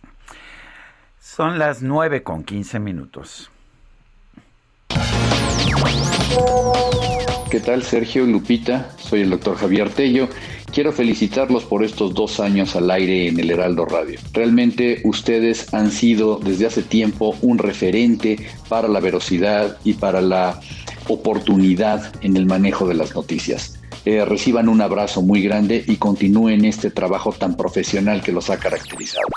Son las 9:15. ¿Qué tal, Sergio y Lupita? Soy el doctor Javier Tello. Quiero felicitarlos por estos 2 años al aire en el Heraldo Radio. Realmente ustedes han sido desde hace tiempo un referente para la veracidad y para la oportunidad en el manejo de las noticias. Reciban un abrazo muy grande y continúen este trabajo tan profesional que los ha caracterizado.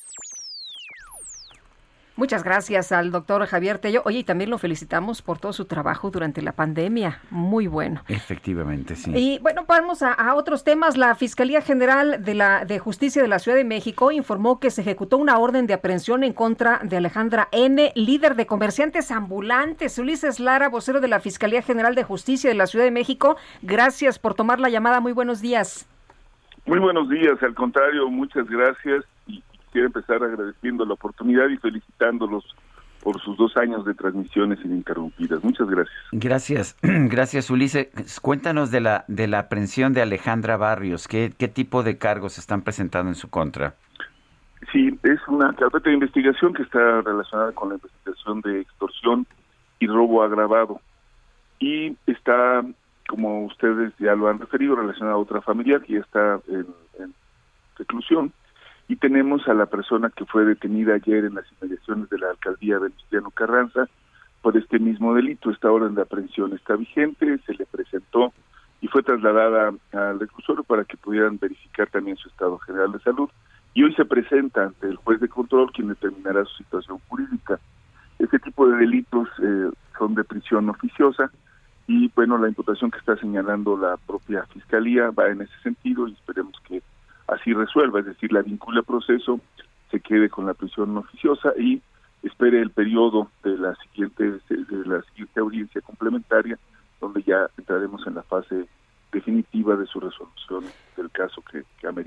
Muchas gracias al doctor Javier Tello. Oye, y también lo felicitamos por todo su trabajo durante la pandemia. Muy bueno. Efectivamente, sí. Y bueno, vamos a otros temas. La Fiscalía General de Justicia de la Ciudad de México informó que se ejecutó una orden de aprehensión en contra de Alejandra N., líder de comerciantes ambulantes. Ulises Lara, vocero de la Fiscalía General de Justicia de la Ciudad de México, gracias por tomar la llamada. Muy buenos días. Muy buenos días. Al contrario, muchas gracias. Quiero empezar agradeciendo la oportunidad y felicitándolos por sus 2 años de transmisiones ininterrumpidas. Muchas gracias. Gracias, Ulises. Cuéntanos de la aprehensión de Alejandra Barrios. ¿Qué tipo de cargos se están presentando en su contra? Sí, es una carpeta de investigación que está relacionada con la investigación de extorsión y robo agravado. Y está, como ustedes ya lo han referido, relacionada a otra familiar que ya está en reclusión. Y tenemos a la persona que fue detenida ayer en las inmediaciones de la alcaldía Venustiano Carranza por este mismo delito. Esta orden de aprehensión está vigente, se le presentó y fue trasladada al reclusorio para que pudieran verificar también su estado general de salud. Y hoy se presenta ante el juez de control, quien determinará su situación jurídica. Este tipo de delitos son de prisión oficiosa y, bueno, la imputación que está señalando la propia Fiscalía va en ese sentido y esperemos que así resuelva, es decir, la vincula a proceso, se quede con la prisión oficiosa y espere el periodo de la siguiente audiencia complementaria, donde ya entraremos en la fase definitiva de su resolución del caso que amerita.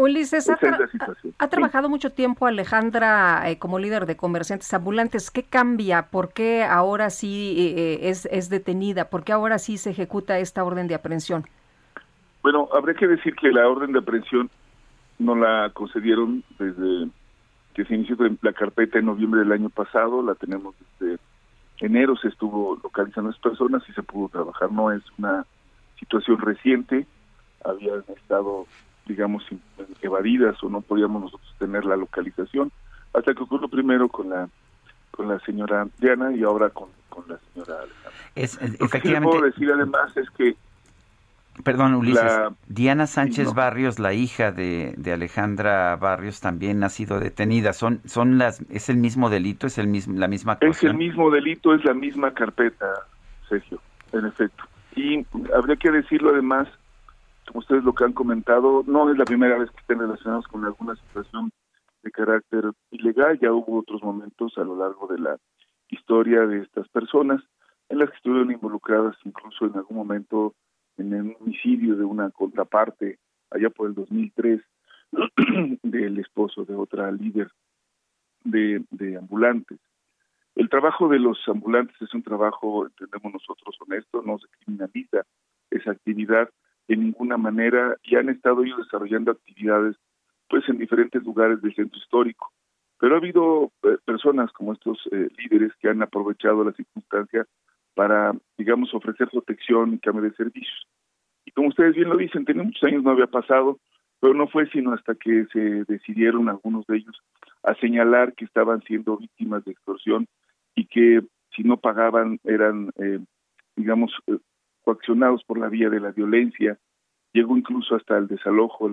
Ulises, Esa es la situación. ha trabajado mucho tiempo Alejandra como líder de comerciantes ambulantes. ¿Qué cambia? ¿Por qué ahora sí es detenida? ¿Por qué ahora sí se ejecuta esta orden de aprehensión? Bueno, habría que decir que la orden de aprehensión no la concedieron desde que se inició la carpeta en noviembre del año pasado. La tenemos desde enero, se estuvo localizando a las personas y se pudo trabajar. No es una situación reciente, habían estado, digamos, evadidas o no podíamos nosotros tener la localización, hasta que ocurrió primero con la señora Diana y ahora con la señora Alejandra. Lo que sí le puedo decir además es que Perdón, Ulises. Diana Sánchez Barrios, la hija de Alejandra Barrios, también ha sido detenida. ¿Es el mismo delito? ¿Es la misma actuación? Es el mismo delito, es la misma carpeta, Sergio, en efecto. Y habría que decirlo además, como ustedes lo que han comentado, no es la primera vez que estén relacionados con alguna situación de carácter ilegal. Ya hubo otros momentos a lo largo de la historia de estas personas en las que estuvieron involucradas incluso en algún momento en el homicidio de una contraparte allá por el 2003 del esposo de otra líder de ambulantes. El trabajo de los ambulantes es un trabajo, entendemos nosotros, honesto, no se criminaliza esa actividad de ninguna manera y han estado ellos desarrollando actividades pues en diferentes lugares del centro histórico. Pero ha habido personas como estos líderes que han aprovechado la circunstancia para, digamos, ofrecer protección y cambio de servicios. Y como ustedes bien lo dicen, tenía muchos años, no había pasado, pero no fue sino hasta que se decidieron algunos de ellos a señalar que estaban siendo víctimas de extorsión y que si no pagaban eran, digamos, coaccionados por la vía de la violencia. Llegó incluso hasta el desalojo,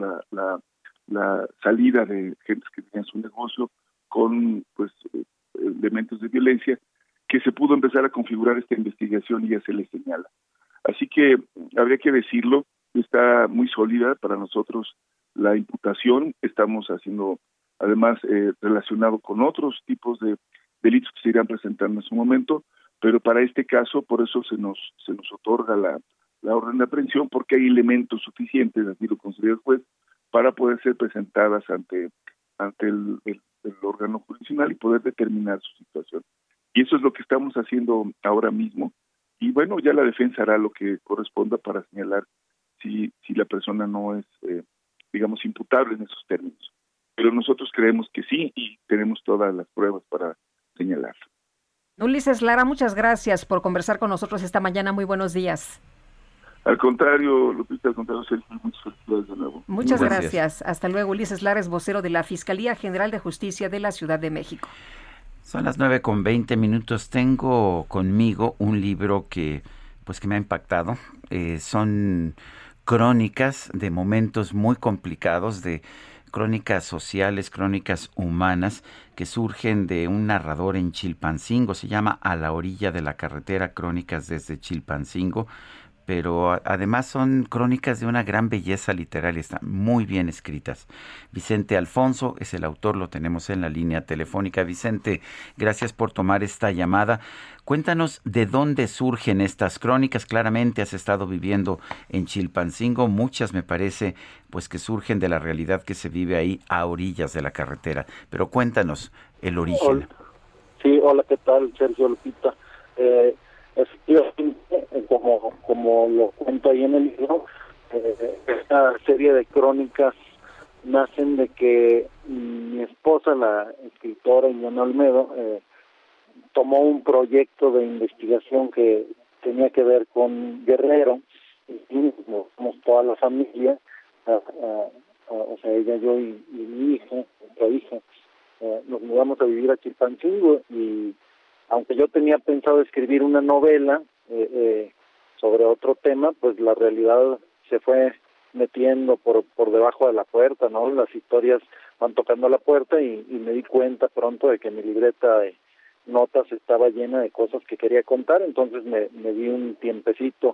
la salida de gentes que tenían su negocio con pues elementos de violencia, que se pudo empezar a configurar esta investigación y ya se les señala. Así que habría que decirlo, está muy sólida para nosotros la imputación. Estamos haciendo, además, relacionado con otros tipos de delitos que se irán presentando en su momento, pero para este caso, por eso se nos otorga la orden de aprehensión, porque hay elementos suficientes, así lo considera el juez, para poder ser presentadas ante el órgano jurisdiccional y poder determinar su situación. Y eso es lo que estamos haciendo ahora mismo. Y bueno, ya la defensa hará lo que corresponda para señalar si la persona no es, digamos, imputable en esos términos. Pero nosotros creemos que sí y tenemos todas las pruebas para señalarlo. Ulises Lara, muchas gracias por conversar con nosotros esta mañana. Muy buenos días. Al contrario, Lupita, al contrario, Sergio, muchas felicidades de nuevo. Muchas gracias. Hasta luego. Ulises Lara es vocero de la Fiscalía General de Justicia de la Ciudad de México. Son las 9:20. Tengo conmigo un libro que me ha impactado. Son crónicas de momentos muy complicados, de crónicas sociales, crónicas humanas que surgen de un narrador en Chilpancingo. Se llama A la orilla de la carretera, crónicas desde Chilpancingo. Pero además son crónicas de una gran belleza literaria, están muy bien escritas. Vicente Alfonso es el autor, lo tenemos en la línea telefónica. Vicente, gracias por tomar esta llamada. Cuéntanos de dónde surgen estas crónicas. Claramente has estado viviendo en Chilpancingo, muchas me parece pues que surgen de la realidad que se vive ahí a orillas de la carretera. Pero cuéntanos el origen. Sí, hola, ¿qué tal, Sergio, Lupita? Efectivamente, como lo cuento ahí en el libro, esta serie de crónicas nacen de que mi esposa, la escritora Iliana Olmedo, tomó un proyecto de investigación que tenía que ver con Guerrero, y somos toda la familia, o sea, ella, yo y mi hija, otra hija, nos mudamos a vivir a Chilpancingo y aunque yo tenía pensado escribir una novela sobre otro tema, pues la realidad se fue metiendo por debajo de la puerta, ¿no? Las historias van tocando a la puerta y me di cuenta pronto de que mi libreta de notas estaba llena de cosas que quería contar, entonces me di un tiempecito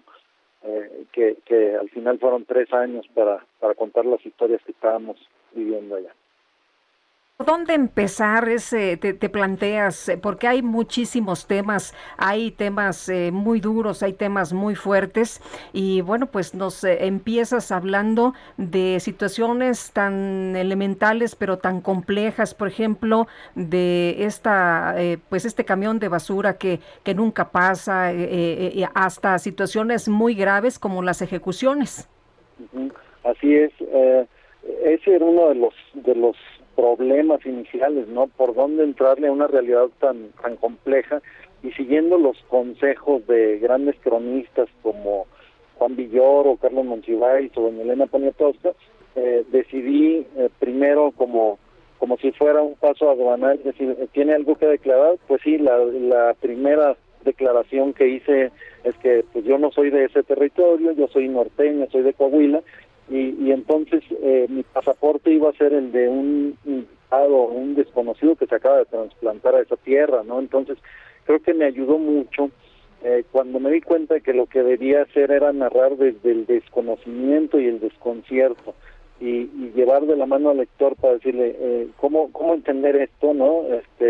que al final fueron 3 años para contar las historias que estábamos viviendo allá. ¿Por dónde empezar? Te planteas, porque hay muchísimos temas, hay temas muy duros, hay temas muy fuertes, y bueno, pues nos empiezas hablando de situaciones tan elementales pero tan complejas, por ejemplo, de este camión de basura que nunca pasa, hasta situaciones muy graves como las ejecuciones. Así es, ese era uno de los problemas iniciales, ¿no? Por dónde entrarle a una realidad tan compleja, y siguiendo los consejos de grandes cronistas como Juan Villoro, Carlos Monsiváis o doña Elena Poniatowska, decidí primero como si fuera un paso aduanal, es decir, ¿tiene algo que declarar? Pues sí, la primera declaración que hice es que pues yo no soy de ese territorio, yo soy norteño, soy de Coahuila, y entonces mi pasaporte iba a ser el de un desconocido que se acaba de trasplantar a esa tierra, ¿no? Entonces creo que me ayudó mucho cuando me di cuenta de que lo que debía hacer era narrar desde el desconocimiento y el desconcierto, y llevar de la mano al lector para decirle cómo entender esto, ¿no?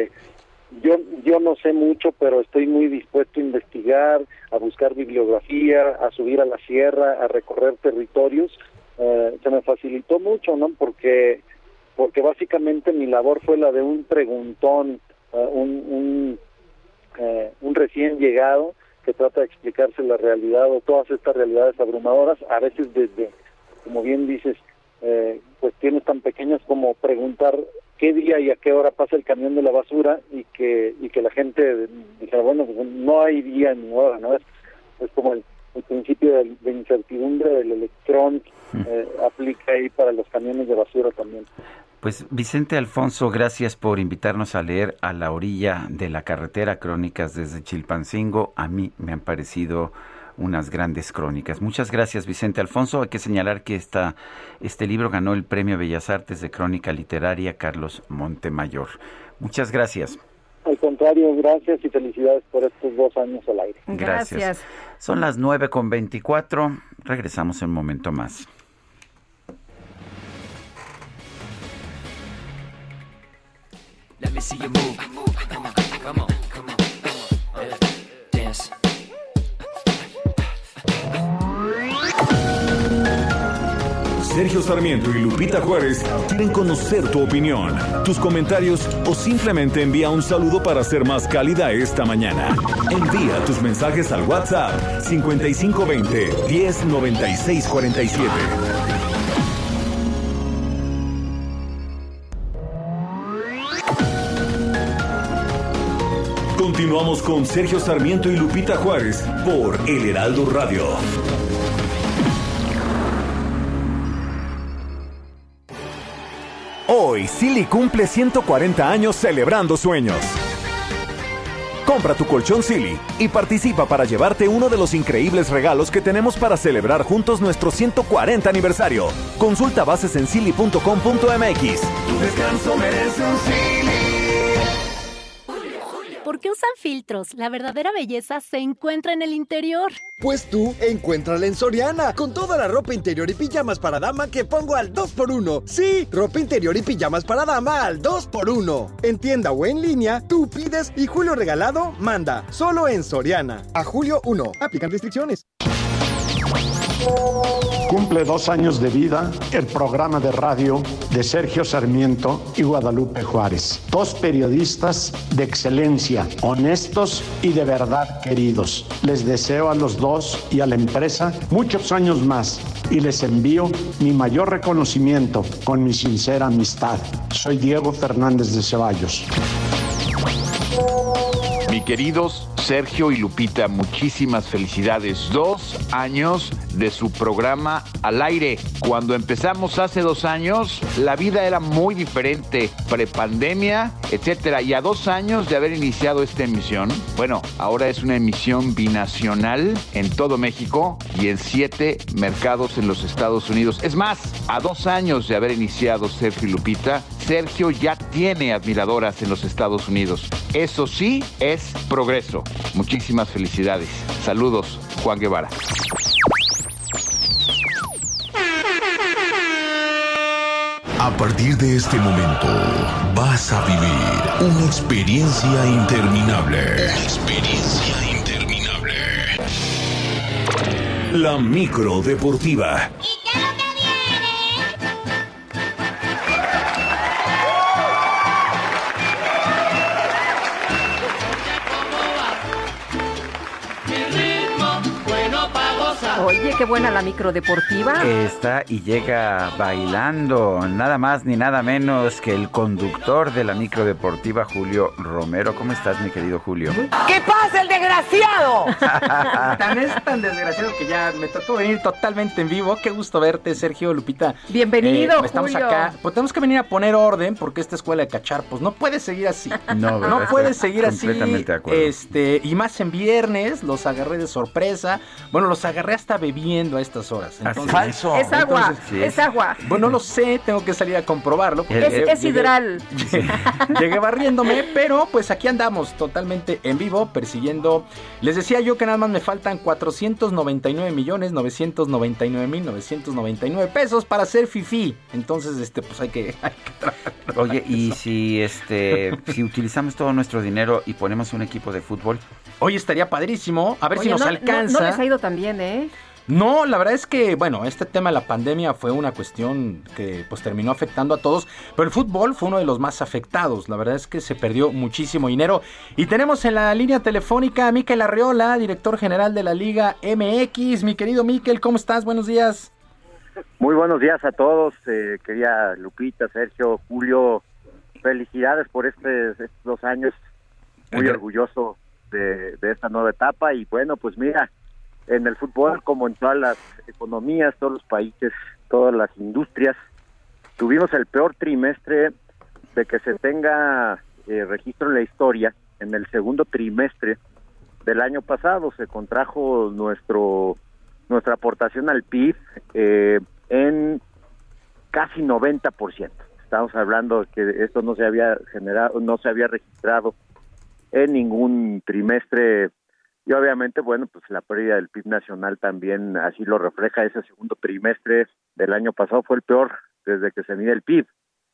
Yo no sé mucho, pero estoy muy dispuesto a investigar, a buscar bibliografía, a subir a la sierra, a recorrer territorios. Se me facilitó mucho, ¿no? Porque básicamente mi labor fue la de un preguntón, un recién llegado que trata de explicarse la realidad o todas estas realidades abrumadoras, a veces desde, como bien dices, cuestiones tan pequeñas como preguntar qué día y a qué hora pasa el camión de la basura, y que la gente dijera, bueno, pues no hay día ni hora, ¿no? Es como el principio de incertidumbre del electrón, aplica ahí para los camiones de basura también. Pues Vicente Alfonso, gracias por invitarnos a leer A la orilla de la carretera, crónicas desde Chilpancingo. A mí me han parecido unas grandes crónicas. Muchas gracias, Vicente Alfonso. Hay que señalar que este libro ganó el Premio Bellas Artes de Crónica Literaria Carlos Montemayor. Muchas gracias. Al contrario, gracias y felicidades por estos 2 años al aire. Gracias. Son las 9:24. Regresamos en un momento más. Let me see you move. Come on, come on, come on. Dance. Sergio Sarmiento y Lupita Juárez quieren conocer tu opinión, tus comentarios o simplemente envía un saludo para ser más cálida esta mañana. Envía tus mensajes al WhatsApp 5520 109647. Continuamos con Sergio Sarmiento y Lupita Juárez por El Heraldo Radio. Hoy, Silly cumple 140 años celebrando sueños. Compra tu colchón Silly y participa para llevarte uno de los increíbles regalos que tenemos para celebrar juntos nuestro 140 aniversario. Consulta bases en silly.com.mx. Tu descanso merece un Silly. ¿Por qué usan filtros? La verdadera belleza se encuentra en el interior. Pues tú, encuéntrala en Soriana, con toda la ropa interior y pijamas para dama que pongo al 2x1. Sí, ropa interior y pijamas para dama al 2x1. En tienda o en línea, tú pides y Julio Regalado manda. Solo en Soriana. A julio 1. Aplican restricciones. Cumple 2 años de vida el programa de radio de Sergio Sarmiento y Guadalupe Juárez. 2 periodistas de excelencia, honestos y de verdad queridos. Les deseo a los dos y a la empresa muchos años más y les envío mi mayor reconocimiento con mi sincera amistad. Soy Diego Fernández de Ceballos. Mi queridos Sergio y Lupita, muchísimas felicidades. 2 años de su programa al aire. Cuando empezamos hace 2 años, la vida era muy diferente, prepandemia, etcétera. Y a 2 años de haber iniciado esta emisión, bueno, ahora es una emisión binacional en todo México y en 7 mercados en los Estados Unidos. Es más, a 2 años de haber iniciado Sergio y Lupita, Sergio ya tiene admiradoras en los Estados Unidos. Eso sí es progreso. Muchísimas felicidades. Saludos, Juan Guevara. A partir de este momento, vas a vivir una experiencia interminable. La micro deportiva. Oye, qué buena la micro deportiva. Está y llega bailando, nada más ni nada menos que el conductor de la micro deportiva, Julio Romero. ¿Cómo estás, mi querido Julio? ¿Qué pasa, el desgraciado? Es tan desgraciado que ya me tocó venir totalmente en vivo. Qué gusto verte, Sergio, Lupita. Bienvenido, estamos Julio. acá. Pues tenemos que venir a poner orden porque esta escuela de cacharpos no puede seguir así. No puede seguir así. Completamente de acuerdo. Y más en viernes, los agarré de sorpresa. Bueno, los agarré hasta bebiendo a estas horas. Entonces, falso. Es agua, Sí. es agua. Bueno, no lo sé, tengo que salir a comprobarlo. Es hidral. Llegué barriéndome, pero pues aquí andamos totalmente en vivo, persiguiendo. Les decía yo que nada más me faltan 499,999,999 pesos para ser fifí. Entonces, pues hay que trabajar. Oye, y si utilizamos todo nuestro dinero y ponemos un equipo de fútbol. Hoy estaría padrísimo, a ver Oye, si nos alcanza. No les ha ido tan bien, ¿eh? No, la verdad es que, bueno, este tema de la pandemia fue una cuestión que pues terminó afectando a todos, pero el fútbol fue uno de los más afectados. La verdad es que se perdió muchísimo dinero. Y tenemos en la línea telefónica a Mikel Arriola, director general de la Liga MX. Mi querido Mikel, ¿cómo estás? Buenos días. Muy buenos días a todos, querida Lupita, Sergio, Julio. Felicidades por estos 2 años. Muy orgulloso de esta nueva etapa. Y bueno, pues mira, en el fútbol, como en todas las economías, todos los países, todas las industrias, tuvimos el peor trimestre de que se tenga registro en la historia. En el segundo trimestre del año pasado se contrajo nuestra aportación al PIB en casi 90%. Estamos hablando de que esto no se había registrado en ningún trimestre. Y obviamente, bueno, pues la pérdida del PIB nacional también así lo refleja. Ese segundo trimestre del año pasado fue el peor desde que se mide el PIB.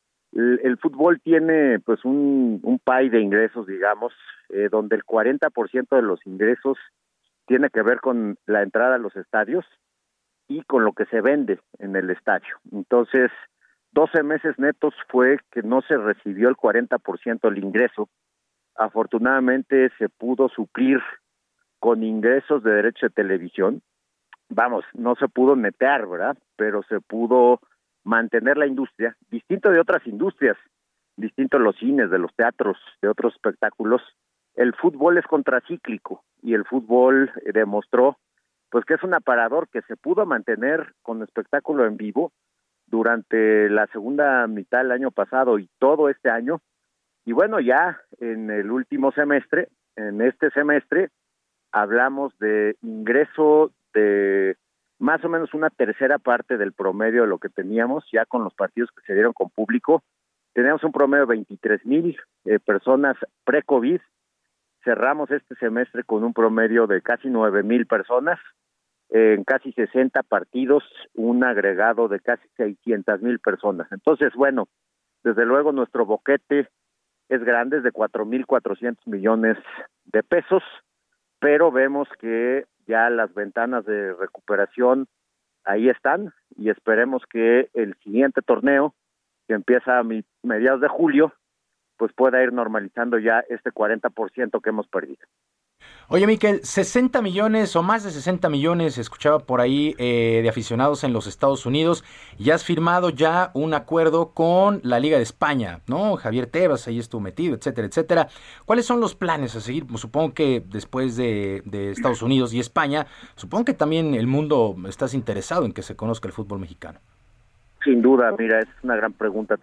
El fútbol tiene pues un pie de ingresos, digamos, donde el 40% de los ingresos tiene que ver con la entrada a los estadios y con lo que se vende en el estadio. Entonces, 12 meses netos fue que no se recibió el 40% del ingreso. Afortunadamente se pudo suplir con ingresos de derecho de televisión. Vamos, no se pudo netear, ¿verdad? Pero se pudo mantener la industria, distinto de otras industrias, distinto de los cines, de los teatros, de otros espectáculos. El fútbol es contracíclico y el fútbol demostró pues que es un aparador que se pudo mantener con espectáculo en vivo durante la segunda mitad del año pasado y todo este año. Y bueno, ya en el último semestre, en este semestre, hablamos de ingreso de más o menos una tercera parte del promedio de lo que teníamos ya con los partidos que se dieron con público. Teníamos un promedio de 23,000 personas pre-COVID. Cerramos este semestre con un promedio de casi 9,000 personas, en casi 60 partidos, un agregado de casi 600,000 personas. Entonces, bueno, desde luego nuestro boquete es grande, es de 4,400 millones de pesos, pero vemos que ya las ventanas de recuperación ahí están y esperemos que el siguiente torneo, que empieza a mediados de julio, pues pueda ir normalizando ya este 40% que hemos perdido. Oye, Mikel, 60 millones o más de 60 millones, escuchaba por ahí, de aficionados en los Estados Unidos, y has firmado ya un acuerdo con la Liga de España, ¿no? Javier Tebas ahí estuvo metido, etcétera, etcétera. ¿Cuáles son los planes a seguir? Pues supongo que después de Estados Unidos y España, supongo que también el mundo estás interesado en que se conozca el fútbol mexicano. Sin duda, mira, es una gran pregunta.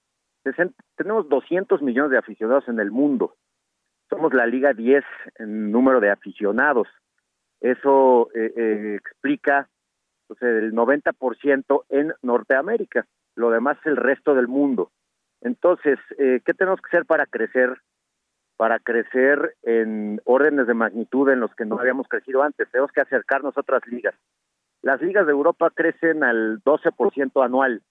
Tenemos 200 millones de aficionados en el mundo. Somos la Liga 10 en número de aficionados. Eso explica pues, el 90% en Norteamérica. Lo demás es el resto del mundo. Entonces, ¿qué tenemos que hacer para crecer? Para crecer en órdenes de magnitud en los que no habíamos crecido antes. Tenemos que acercarnos a otras ligas. Las ligas de Europa crecen al 12% anual.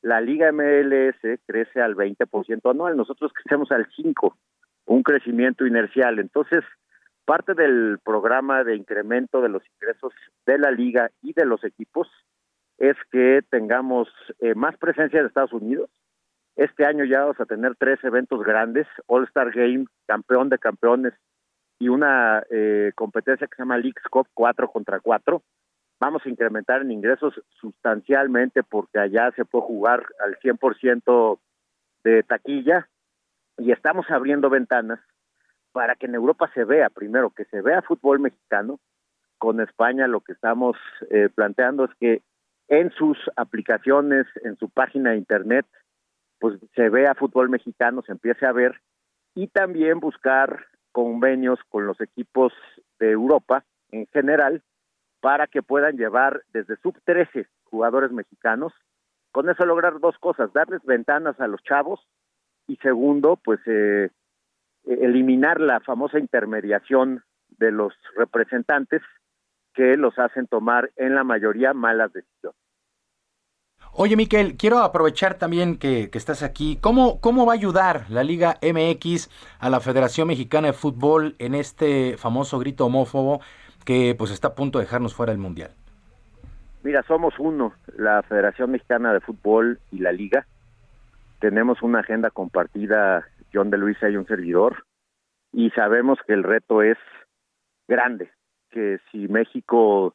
la Liga MLS crece al 20% anual, nosotros crecemos al 5%, un crecimiento inercial. Entonces, parte del programa de incremento de los ingresos de la Liga y de los equipos es que tengamos más presencia de Estados Unidos. Este año ya vamos a tener 3 eventos grandes, All-Star Game, campeón de campeones, y una competencia que se llama Leagues Cup 4 contra 4. Vamos a incrementar en ingresos sustancialmente porque allá se puede jugar al 100% de taquilla, y estamos abriendo ventanas para que en Europa se vea, primero, que se vea fútbol mexicano. Con España lo que estamos planteando es que en sus aplicaciones, en su página de internet, pues se vea fútbol mexicano, se empiece a ver, y también buscar convenios con los equipos de Europa en general para que puedan llevar desde sub-13 jugadores mexicanos. Con eso lograr 2 cosas, darles ventanas a los chavos, y segundo, pues eliminar la famosa intermediación de los representantes que los hacen tomar en la mayoría malas decisiones. Oye, Miquel, quiero aprovechar también que estás aquí. ¿Cómo va a ayudar la Liga MX a la Federación Mexicana de Fútbol en este famoso grito homófobo que pues está a punto de dejarnos fuera del Mundial? Mira, somos uno, la Federación Mexicana de Fútbol y la Liga. Tenemos una agenda compartida, John de Luisa y un servidor, y sabemos que el reto es grande, que si México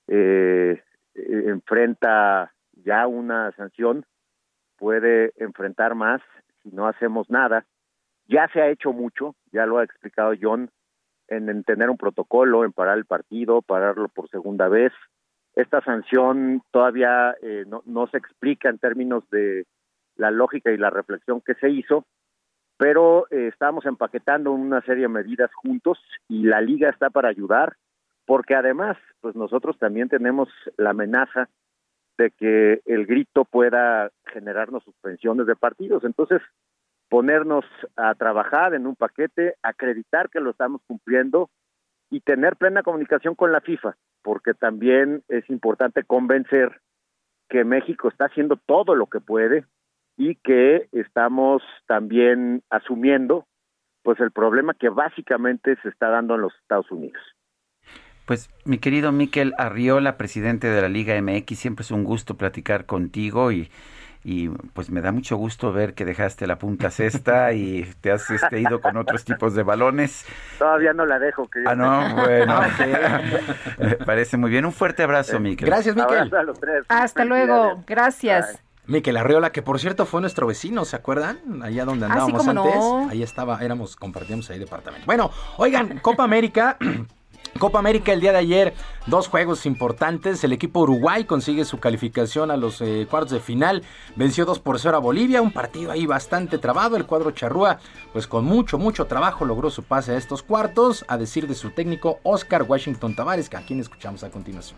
enfrenta ya una sanción, puede enfrentar más si no hacemos nada. Ya se ha hecho mucho, ya lo ha explicado John, en tener un protocolo, en parar el partido, pararlo por segunda vez. Esta sanción todavía no se explica en términos de la lógica y la reflexión que se hizo, pero estamos empaquetando una serie de medidas juntos y la Liga está para ayudar, porque además, pues nosotros también tenemos la amenaza de que el grito pueda generarnos suspensiones de partidos. Entonces, ponernos a trabajar en un paquete, acreditar que lo estamos cumpliendo y tener plena comunicación con la FIFA, porque también es importante convencer que México está haciendo todo lo que puede y que estamos también asumiendo pues el problema que básicamente se está dando en los Estados Unidos. Pues, mi querido Miquel Arriola, presidente de la Liga MX, siempre es un gusto platicar contigo y pues me da mucho gusto ver que dejaste la punta cesta y te has ido con otros tipos de balones. Todavía no la dejo. No, bueno. Me parece muy bien. Un fuerte abrazo, Miquel. Gracias, Miquel. Abrazo a los 3. Hasta luego. Gracias. Bye. Miquel Arriola, que por cierto fue nuestro vecino, ¿se acuerdan? Allá donde andábamos sí, antes. No. Ahí compartíamos ahí departamento. Bueno, oigan, Copa América el día de ayer, 2 juegos importantes. El equipo Uruguay consigue su calificación a los cuartos de final. Venció 2-0 a Bolivia, un partido ahí bastante trabado. El cuadro charrúa, pues con mucho trabajo logró su pase a estos cuartos, a decir de su técnico Oscar Washington Tabárez, a quien escuchamos a continuación.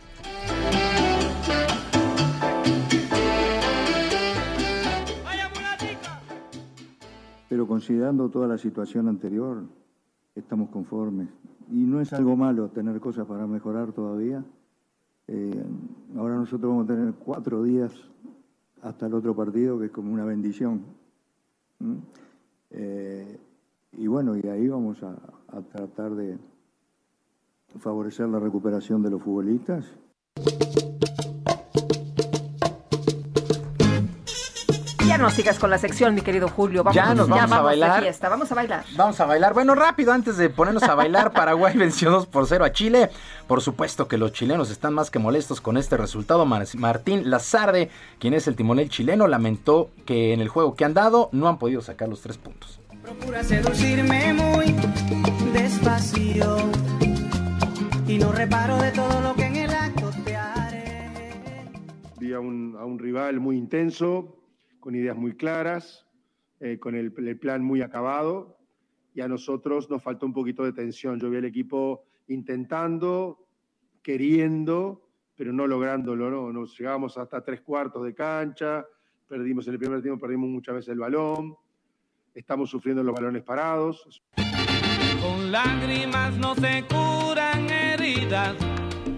Pero considerando toda la situación anterior, estamos conformes. Y no es algo malo tener cosas para mejorar todavía. Ahora nosotros vamos a tener 4 días hasta el otro partido, que es como una bendición. Y bueno, y ahí vamos a tratar de favorecer la recuperación de los futbolistas. Ya no sigas con la sección, mi querido Julio. Vamos a bailar. De fiesta. Vamos a bailar. Vamos a bailar. Bueno, rápido, antes de ponernos a bailar, Paraguay venció 2-0 a Chile. Por supuesto que los chilenos están más que molestos con este resultado. Martín Lazarde, quien es el timonel chileno, lamentó que en el juego que han dado no han podido sacar los 3 puntos. Procura seducirme muy despacio y no reparo de todo lo que en el acto te haré. Vi a un rival muy intenso, con ideas muy claras, con el plan muy acabado, y a nosotros nos faltó un poquito de tensión. Yo vi al equipo intentando, queriendo, pero no lográndolo, ¿no? Nos llegábamos hasta 3/4 de cancha, perdimos en el primer tiempo, perdimos muchas veces el balón, estamos sufriendo los balones parados. Con lágrimas no se curan heridas,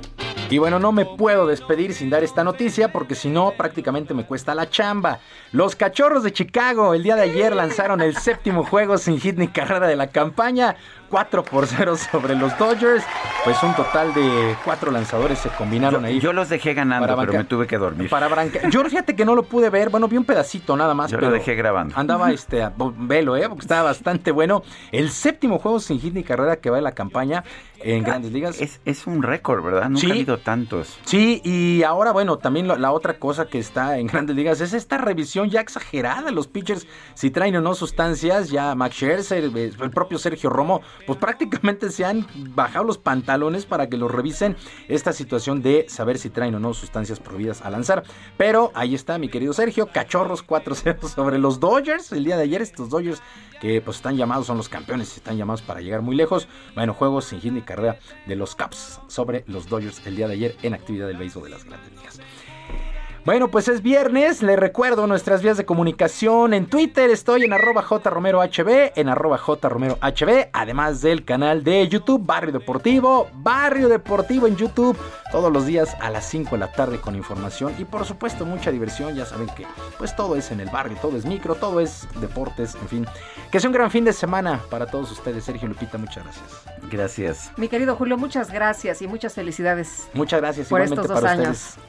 Y bueno, no me puedo despedir sin dar esta noticia porque si no prácticamente me cuesta la chamba. Los Cachorros de Chicago el día de ayer lanzaron el 7º juego sin hit ni carrera de la campaña, 4-0 sobre los Dodgers. Pues un total de 4 lanzadores se combinaron ahí. Yo los dejé ganando, pero me tuve que dormir. Yo fíjate que no lo pude ver, bueno, vi un pedacito nada más. Yo pero lo dejé grabando. Andaba velo, porque estaba bastante bueno. El 7º juego sin hit ni carrera que va en la campaña en Grandes Ligas. Es un récord, ¿verdad? Nunca ha habido tantos. Sí, y ahora, bueno, también la otra cosa que está en Grandes Ligas es esta revisión ya exagerada de los pitchers, si traen o no sustancias. Ya Max Scherzer, el propio Sergio Romo, pues prácticamente se han bajado los pantalones para que los revisen esta situación de saber si traen o no sustancias prohibidas a lanzar. Pero ahí está, mi querido Sergio, Cachorros 4-0 sobre los Dodgers el día de ayer. Estos Dodgers que pues están llamados, son los campeones, están llamados para llegar muy lejos. Bueno, juegos sin hit ni carrera de los Cubs sobre los Dodgers el día de ayer en actividad del béisbol de las Grandes Ligas. Bueno, pues es viernes, les recuerdo nuestras vías de comunicación. En Twitter estoy en @jromerohb, en @jromerohb, además del canal de YouTube Barrio Deportivo en YouTube, todos los días a las 5 de la tarde con información y por supuesto mucha diversión. Ya saben que pues todo es en el barrio, todo es micro, todo es deportes, en fin. Que sea un gran fin de semana para todos ustedes. Sergio, Lupita, muchas gracias. Gracias. Mi querido Julio, muchas gracias y muchas felicidades. Muchas gracias por igualmente estos 2 para años. Ustedes.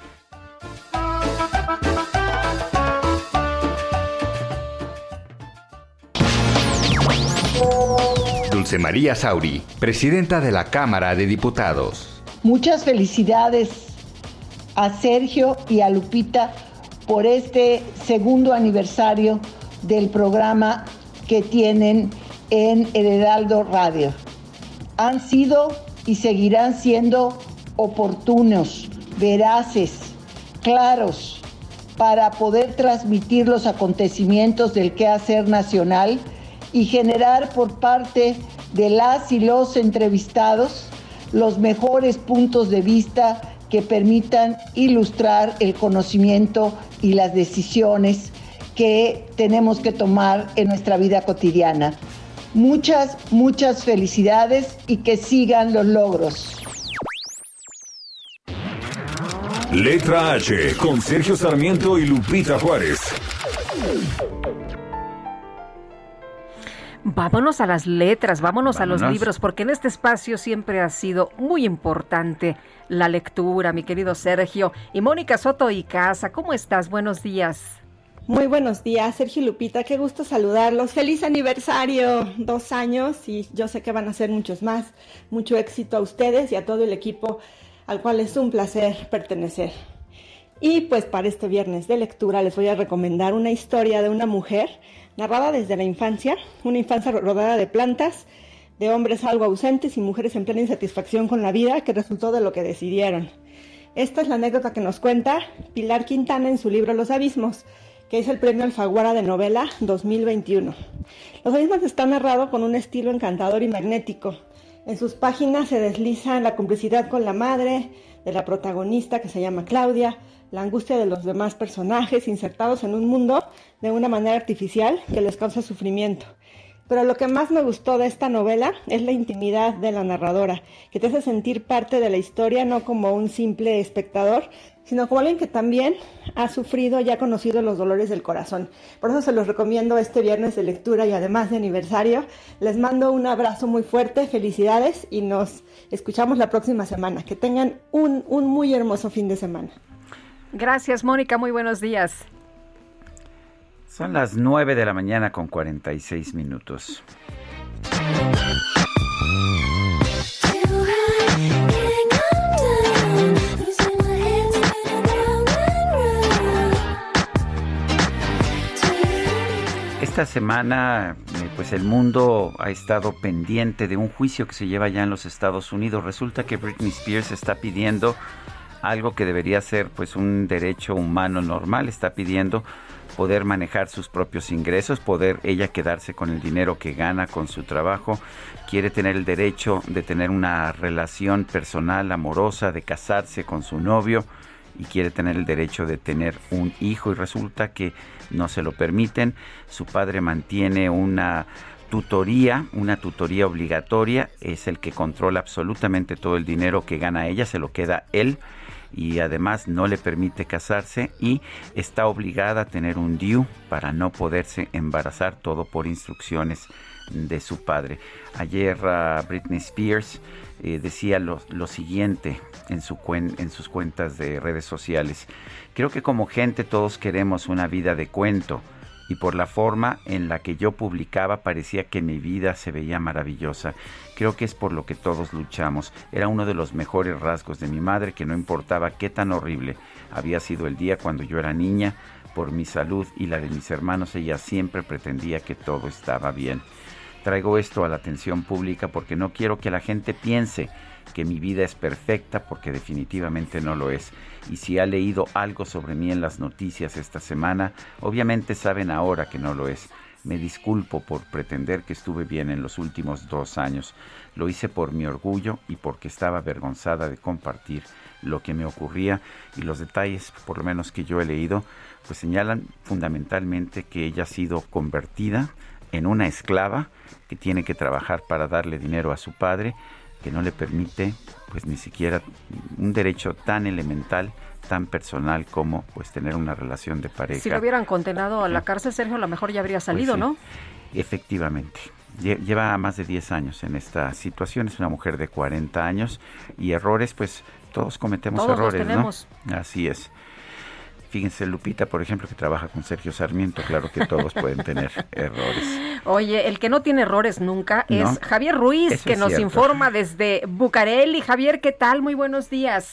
Dulce María Sauri, presidenta de la Cámara de Diputados. Muchas felicidades a Sergio y a Lupita por este 2º aniversario del programa que tienen en El Heraldo Radio. Han sido y seguirán siendo oportunos, veraces, claros, para poder transmitir los acontecimientos del quehacer nacional y generar por parte de las y los entrevistados los mejores puntos de vista que permitan ilustrar el conocimiento y las decisiones que tenemos que tomar en nuestra vida cotidiana. Muchas, muchas felicidades y que sigan los logros. Letra H con Sergio Sarmiento y Lupita Juárez. Vámonos a las letras, vámonos a los libros, porque en este espacio siempre ha sido muy importante la lectura, mi querido Sergio. Y Mónica Soto y Casa, ¿cómo estás? Buenos días. Muy buenos días, Sergio y Lupita, qué gusto saludarlos. ¡Feliz aniversario! 2 años y yo sé que van a ser muchos más. Mucho éxito a ustedes y a todo el equipo al cual es un placer pertenecer. Y pues para este viernes de lectura les voy a recomendar una historia de una mujer narrada desde la infancia, una infancia rodeada de plantas, de hombres algo ausentes y mujeres en plena insatisfacción con la vida que resultó de lo que decidieron. Esta es la anécdota que nos cuenta Pilar Quintana en su libro Los Abismos, que es el premio Alfaguara de novela 2021. Los Abismos está narrado con un estilo encantador y magnético. En sus páginas se desliza la complicidad con la madre de la protagonista, que se llama Claudia, la angustia de los demás personajes insertados en un mundo de una manera artificial que les causa sufrimiento. Pero lo que más me gustó de esta novela es la intimidad de la narradora, que te hace sentir parte de la historia, no como un simple espectador, sino como alguien que también ha sufrido y ha conocido los dolores del corazón. Por eso se los recomiendo este viernes de lectura y además de aniversario. Les mando un abrazo muy fuerte, felicidades y nos escuchamos la próxima semana. Que tengan un muy hermoso fin de semana. Gracias, Mónica, muy buenos días. Son las 9 de la mañana con 46 minutos. Esta semana, pues el mundo ha estado pendiente de un juicio que se lleva ya en los Estados Unidos. Resulta que Britney Spears está pidiendo algo que debería ser pues un derecho humano normal. Está pidiendo poder manejar sus propios ingresos, poder ella quedarse con el dinero que gana con su trabajo. Quiere tener el derecho de tener una relación personal, amorosa, de casarse con su novio y quiere tener el derecho de tener un hijo y resulta que no se lo permiten. Su padre mantiene una tutoría, una tutoría obligatoria, es el que controla absolutamente todo el dinero que gana ella, se lo queda él, y además no le permite casarse y está obligada a tener un DIU para no poderse embarazar, todo por instrucciones de su padre. Ayer Britney Spears decía lo siguiente en sus cuentas de redes sociales: creo que como gente todos queremos una vida de cuento, y por la forma en la que yo publicaba parecía que mi vida se veía maravillosa. Creo que es por lo que todos luchamos. Era uno de los mejores rasgos de mi madre, que no importaba qué tan horrible había sido el día cuando yo era niña, por mi salud y la de mis hermanos, ella siempre pretendía que todo estaba bien. Traigo esto a la atención pública porque no quiero que la gente piense que mi vida es perfecta, porque definitivamente no lo es. Y si ha leído algo sobre mí en las noticias esta semana, obviamente saben ahora que no lo es. Me disculpo por pretender que estuve bien en los últimos 2 años. Lo hice por mi orgullo y porque estaba avergonzada de compartir lo que me ocurría, y los detalles, por lo menos que yo he leído, pues señalan fundamentalmente que ella ha sido convertida en una esclava que tiene que trabajar para darle dinero a su padre, que no le permite pues ni siquiera un derecho tan elemental, tan personal como pues tener una relación de pareja. Si lo hubieran condenado a la cárcel, Sergio, a lo mejor ya habría salido, pues sí, ¿no? Efectivamente. Lleva más de 10 años en esta situación, es una mujer de 40 años y errores, pues todos cometemos errores, ¿no? Así es. Fíjense, Lupita, por ejemplo, que trabaja con Sergio Sarmiento, claro que todos pueden tener errores. Oye, el que no tiene errores nunca es Javier Ruiz, eso que nos informa desde Bucareli. Javier, ¿qué tal? Muy buenos días.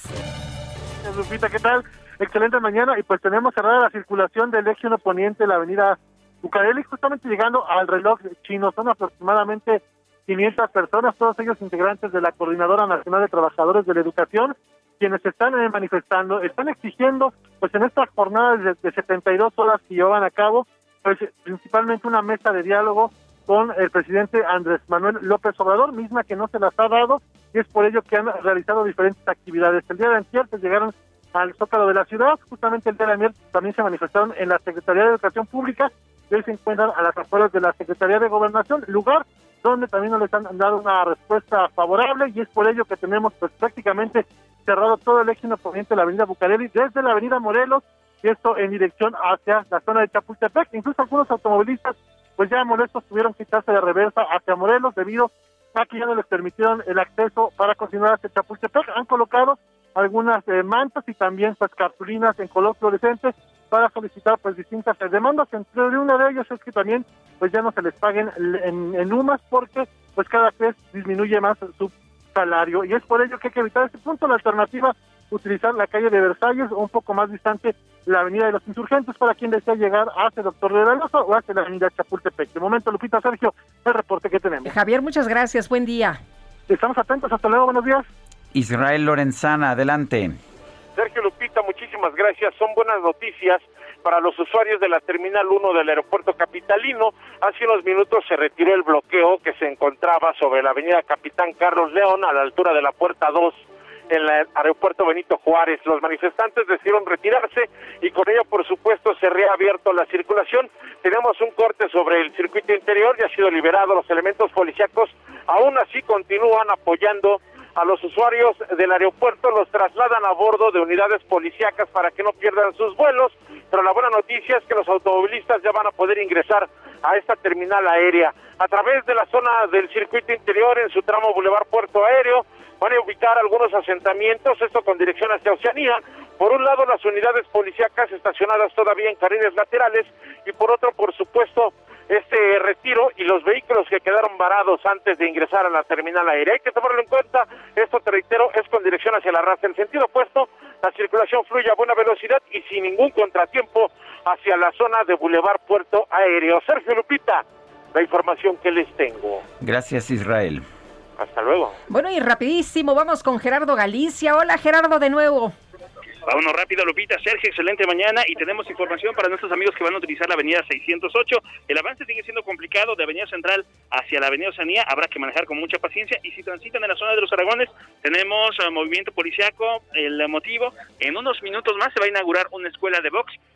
Lupita, ¿qué tal? Excelente mañana, y pues tenemos cerrada la circulación del eje 1 poniente de la avenida Bucareli, justamente llegando al reloj chino. Son aproximadamente 500 personas, todos ellos integrantes de la Coordinadora Nacional de Trabajadores de la Educación, quienes están manifestando, están exigiendo, pues en estas jornadas de 72 horas que llevan a cabo, pues principalmente una mesa de diálogo con el presidente Andrés Manuel López Obrador, misma que no se las ha dado, y es por ello que han realizado diferentes actividades. El día de ayer pues llegaron al Zócalo de la ciudad, justamente el día de ayer también se manifestaron en la Secretaría de Educación Pública, y hoy se encuentran a las afueras de la Secretaría de Gobernación, lugar donde también no les han dado una respuesta favorable, y es por ello que tenemos pues prácticamente cerrado todo el eje 1 poniente de la avenida Bucareli, desde la avenida Morelos, y esto en dirección hacia la zona de Chapultepec. Incluso algunos automovilistas, pues ya molestos, tuvieron que quitarse de reversa hacia Morelos, debido a que ya no les permitieron el acceso para continuar hacia Chapultepec. Han colocado algunas mantas y también pues cartulinas en color fluorescente para solicitar pues distintas demandas. Entre una de ellas es que también pues ya no se les paguen en UMAS, porque pues cada vez disminuye más su salario, y es por ello que hay que evitar este punto. La alternativa, utilizar la calle de Versalles o un poco más distante la avenida de los Insurgentes para quien desea llegar hacia Doctor de la Loza o hacia la avenida Chapultepec. De momento, Lupita, Sergio, el reporte que tenemos. Javier, muchas gracias, buen día. Estamos atentos, hasta luego, buenos días. Israel Lorenzana, adelante. Sergio, Lupita, muchísimas gracias. Son buenas noticias para los usuarios de la Terminal 1 del aeropuerto capitalino. Hace unos minutos se retiró el bloqueo que se encontraba sobre la avenida Capitán Carlos León, a la altura de la puerta 2, en el aeropuerto Benito Juárez. Los manifestantes decidieron retirarse y con ello, por supuesto, se ha reabierto la circulación. Tenemos un corte sobre el circuito interior, ya ha sido liberado. Los elementos policíacos aún así continúan apoyando a los usuarios del aeropuerto, los trasladan a bordo de unidades policíacas para que no pierdan sus vuelos, pero la buena noticia es que los automovilistas ya van a poder ingresar a esta terminal aérea. A través de la zona del circuito interior, en su tramo Boulevard Puerto Aéreo, van a ubicar algunos asentamientos, esto con dirección hacia Oceanía. Por un lado, las unidades policíacas estacionadas todavía en carriles laterales, y por otro, por supuesto, este retiro y los vehículos que quedaron varados antes de ingresar a la terminal aérea. Hay que tomarlo en cuenta, esto, te reitero, es con dirección hacia la raza. En sentido opuesto, la circulación fluye a buena velocidad y sin ningún contratiempo hacia la zona de Boulevard Puerto Aéreo. Sergio, Lupita, la información que les tengo. Gracias, Israel. Hasta luego. Bueno, y rapidísimo, vamos con Gerardo Galicia. Hola, Gerardo, de nuevo. Vámonos rápido, Lupita, Sergio, excelente mañana, y tenemos información para nuestros amigos que van a utilizar la avenida 608. El avance sigue siendo complicado de avenida Central hacia la avenida Oceanía, habrá que manejar con mucha paciencia, y si transitan en la zona de los Aragones, tenemos movimiento policiaco. El motivo, en unos minutos más se va a inaugurar una escuela de box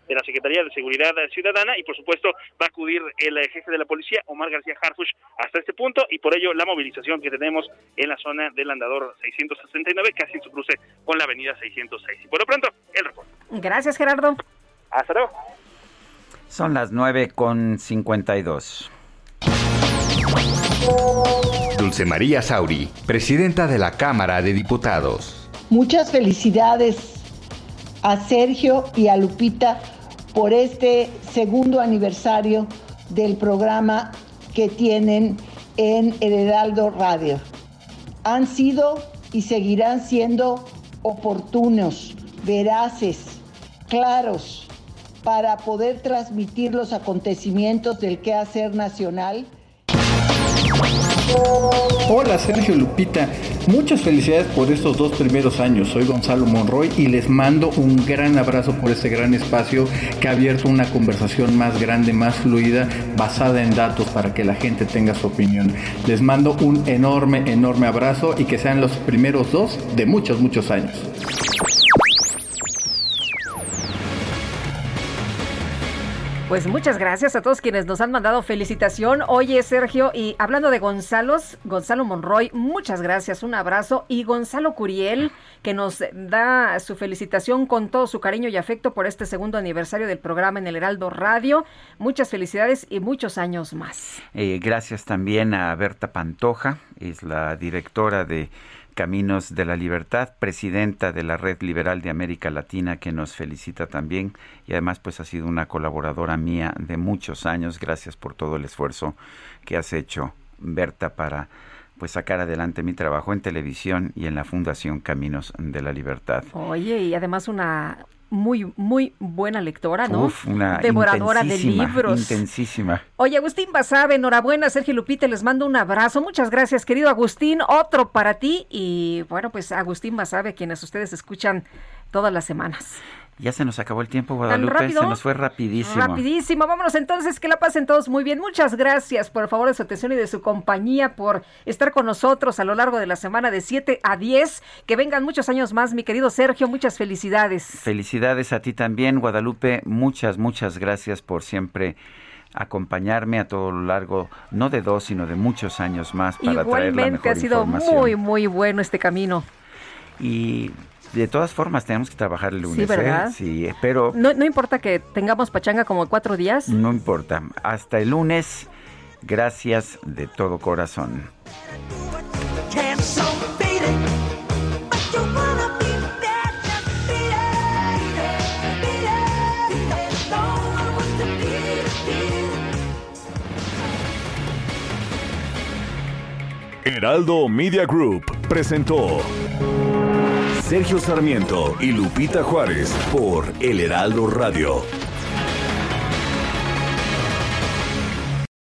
de la Secretaría de Seguridad Ciudadana, y por supuesto va a acudir el jefe de la policía, Omar García Harfuch, hasta este punto, y por ello la movilización que tenemos en la zona del andador 669, casi en su cruce con la avenida 606. Y por lo pronto, el reporte. Gracias, Gerardo. Hasta luego. Son las 9:52. Dulce María Sauri, presidenta de la Cámara de Diputados. Muchas felicidades a Sergio y a Lupita por este segundo aniversario del programa que tienen en El Heraldo Radio. Han sido y seguirán siendo oportunos, veraces, claros, para poder transmitir los acontecimientos del quehacer nacional. Hola Sergio, Lupita, muchas felicidades por estos 2 primeros años. Soy Gonzalo Monroy y les mando un gran abrazo por este gran espacio que ha abierto una conversación más grande, más fluida, basada en datos para que la gente tenga su opinión. Les mando un enorme abrazo y que sean los primeros 2 de muchos años. Pues muchas gracias a todos quienes nos han mandado felicitación. Oye, Sergio, y hablando de Gonzalo Monroy, muchas gracias, un abrazo. Y Gonzalo Curiel, que nos da su felicitación con todo su cariño y afecto por este segundo aniversario del programa en el Heraldo Radio. Muchas felicidades y muchos años más. Gracias también a Berta Pantoja, es la directora de Caminos de la Libertad, presidenta de la Red Liberal de América Latina, que nos felicita también, y además pues ha sido una colaboradora mía de muchos años. Gracias por todo el esfuerzo que has hecho, Berta, para pues sacar adelante mi trabajo en televisión y en la Fundación Caminos de la Libertad. Oye, y además una muy buena lectora, ¿no? Una devoradora de libros. Intensísima. Oye, Agustín Basabe, enhorabuena, Sergio y Lupita, les mando un abrazo. Muchas gracias, querido Agustín. Otro para ti. Y bueno, pues Agustín Basabe, quienes ustedes escuchan todas las semanas. Ya se nos acabó el tiempo, Guadalupe, se nos fue rapidísimo. Rapidísimo, vámonos entonces, que la pasen todos muy bien. Muchas gracias por el favor de su atención y de su compañía, por estar con nosotros a lo largo de la semana de 7 a 10. Que vengan muchos años más, mi querido Sergio, muchas felicidades. Felicidades a ti también, Guadalupe, muchas gracias por siempre acompañarme a todo lo largo, no de 2, sino de muchos años más para traer la mejor ha sido información. muy bueno este camino. Y de todas formas tenemos que trabajar el lunes. Sí, ¿verdad? Sí, pero no importa que tengamos pachanga como 4 días. No importa. Hasta el lunes. Gracias de todo corazón. Heraldo Media Group presentó Sergio Sarmiento y Lupita Juárez por El Heraldo Radio.